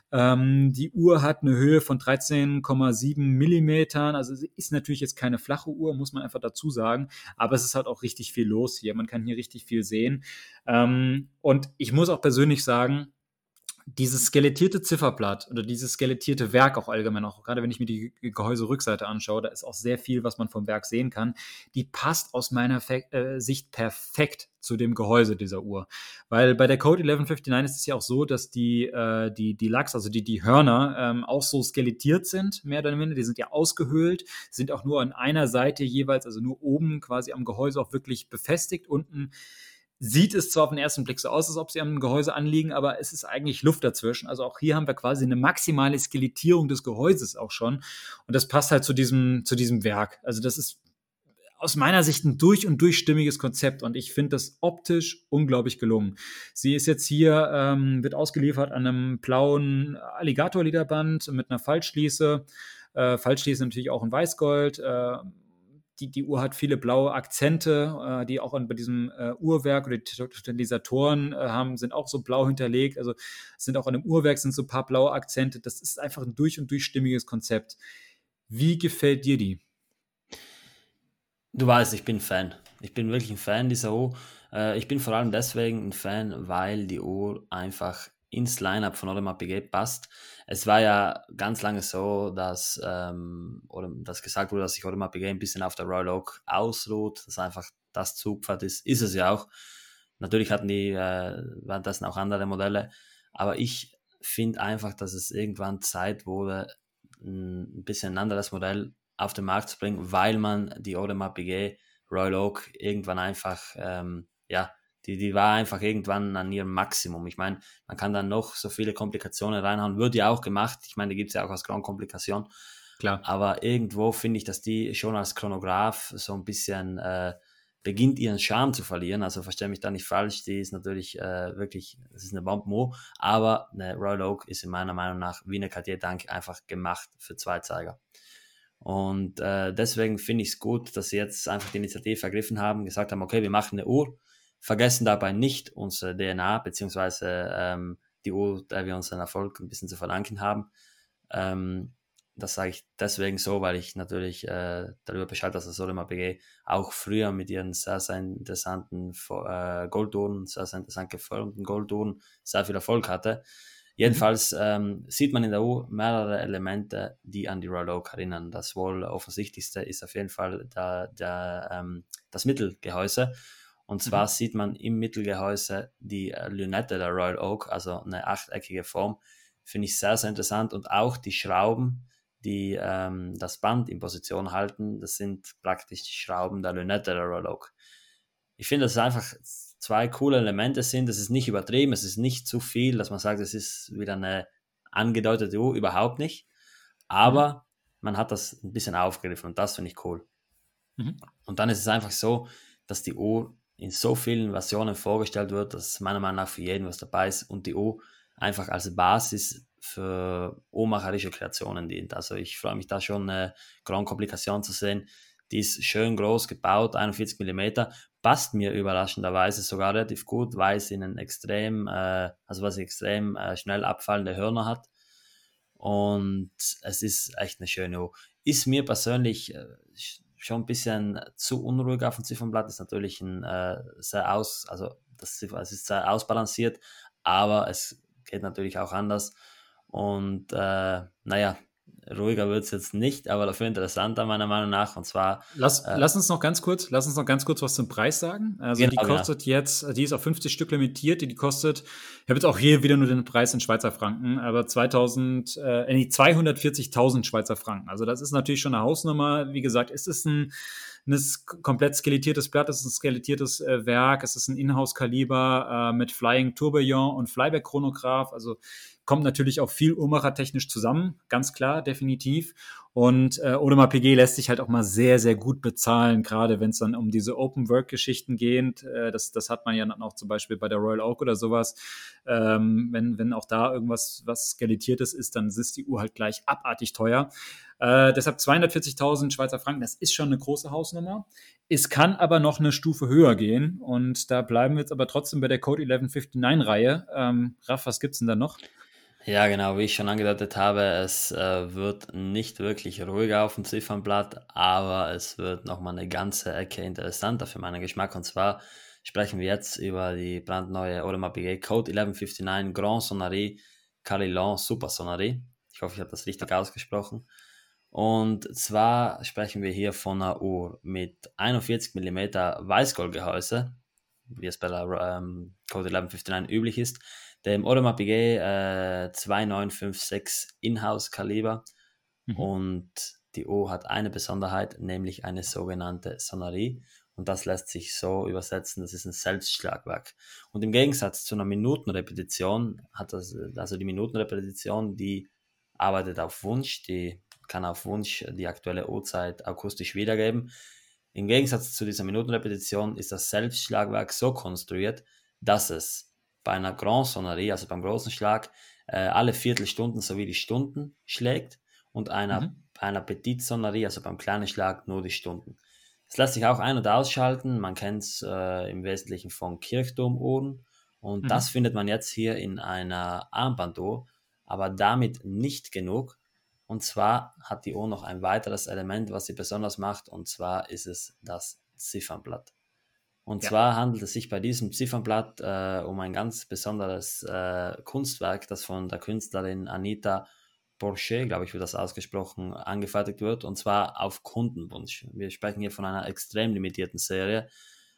Speaker 1: Ähm, die Uhr hat eine Höhe von dreizehn Komma sieben Millimetern, also sie ist natürlich jetzt keine flache Uhr, muss man einfach dazu sagen, aber es ist halt auch richtig viel los hier. Man kann hier richtig viel sehen. Ähm, und ich muss auch persönlich sagen, dieses skelettierte Zifferblatt oder dieses skelettierte Werk auch allgemein, auch gerade wenn ich mir die Gehäuserückseite anschaue, da ist auch sehr viel, was man vom Werk sehen kann. Die passt aus meiner Fe- äh, Sicht perfekt zu dem Gehäuse dieser Uhr. Weil bei der Code elf neunundfünfzig ist es ja auch so, dass die, äh, die, die Lachs, also die, die Hörner, ähm, auch so skelettiert sind, mehr oder minder. Die sind ja ausgehöhlt, sind auch nur an einer Seite jeweils, also nur oben quasi am Gehäuse auch wirklich befestigt. Unten sieht es zwar auf den ersten Blick so aus, als ob sie am Gehäuse anliegen, aber es ist eigentlich Luft dazwischen. Also auch hier haben wir quasi eine maximale Skelettierung des Gehäuses auch schon. Und das passt halt zu diesem, zu diesem Werk. Also das ist aus meiner Sicht ein durch und durch stimmiges Konzept und ich finde das optisch unglaublich gelungen. Sie ist jetzt hier, ähm, wird ausgeliefert an einem blauen Alligator-Lederband mit einer Faltschließe. Äh, Fallschließe natürlich auch in Weißgold. Äh, die, die Uhr hat viele blaue Akzente, äh, die auch an, bei diesem äh, Uhrwerk oder die Totalisatoren äh, haben, sind auch so blau hinterlegt. Also sind auch an dem Uhrwerk sind so ein paar blaue Akzente. Das ist einfach ein durch und durch stimmiges Konzept. Wie gefällt dir die?
Speaker 2: Du weißt, ich bin Fan. Ich bin wirklich ein Fan dieser Uhr. Äh, ich bin vor allem deswegen ein Fan, weil die Uhr einfach ins Line-Up von Audemars Piguet passt. Es war ja ganz lange so, dass, ähm, oder dass gesagt wurde, dass sich Audemars Piguet ein bisschen auf der Royal Oak ausruht, dass einfach das Zugpferd ist. Ist es ja auch. Natürlich hatten die äh, währenddessen auch andere Modelle, aber ich finde einfach, dass es irgendwann Zeit wurde, ein bisschen ein anderes Modell auf den Markt zu bringen, weil man die Audemars Piguet Royal Oak irgendwann einfach, ähm, ja, die, die war einfach irgendwann an ihrem Maximum. Ich meine, man kann dann noch so viele Komplikationen reinhauen, wird ja auch gemacht. Ich meine, die gibt es ja auch als Grand Komplikation.
Speaker 1: Klar.
Speaker 2: Aber irgendwo finde ich, dass die schon als Chronograph so ein bisschen äh, beginnt, ihren Charme zu verlieren. Also verstehe mich da nicht falsch, die ist natürlich äh, wirklich, das ist eine Bombenmo, aber eine Royal Oak ist in meiner Meinung nach wie eine Cartier Tank einfach gemacht für Zweizeiger. Und äh, deswegen finde ich es gut, dass sie jetzt einfach die Initiative ergriffen haben, gesagt haben, okay, wir machen eine Uhr, vergessen dabei nicht unsere D N A, beziehungsweise ähm, die Uhr, der wir unseren Erfolg ein bisschen zu verdanken haben. Ähm, das sage ich deswegen so, weil ich natürlich äh, darüber Bescheid weiß, dass Audemars Piguet auch früher mit ihren sehr, sehr interessanten äh, Golduhren, sehr, sehr interessant geformten Golduhren sehr viel Erfolg hatte. Jedenfalls ähm, sieht man in der Uhr mehrere Elemente, die an die Royal Oak erinnern. Das wohl offensichtlichste ist auf jeden Fall der, der, ähm, das Mittelgehäuse. Und zwar mhm. sieht man im Mittelgehäuse die äh, Lünette der Royal Oak, also eine achteckige Form. Finde ich sehr, sehr interessant. Und auch die Schrauben, die ähm, das Band in Position halten, das sind praktisch die Schrauben der Lünette der Royal Oak. Ich finde, dass es einfach zwei coole Elemente sind. Es ist nicht übertrieben, es ist nicht zu viel, dass man sagt, es ist wieder eine angedeutete Uhr, überhaupt nicht. Aber mhm. man hat das ein bisschen aufgegriffen und das finde ich cool. Mhm. Und dann ist es einfach so, dass die Uhr in so vielen Versionen vorgestellt wird, dass meiner Meinung nach für jeden was dabei ist und die Uhr einfach als Basis für uhrmacherische Kreationen dient. Also ich freue mich da schon, eine Grand Komplikation zu sehen. Die ist schön groß gebaut, einundvierzig Millimeter, passt mir überraschenderweise sogar relativ gut, weil es einen extrem, äh, also was extrem äh, schnell abfallende Hörner hat. Und es ist echt eine schöne Uhr. Ist mir persönlich äh, schon ein bisschen zu unruhig auf dem Ziffernblatt, ist natürlich ein äh, sehr aus, also das es ist sehr ausbalanciert, aber es geht natürlich auch anders. Und äh, naja, ruhiger wird es jetzt nicht, aber dafür interessanter meiner Meinung nach. Und zwar.
Speaker 1: Lass, äh, lass uns noch ganz kurz, lass uns noch ganz kurz was zum Preis sagen. Also genau, die kostet genau. jetzt, die ist auf fünfzig Stück limitiert, die, die kostet, ich habe jetzt auch hier wieder nur den Preis in Schweizer Franken, aber zweitausend, äh, nee, zweihundertvierzigtausend Schweizer Franken. Also das ist natürlich schon eine Hausnummer. Wie gesagt, ist es ein, ein komplett skelettiertes Blatt, es ist ein skelettiertes äh, Werk, es ist ein Inhouse-Kaliber äh, mit Flying Tourbillon und Flyback-Chronograph, also kommt natürlich auch viel uhrmachertechnisch zusammen, ganz klar, definitiv. Und äh, Audemars Piguet lässt sich halt auch mal sehr, sehr gut bezahlen, gerade wenn es dann um diese Open-Work-Geschichten geht. Äh, das, das hat man ja dann auch zum Beispiel bei der Royal Oak oder sowas. Ähm, wenn, wenn auch da irgendwas was Skelettiertes ist, dann ist die Uhr halt gleich abartig teuer. Äh, deshalb zweihundertvierzigtausend Schweizer Franken, das ist schon eine große Hausnummer. Es kann aber noch eine Stufe höher gehen und da bleiben wir jetzt aber trotzdem bei der Code elf fünfundfünfzig-Reihe. Ähm, Raff, was gibt's denn da noch?
Speaker 2: Ja, genau, wie ich schon angedeutet habe, es äh, wird nicht wirklich ruhiger auf dem Ziffernblatt, aber es wird nochmal eine ganze Ecke interessanter für meinen Geschmack. Und zwar sprechen wir jetzt über die brandneue Audemars Piguet Code elf fünfundfünfzig Grand Sonnerie Carillon Super Sonnerie. Ich hoffe, ich habe das richtig ausgesprochen. Und zwar sprechen wir hier von einer Uhr mit einundvierzig Millimeter Weißgoldgehäuse, wie es bei der ähm, Code elf fünfundfünfzig üblich ist, dem Audemars Piguet äh, zwei neun fünf sechs Inhouse Kaliber. Mhm. Und die Uhr hat eine Besonderheit, nämlich eine sogenannte Sonnerie. Und das lässt sich so übersetzen, das ist ein Selbstschlagwerk. Und im Gegensatz zu einer Minutenrepetition hat das, also die Minutenrepetition, die arbeitet auf Wunsch, die kann auf Wunsch die aktuelle Uhrzeit akustisch wiedergeben. Im Gegensatz zu dieser Minutenrepetition ist das Selbstschlagwerk so konstruiert, dass es bei einer Grand Sonnerie, also beim großen Schlag, äh, alle Viertelstunden sowie die Stunden schlägt und einer, mhm. bei einer Petite Sonnerie, also beim kleinen Schlag, nur die Stunden. Es lässt sich auch ein- und ausschalten. Man kennt es äh, im Wesentlichen von Kirchturmuhren. Und das
Speaker 1: Mhm.
Speaker 2: findet man jetzt hier in einer Armbanduhr, aber damit nicht genug. Und zwar hat die Uhr noch ein weiteres Element, was sie besonders macht, und zwar ist es das Ziffernblatt. Und
Speaker 1: Ja.
Speaker 2: zwar handelt es sich bei diesem Ziffernblatt äh, um ein ganz besonderes äh, Kunstwerk, das von der Künstlerin Anita Porcher, glaube ich, wird das ausgesprochen, angefertigt wird, und zwar auf Kundenwunsch. Wir sprechen hier von einer extrem limitierten Serie.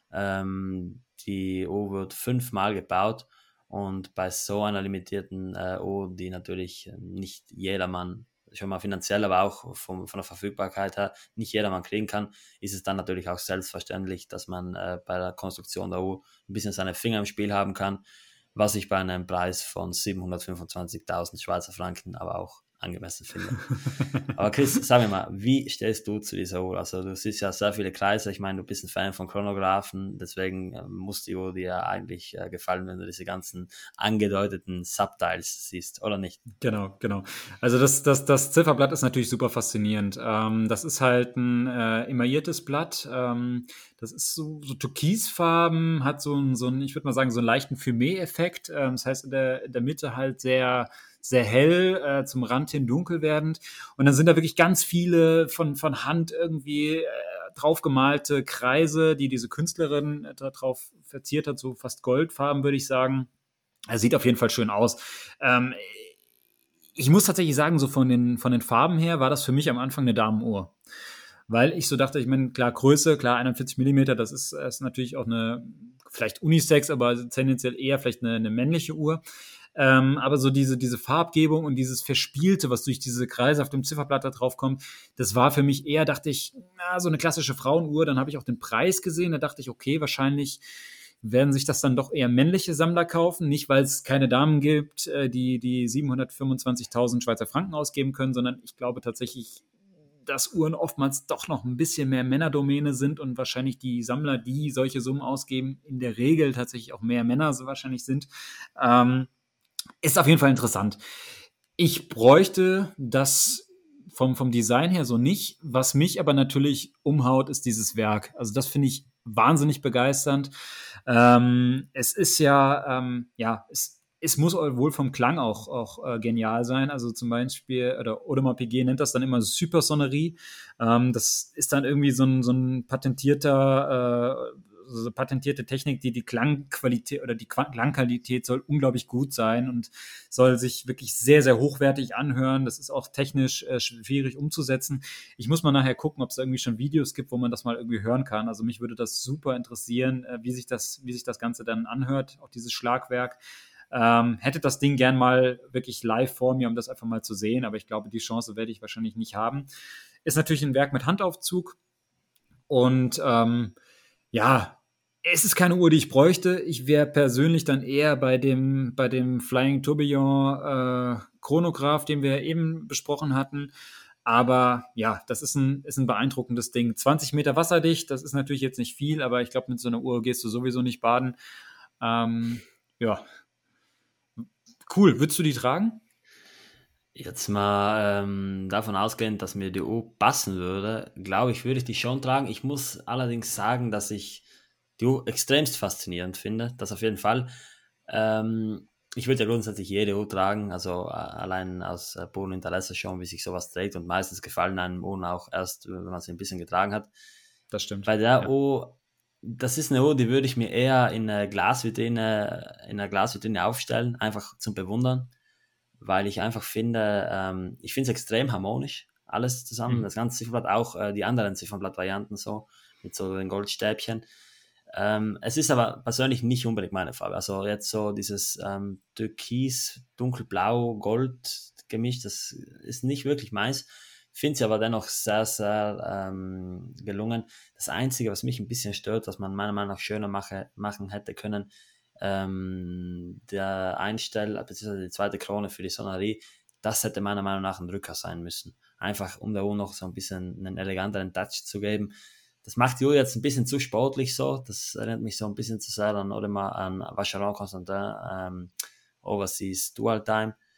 Speaker 2: Ähm, die Uhr wird fünfmal gebaut, und bei so einer limitierten äh, Uhr, die natürlich nicht jedermann, schon mal finanziell, aber auch vom, von der Verfügbarkeit her, nicht jedermann kriegen kann, ist es dann natürlich auch selbstverständlich, dass man äh, bei der Konstruktion der Uhr ein bisschen seine Finger im Spiel haben kann, was ich bei einem Preis von siebenhundertfünfundzwanzigtausend Schweizer Franken aber auch angemessen finde. Aber Chris, sag mir mal, wie stehst du zu dieser Uhr? Also du siehst ja sehr viele Kreise, ich meine, du bist ein Fan von Chronographen, deswegen äh, muss die Uhr dir ja eigentlich äh, gefallen, wenn du diese ganzen angedeuteten Subtiles siehst, oder nicht?
Speaker 1: Genau, genau. Also das, das, das Zifferblatt ist natürlich super faszinierend. Ähm, das ist halt ein äh, emailliertes Blatt. Ähm, das ist so, so türkisfarben, hat so einen, so einen, ich würde mal sagen, so einen leichten Fumé-Effekt. Ähm, das heißt, in der, in der Mitte halt sehr, sehr hell, äh, zum Rand hin dunkel werdend. Und dann sind da wirklich ganz viele von, von Hand irgendwie äh, draufgemalte Kreise, die diese Künstlerin äh, da drauf verziert hat, so fast goldfarben, würde ich sagen. Er sieht auf jeden Fall schön aus. Ähm, ich muss tatsächlich sagen, so von den, von den Farben her war das für mich am Anfang eine Damenuhr. Weil ich so dachte, ich meine, klar, Größe, klar, einundvierzig Millimeter, das ist, ist natürlich auch eine, vielleicht Unisex, aber tendenziell eher vielleicht eine, eine männliche Uhr. Ähm, aber so diese, diese Farbgebung und dieses Verspielte, was durch diese Kreise auf dem Zifferblatt da drauf kommt, das war für mich eher, dachte ich, na, so eine klassische Frauenuhr. Dann habe ich auch den Preis gesehen, da dachte ich, okay, wahrscheinlich werden sich das dann doch eher männliche Sammler kaufen, nicht weil es keine Damen gibt, äh, die die siebenhundertfünfundzwanzigtausend Schweizer Franken ausgeben können, sondern ich glaube tatsächlich, dass Uhren oftmals doch noch ein bisschen mehr Männerdomäne sind und wahrscheinlich die Sammler, die solche Summen ausgeben, in der Regel tatsächlich auch mehr Männer so wahrscheinlich sind. Ähm, ist auf jeden Fall interessant. Ich bräuchte das vom, vom Design her so nicht. Was mich aber natürlich umhaut, ist dieses Werk. Also das finde ich wahnsinnig begeisternd. Ähm, es ist ja, ähm, ja, es, es muss wohl vom Klang auch, auch äh, genial sein. Also zum Beispiel, oder Audemars Piguet nennt das dann immer Supersonnerie. Ähm, das ist dann irgendwie so ein, so ein patentierter, äh, so patentierte Technik, die die Klangqualität oder die Klangqualität soll unglaublich gut sein und soll sich wirklich sehr, sehr hochwertig anhören. Das ist auch technisch äh, schwierig umzusetzen. Ich muss mal nachher gucken, ob es irgendwie schon Videos gibt, wo man das mal irgendwie hören kann. Also mich würde das super interessieren, äh, wie sich das, wie sich das Ganze dann anhört, auch dieses Schlagwerk. Ähm, hätte das Ding gern mal wirklich live vor mir, um das einfach mal zu sehen, aber ich glaube, die Chance werde ich wahrscheinlich nicht haben. Ist natürlich ein Werk mit Handaufzug und ähm, ja, es ist keine Uhr, die ich bräuchte. Ich wäre persönlich dann eher bei dem, bei dem Flying Tourbillon äh, Chronograph, den wir eben besprochen hatten. Aber ja, das ist ein, ist ein beeindruckendes Ding. zwanzig Meter wasserdicht, das ist natürlich jetzt nicht viel, aber ich glaube, mit so einer Uhr gehst du sowieso nicht baden. Ähm, ja, cool. Würdest du die tragen?
Speaker 2: Jetzt mal ähm, davon ausgehend, dass mir die Uhr passen würde, glaube ich, würde ich die schon tragen. Ich muss allerdings sagen, dass ich die Uhr extremst faszinierend finde. Das auf jeden Fall. Ähm, ich würde ja grundsätzlich jede Uhr tragen, also äh, allein aus äh, purem Interesse schon, wie sich sowas trägt. Und meistens gefallen einem Uhren auch erst, wenn man sie ein bisschen getragen hat.
Speaker 1: Das stimmt.
Speaker 2: Bei der
Speaker 1: Ja.
Speaker 2: Uhr, das ist eine Uhr, die würde ich mir eher in einer Glasvitrine, in einer Glasvitrine aufstellen, einfach zum Bewundern, weil ich einfach finde, ähm, ich finde es extrem harmonisch, alles zusammen,
Speaker 1: Mhm.
Speaker 2: das ganze Zifferblatt, auch äh, die anderen Ziffernblattvarianten so, mit so den Goldstäbchen. Ähm, es ist aber persönlich nicht unbedingt meine Farbe. Also jetzt so dieses ähm, Türkis, dunkelblau, Gold Gemisch, das ist nicht wirklich meins. Finde sie aber dennoch sehr, sehr ähm, gelungen. Das Einzige, was mich ein bisschen stört, was man meiner Meinung nach schöner mache, machen hätte können, ähm, der Einstell, beziehungsweise die zweite Krone für die Sonnerie, das hätte meiner Meinung nach ein Rücker sein müssen. Einfach um der Uhr noch so ein bisschen einen eleganteren Touch zu geben. Das macht die Uhr jetzt ein bisschen zu sportlich so. Das erinnert mich so ein bisschen zu sehr an, oder mal an Vacheron Constantin ähm, Overseas Dual Time.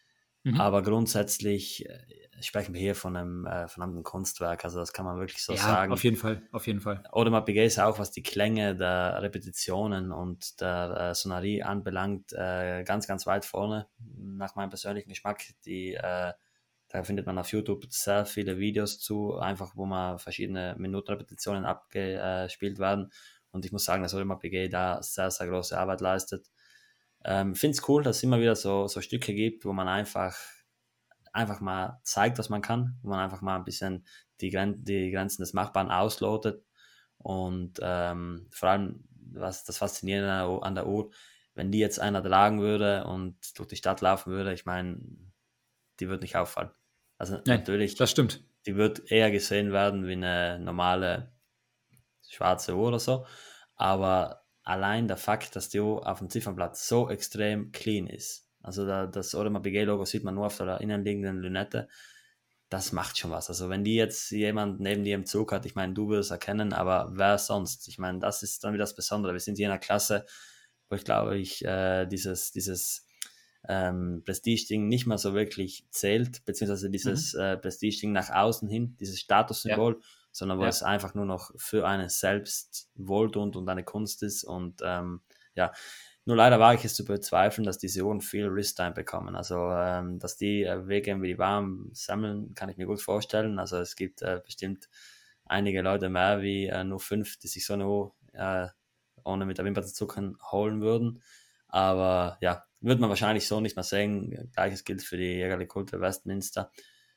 Speaker 1: Mhm.
Speaker 2: aber grundsätzlich äh, sprechen wir hier von einem, äh, von einem Kunstwerk, also das kann man wirklich so
Speaker 1: Ja, auf
Speaker 2: sagen.
Speaker 1: jeden Fall, auf jeden Fall.
Speaker 2: Audemars Piguet ist auch, was die Klänge der Repetitionen und der äh, Sonerie anbelangt, äh, ganz, ganz weit vorne, nach meinem persönlichen Geschmack. Die, äh, da findet man auf YouTube sehr viele Videos zu, einfach wo man verschiedene Minutenrepetitionen abgespielt werden. Und ich muss sagen, dass Audemars Piguet da sehr, sehr große Arbeit leistet. Ähm, finde es cool, dass es immer wieder so, so Stücke gibt, wo man einfach, einfach mal zeigt, was man kann, wo man einfach mal ein bisschen die, Gren die Grenzen des Machbaren auslotet. Und ähm, vor allem, was das Faszinierende an der Uhr, wenn die jetzt einer tragen würde und durch die Stadt laufen würde, ich meine, die wird nicht auffallen. Also
Speaker 1: Nein,
Speaker 2: natürlich,
Speaker 1: das stimmt.
Speaker 2: die wird eher gesehen werden wie eine normale schwarze Uhr oder so, aber allein der Fakt, dass die Uhr auf dem Ziffernblatt so extrem clean ist, also da, das Audemars Piguet-Logo sieht man nur auf der innenliegenden Lünette, das macht schon was. Also wenn die jetzt jemand neben dir im Zug hat, ich meine, du würdest erkennen, aber wer sonst? Ich meine, das ist dann wieder das Besondere. Wir sind hier in einer Klasse, wo ich glaube, ich äh, dieses, dieses ähm, Prestige-Ding nicht mehr so wirklich zählt, beziehungsweise dieses
Speaker 1: Mhm.
Speaker 2: äh, Prestige-Ding nach außen hin, dieses
Speaker 1: Ja,
Speaker 2: Statussymbol, sondern wo es
Speaker 1: ja.
Speaker 2: einfach nur noch für einen selbst wohltuend und eine Kunst ist. Und ähm, ja, nur leider wage ich es zu bezweifeln, dass diese Uhren viel Wrist-Time bekommen. Also, ähm, dass die äh, weggehen wie die warm sammeln, kann ich mir gut vorstellen. Also, es gibt äh, bestimmt einige Leute mehr wie äh, nur fünf, die sich so eine Uhr äh, ohne mit der Wimper zu zucken holen würden. Aber ja, wird man wahrscheinlich so nicht mehr sehen. Gleiches gilt für die Jägerliche Kulte Westminster.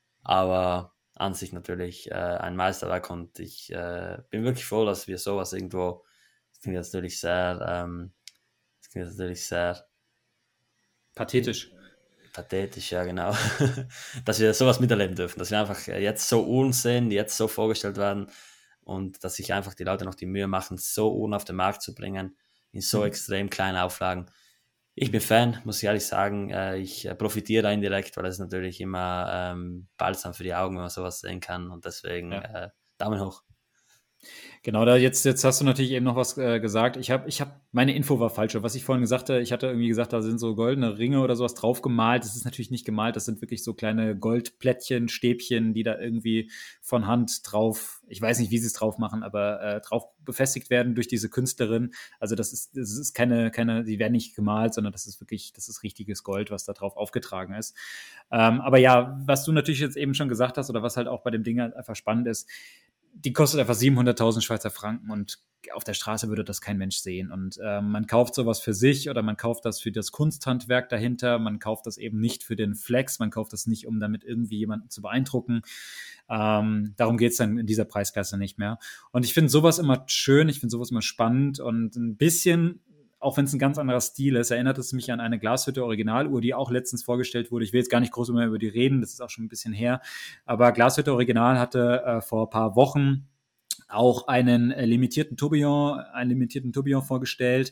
Speaker 2: Aber an sich natürlich äh, ein Meisterwerk und ich äh, bin wirklich froh, dass wir sowas irgendwo, das klingt jetzt natürlich sehr, ähm, das klingt jetzt natürlich sehr
Speaker 1: Pathetisch.
Speaker 2: pathetisch, ja genau, dass wir sowas miterleben dürfen, dass wir einfach äh, jetzt so Uhren sehen, die jetzt so vorgestellt werden und dass sich einfach die Leute noch die Mühe machen, so Uhren auf den Markt zu bringen, in so
Speaker 1: Mhm.
Speaker 2: extrem kleinen Auflagen. Ich bin Fan, muss ich ehrlich sagen. Äh, ich äh, profitiere da indirekt, weil es natürlich immer ähm, balsam für die Augen, wenn man sowas sehen kann. Und deswegen
Speaker 1: Ja.
Speaker 2: äh, Daumen hoch.
Speaker 1: Genau, da jetzt, jetzt hast du natürlich eben noch was äh, gesagt. Ich habe, ich hab, meine Info war falsch. Was ich vorhin gesagt hatte, ich hatte irgendwie gesagt, da sind so goldene Ringe oder sowas drauf gemalt. Das ist natürlich nicht gemalt. Das sind wirklich so kleine Goldplättchen, Stäbchen, die da irgendwie von Hand drauf, ich weiß nicht, wie sie es drauf machen, aber äh, drauf befestigt werden durch diese Künstlerin. Also das ist, das ist keine, keine, die werden nicht gemalt, sondern das ist wirklich, das ist richtiges Gold, was da drauf aufgetragen ist. Ähm, aber ja, was du natürlich jetzt eben schon gesagt hast oder was halt auch bei dem Ding halt einfach spannend ist, die kostet einfach siebenhunderttausend Schweizer Franken und auf der Straße würde das kein Mensch sehen. Und äh, man kauft sowas für sich oder man kauft das für das Kunsthandwerk dahinter. Man kauft das eben nicht für den Flex. Man kauft das nicht, um damit irgendwie jemanden zu beeindrucken. Ähm, darum geht es dann in dieser Preisklasse nicht mehr. Und ich finde sowas immer schön. Ich finde sowas immer spannend und ein bisschen, auch wenn es ein ganz anderer Stil ist, erinnert es mich an eine Glashütte Originaluhr, die auch letztens vorgestellt wurde. Ich will jetzt gar nicht groß mehr über die reden, das ist auch schon ein bisschen her. Aber Glashütte Original hatte äh, vor ein paar Wochen auch einen äh, limitierten Tourbillon, einen limitierten Tourbillon vorgestellt,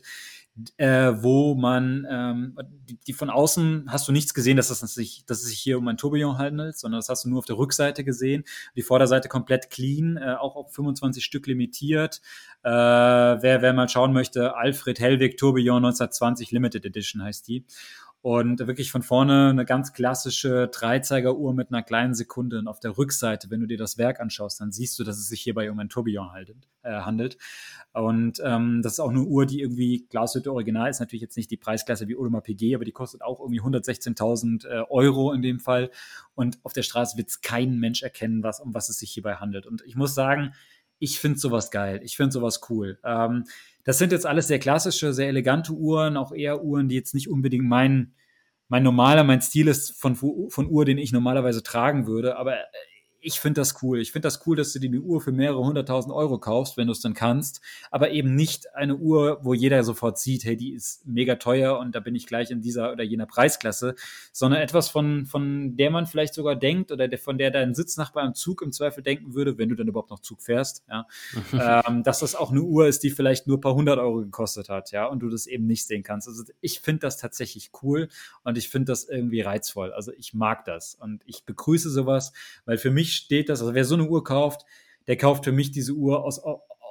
Speaker 1: äh, wo man, ähm, die, die von außen hast du nichts gesehen, dass es sich, dass es sich hier um ein Tourbillon handelt, sondern das hast du nur auf der Rückseite gesehen. Die Vorderseite komplett clean, äh, auch auf fünfundzwanzig Stück limitiert. Äh, wer, wer mal schauen möchte, Alfred Hellwig Tourbillon neunzehnhundertzwanzig Limited Edition heißt die. Und wirklich von vorne eine ganz klassische Dreizeigeruhr mit einer kleinen Sekunde. Und auf der Rückseite, wenn du dir das Werk anschaust, dann siehst du, dass es sich hierbei um ein Tourbillon haltet, äh, handelt. Und ähm, das ist auch eine Uhr, die irgendwie, Glashütte Original ist natürlich jetzt nicht die Preisklasse wie Audemars Piguet, aber die kostet auch irgendwie hundertsechzehntausend äh, Euro in dem Fall. Und auf der Straße wird es kein Mensch erkennen, was, um was es sich hierbei handelt. Und ich muss sagen, ich finde sowas geil. Ich finde sowas cool. Ähm, das sind jetzt alles sehr klassische, sehr elegante Uhren, auch eher Uhren, die jetzt nicht unbedingt mein, mein normaler, mein Stil ist von, von Uhr, den ich normalerweise tragen würde. Aber ich finde das cool. Ich finde das cool, dass du dir die Uhr für mehrere hunderttausend Euro kaufst, wenn du es dann kannst. Aber eben nicht eine Uhr, wo jeder sofort sieht, hey, die ist mega teuer und da bin ich gleich in dieser oder jener Preisklasse, sondern etwas, von, von der man vielleicht sogar denkt oder der, von der dein Sitznachbar im Zug im Zweifel denken würde, wenn du dann überhaupt noch Zug fährst, ja, ähm, dass das auch eine Uhr ist, die vielleicht nur ein paar hundert Euro gekostet hat, ja, und du das eben nicht sehen kannst. Also ich finde das tatsächlich cool und ich finde das irgendwie reizvoll. Also ich mag das und ich begrüße sowas, weil für mich steht das, also wer so eine Uhr kauft, der kauft für mich diese Uhr aus,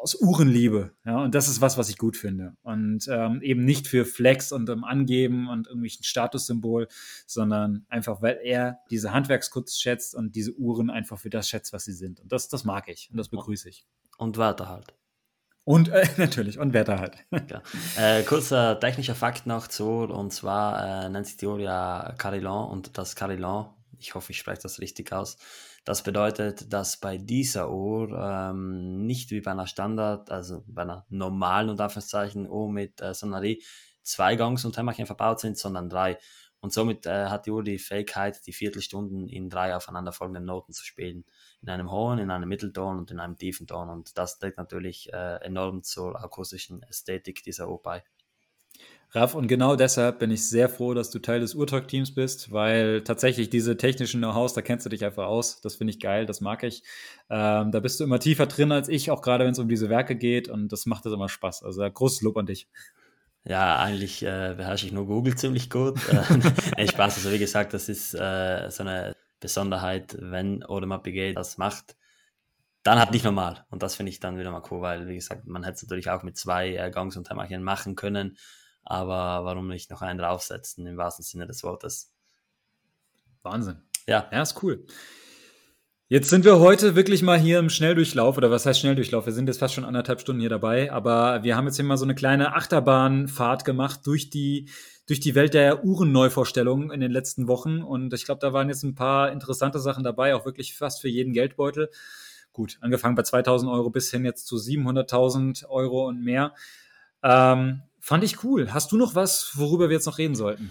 Speaker 1: aus Uhrenliebe. Ja, und das ist was, was ich gut finde. Und ähm, eben nicht für Flex und um Angeben und irgendwelchen Statussymbol, sondern einfach, weil er diese Handwerkskunst schätzt und diese Uhren einfach für das schätzt, was sie sind. Und das, das mag ich und das begrüße ich.
Speaker 2: Und Wörter halt.
Speaker 1: Und äh, natürlich, und Wetter halt.
Speaker 2: Ja. Äh, kurzer technischer Fakt noch zu, und zwar äh, nennt sich die Uhr ja Carillon, und das Carillon, ich hoffe, ich spreche das richtig aus, das bedeutet, dass bei dieser Uhr ähm, nicht wie bei einer Standard, also bei einer normalen und Anführungszeichen Uhr mit äh, Sonnerie zwei Gangs und Hämmerchen verbaut sind, sondern drei. Und somit äh, hat die Uhr die Fähigkeit, die Viertelstunden in drei aufeinanderfolgenden Noten zu spielen. In einem hohen, in einem Mittelton und in einem tiefen Ton. Und das trägt natürlich äh, enorm zur akustischen Ästhetik dieser Uhr bei.
Speaker 1: Raff, und genau deshalb bin ich sehr froh, dass du Teil des Urtalk-Teams bist, weil tatsächlich diese technischen Know-hows, da kennst du dich einfach aus. Das finde ich geil, das mag ich. Ähm, da bist du immer tiefer drin als ich, auch gerade wenn es um diese Werke geht, und das macht es immer Spaß. Also großes Lob an dich.
Speaker 2: Ja, eigentlich äh, beherrsche ich nur Google ziemlich gut. Äh, Spaß, also wie gesagt, das ist äh, so eine Besonderheit, wenn Audemars Piguet das macht, dann halt nicht normal. Und das finde ich dann wieder mal cool, weil, wie gesagt, man hätte es natürlich auch mit zwei äh, Gangs und Hämmerchen machen können, aber warum nicht noch einen draufsetzen, im wahrsten Sinne des Wortes.
Speaker 1: Wahnsinn.
Speaker 2: Ja.
Speaker 1: Ja, ist cool. Jetzt sind wir heute wirklich mal hier im Schnelldurchlauf, oder was heißt Schnelldurchlauf? Wir sind jetzt fast schon anderthalb Stunden hier dabei, aber wir haben jetzt hier mal so eine kleine Achterbahnfahrt gemacht durch die, durch die Welt der Uhrenneuvorstellungen in den letzten Wochen, und ich glaube, da waren jetzt ein paar interessante Sachen dabei, auch wirklich fast für jeden Geldbeutel. Gut, angefangen bei zweitausend Euro bis hin jetzt zu siebenhunderttausend Euro und mehr. Ähm, fand ich cool. Hast du noch was, worüber wir jetzt noch reden sollten?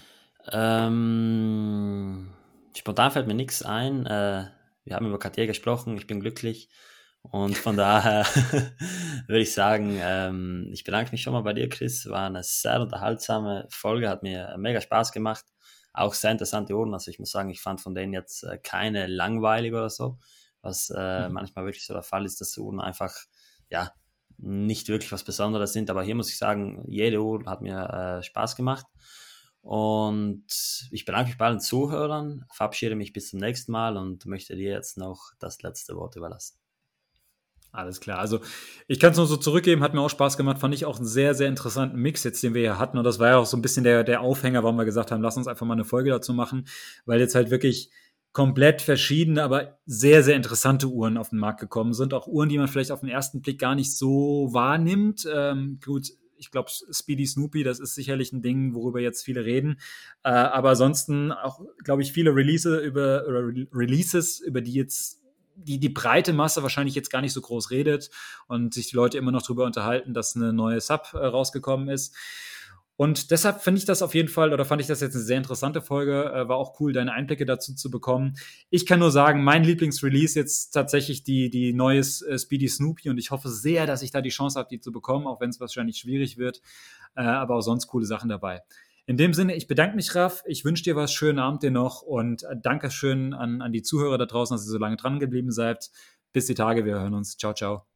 Speaker 2: Ähm, spontan fällt mir nichts ein. Äh, wir haben über Cartier gesprochen, ich bin glücklich. Und von daher würde ich sagen, ähm, ich bedanke mich schon mal bei dir, Chris. War eine sehr unterhaltsame Folge, hat mir mega Spaß gemacht. Auch sehr interessante Uhren. Also ich muss sagen, ich fand von denen jetzt äh, keine langweilig oder so. Was äh,
Speaker 1: Mhm.
Speaker 2: manchmal wirklich so der Fall ist, dass Uhren einfach, ja, nicht wirklich was Besonderes sind. Aber hier muss ich sagen, jede Uhr hat mir äh, Spaß gemacht. Und ich bedanke mich bei allen Zuhörern, verabschiede mich bis zum nächsten Mal und möchte dir jetzt noch das letzte Wort überlassen.
Speaker 1: Alles klar. Also ich kann es nur so zurückgeben, hat mir auch Spaß gemacht, fand ich auch einen sehr, sehr interessanten Mix jetzt, den wir hier hatten. Und das war ja auch so ein bisschen der, der Aufhänger, warum wir gesagt haben, lass uns einfach mal eine Folge dazu machen, weil jetzt halt wirklich komplett verschiedene, aber sehr, sehr interessante Uhren auf den Markt gekommen sind. Auch Uhren, die man vielleicht auf den ersten Blick gar nicht so wahrnimmt. Ähm, gut, ich glaube, Speedy Snoopy, das ist sicherlich ein Ding, worüber jetzt viele reden. Äh, aber ansonsten auch, glaube ich, viele Release über, oder Re Releases, über die jetzt die, die breite Masse wahrscheinlich jetzt gar nicht so groß redet und sich die Leute immer noch darüber unterhalten, dass eine neue Sub äh, rausgekommen ist. Und deshalb finde ich das auf jeden Fall, oder fand ich das jetzt eine sehr interessante Folge, äh, war auch cool, deine Einblicke dazu zu bekommen. Ich kann nur sagen, mein Lieblingsrelease jetzt tatsächlich die, die neue äh, Speedy Snoopy, und ich hoffe sehr, dass ich da die Chance habe, die zu bekommen, auch wenn es wahrscheinlich schwierig wird, äh, aber auch sonst coole Sachen dabei. In dem Sinne, ich bedanke mich, Raff. Ich wünsche dir was, schönen Abend dir noch, und danke schön an, an die Zuhörer da draußen, dass ihr so lange dran geblieben seid. Bis die Tage, wir hören uns. Ciao, ciao.